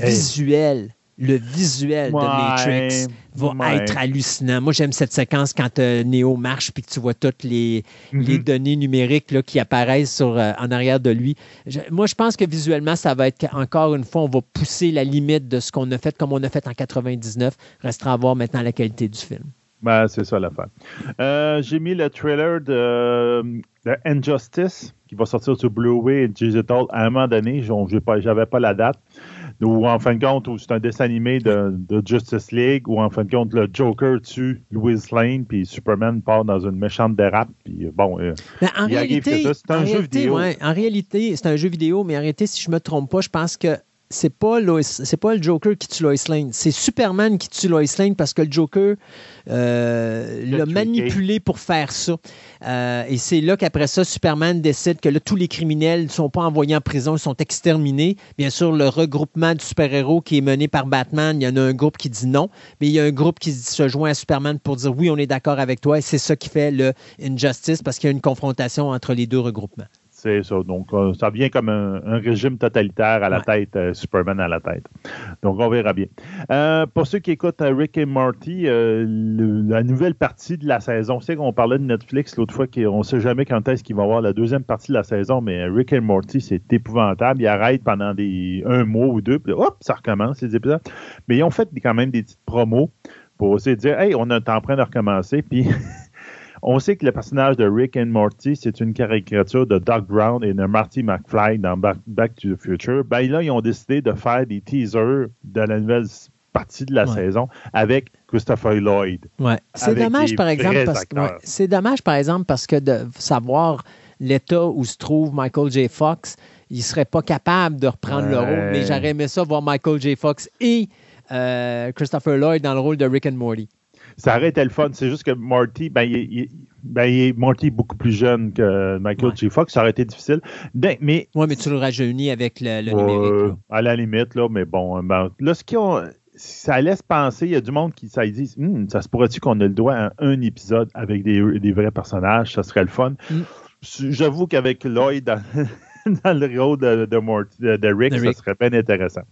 Le visuel de Matrix va être hallucinant. Moi, j'aime cette séquence quand Neo marche puis que tu vois toutes les données numériques là, qui apparaissent en arrière de lui. Moi, je pense que visuellement, ça va être, encore une fois, on va pousser la limite de ce qu'on a fait comme on a fait en 99. Restera à voir maintenant la qualité du film. Ben, c'est ça l'affaire. J'ai mis le trailer de Injustice qui va sortir sur Blu-ray et Digital à un moment donné. J'avais pas la date. Ou en fin de compte, c'est un dessin animé de Justice League, ou en fin de compte, le Joker tue Lois Lane, puis Superman part dans une méchante dérape, puis bon, en réalité, c'est un jeu vidéo. Ouais, en réalité, c'est un jeu vidéo, mais en réalité, si je ne me trompe pas, je pense que c'est pas le Joker qui tue Lois Lane, c'est Superman qui tue Lois Lane parce que le Joker l'a manipulé pour faire ça. Et c'est là qu'après ça, Superman décide que là, tous les criminels ne sont pas envoyés en prison, ils sont exterminés. Bien sûr, le regroupement de super-héros qui est mené par Batman, il y en a un groupe qui dit non, mais il y a un groupe qui se joint à Superman pour dire oui, on est d'accord avec toi. Et c'est ça qui fait le Injustice parce qu'il y a une confrontation entre les deux regroupements. C'est ça. Donc, ça vient comme un régime totalitaire à la tête, Superman à la tête. Donc, on verra bien. Pour ceux qui écoutent Rick et Morty, la nouvelle partie de la saison, on sait qu'on parlait de Netflix l'autre fois, on ne sait jamais quand est-ce qu'il va y avoir la deuxième partie de la saison, mais Rick et Morty, c'est épouvantable. Ils arrêtent pendant un mois ou deux, puis hop, ça recommence, les épisodes. Mais ils ont fait quand même des petites promos pour essayer de dire, hey, on est en train de recommencer, puis... On sait que le personnage de Rick and Morty, c'est une caricature de Doc Brown et de Marty McFly dans Back to the Future. Ben là, ils ont décidé de faire des teasers de la nouvelle partie de la saison avec Christopher Lloyd. Ouais. C'est dommage, par exemple, parce que de savoir l'état où se trouve Michael J. Fox, il ne serait pas capable de reprendre le rôle. Mais j'aurais aimé ça voir Michael J. Fox et Christopher Lloyd dans le rôle de Rick and Morty. Ça aurait été le fun. C'est juste que Morty, Marty est beaucoup plus jeune que Michael J. Fox. Ça aurait été difficile. Mais tu le rajeunis avec le numérique. Là. À la limite, là, mais bon. Là, ça laisse penser, il y a du monde qui dit ça se pourrait-tu qu'on ait le droit à un épisode avec des vrais personnages? Ça serait le fun. J'avoue qu'avec Lloyd dans le rôle de Rick, ça serait bien intéressant.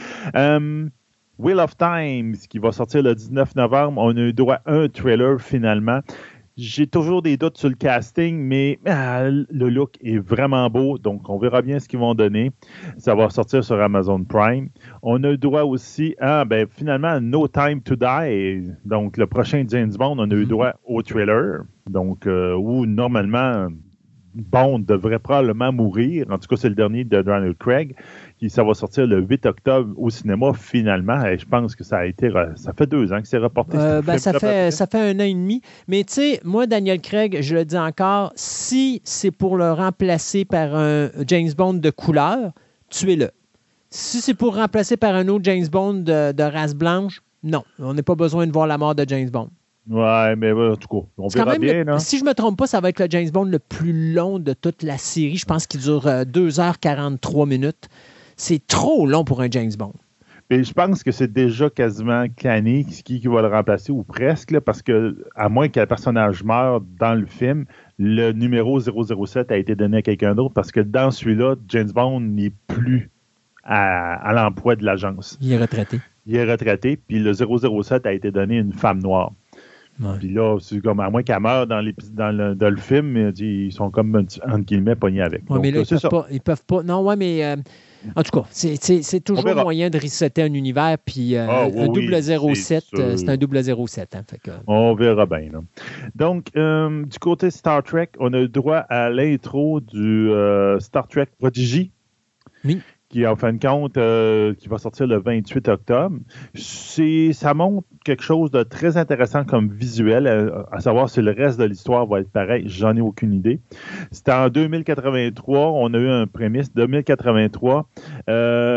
Wheel of Time, qui va sortir le 19 novembre, on a eu droit à un trailer finalement. J'ai toujours des doutes sur le casting, mais le look est vraiment beau, donc on verra bien ce qu'ils vont donner. Ça va sortir sur Amazon Prime. On a eu droit aussi à, finalement, No Time to Die, donc le prochain James Bond, on a eu droit au trailer, donc où normalement Bond devrait probablement mourir. En tout cas, c'est le dernier de Daniel Craig. Ça va sortir le 8 octobre au cinéma, finalement. Et je pense que ça fait 2 ans que c'est reporté. Ça fait 1 an et demi. Mais tu sais, moi, Daniel Craig, je le dis encore, si c'est pour le remplacer par un James Bond de couleur, tuez-le. Si c'est pour remplacer par un autre James Bond de race blanche, non. On n'a pas besoin de voir la mort de James Bond. Ouais, mais en tout cas, on verra bien. Si je ne me trompe pas, ça va être le James Bond le plus long de toute la série. Je pense qu'il dure 2h43 minutes. C'est trop long pour un James Bond. Et je pense que c'est déjà quasiment canné qui va le remplacer, ou presque, là, parce que, à moins que le personnage meure dans le film, le numéro 007 a été donné à quelqu'un d'autre, parce que dans celui-là, James Bond n'est plus à l'emploi de l'agence. Il est retraité. Puis le 007 a été donné à une femme noire. Ouais. Puis là, c'est comme, à moins qu'elle meure dans le film, ils sont comme, entre guillemets, pognés avec. Ouais, donc, mais là, ils peuvent pas. Non, ouais, mais en tout cas, c'est toujours moyen de resetter un univers. Puis un 007, c'est un 007. Hein, fait que... On verra bien. Là. Donc, du côté Star Trek, on a eu droit à l'intro du Star Trek Prodigy. Oui. Qui, en fin de compte, qui va sortir le 28 octobre. Ça montre quelque chose de très intéressant comme visuel, à savoir si le reste de l'histoire va être pareil, j'en ai aucune idée. C'était en 2083, on a eu un prémisse, 2083. Il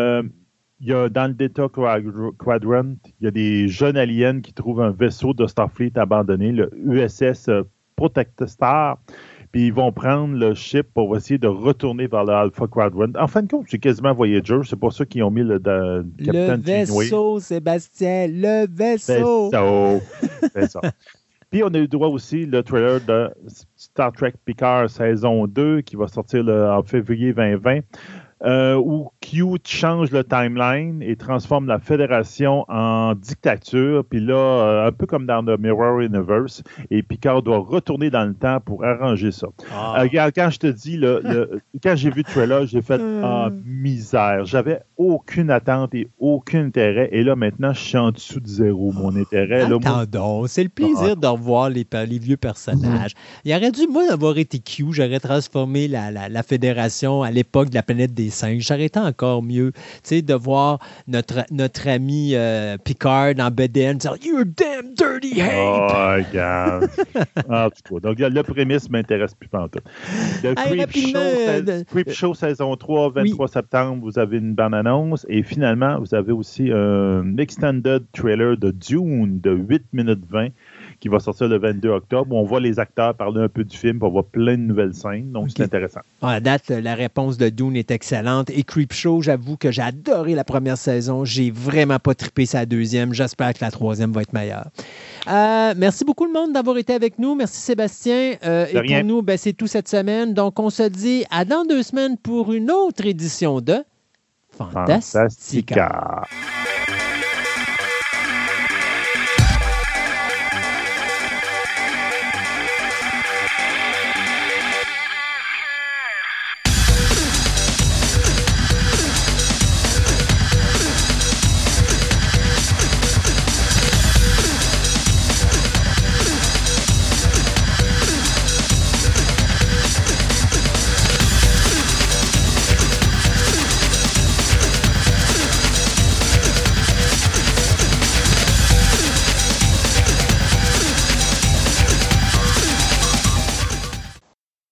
y a dans le Delta Quadrant, il y a des jeunes aliens qui trouvent un vaisseau de Starfleet abandonné, le USS Protector. Puis ils vont prendre le ship pour essayer de retourner vers le Alpha Quadrant. En fin de compte, c'est quasiment Voyager. C'est pour ça qu'ils ont mis le Capitaine Janeway. Le vaisseau, Sébastien, le vaisseau. C'est ça. Puis on a eu droit aussi le trailer de Star Trek Picard saison 2 qui va sortir en février 2020. Où Q change le timeline et transforme la Fédération en dictature. Puis là, un peu comme dans The Mirror Universe, et Picard doit retourner dans le temps pour arranger ça. Quand je te dis, quand j'ai vu le trailer, j'ai fait misère. J'avais aucune attente et aucun intérêt. Et là, maintenant, je suis en dessous de zéro, mon intérêt. Attendons, c'est le plaisir de revoir les vieux personnages. Il aurait dû, moi, avoir été Q. J'aurais transformé la Fédération à l'époque de la planète des singes. J'aurais été encore mieux, tu sais, de voir notre ami Picard en bedaine dire « You're damn dirty ape! » Oh, regarde! En tout cas, donc le prémisse m'intéresse plus pantoute. Le Creep Show saison 3, 23 septembre, vous avez une bande-annonce et finalement, vous avez aussi un extended trailer de Dune de 8 minutes 20 qui va sortir le 22 octobre, où on voit les acteurs parler un peu du film, on voit plein de nouvelles scènes, donc c'est intéressant. À date, la réponse de Dune est excellente. Et Creepshow, j'avoue que j'ai adoré la première saison. J'ai vraiment pas trippé sa deuxième. J'espère que la troisième va être meilleure. Merci beaucoup le monde d'avoir été avec nous. Merci Sébastien. Et pour nous, c'est tout cette semaine. Donc, on se dit à dans 2 semaines pour une autre édition de Fantastica.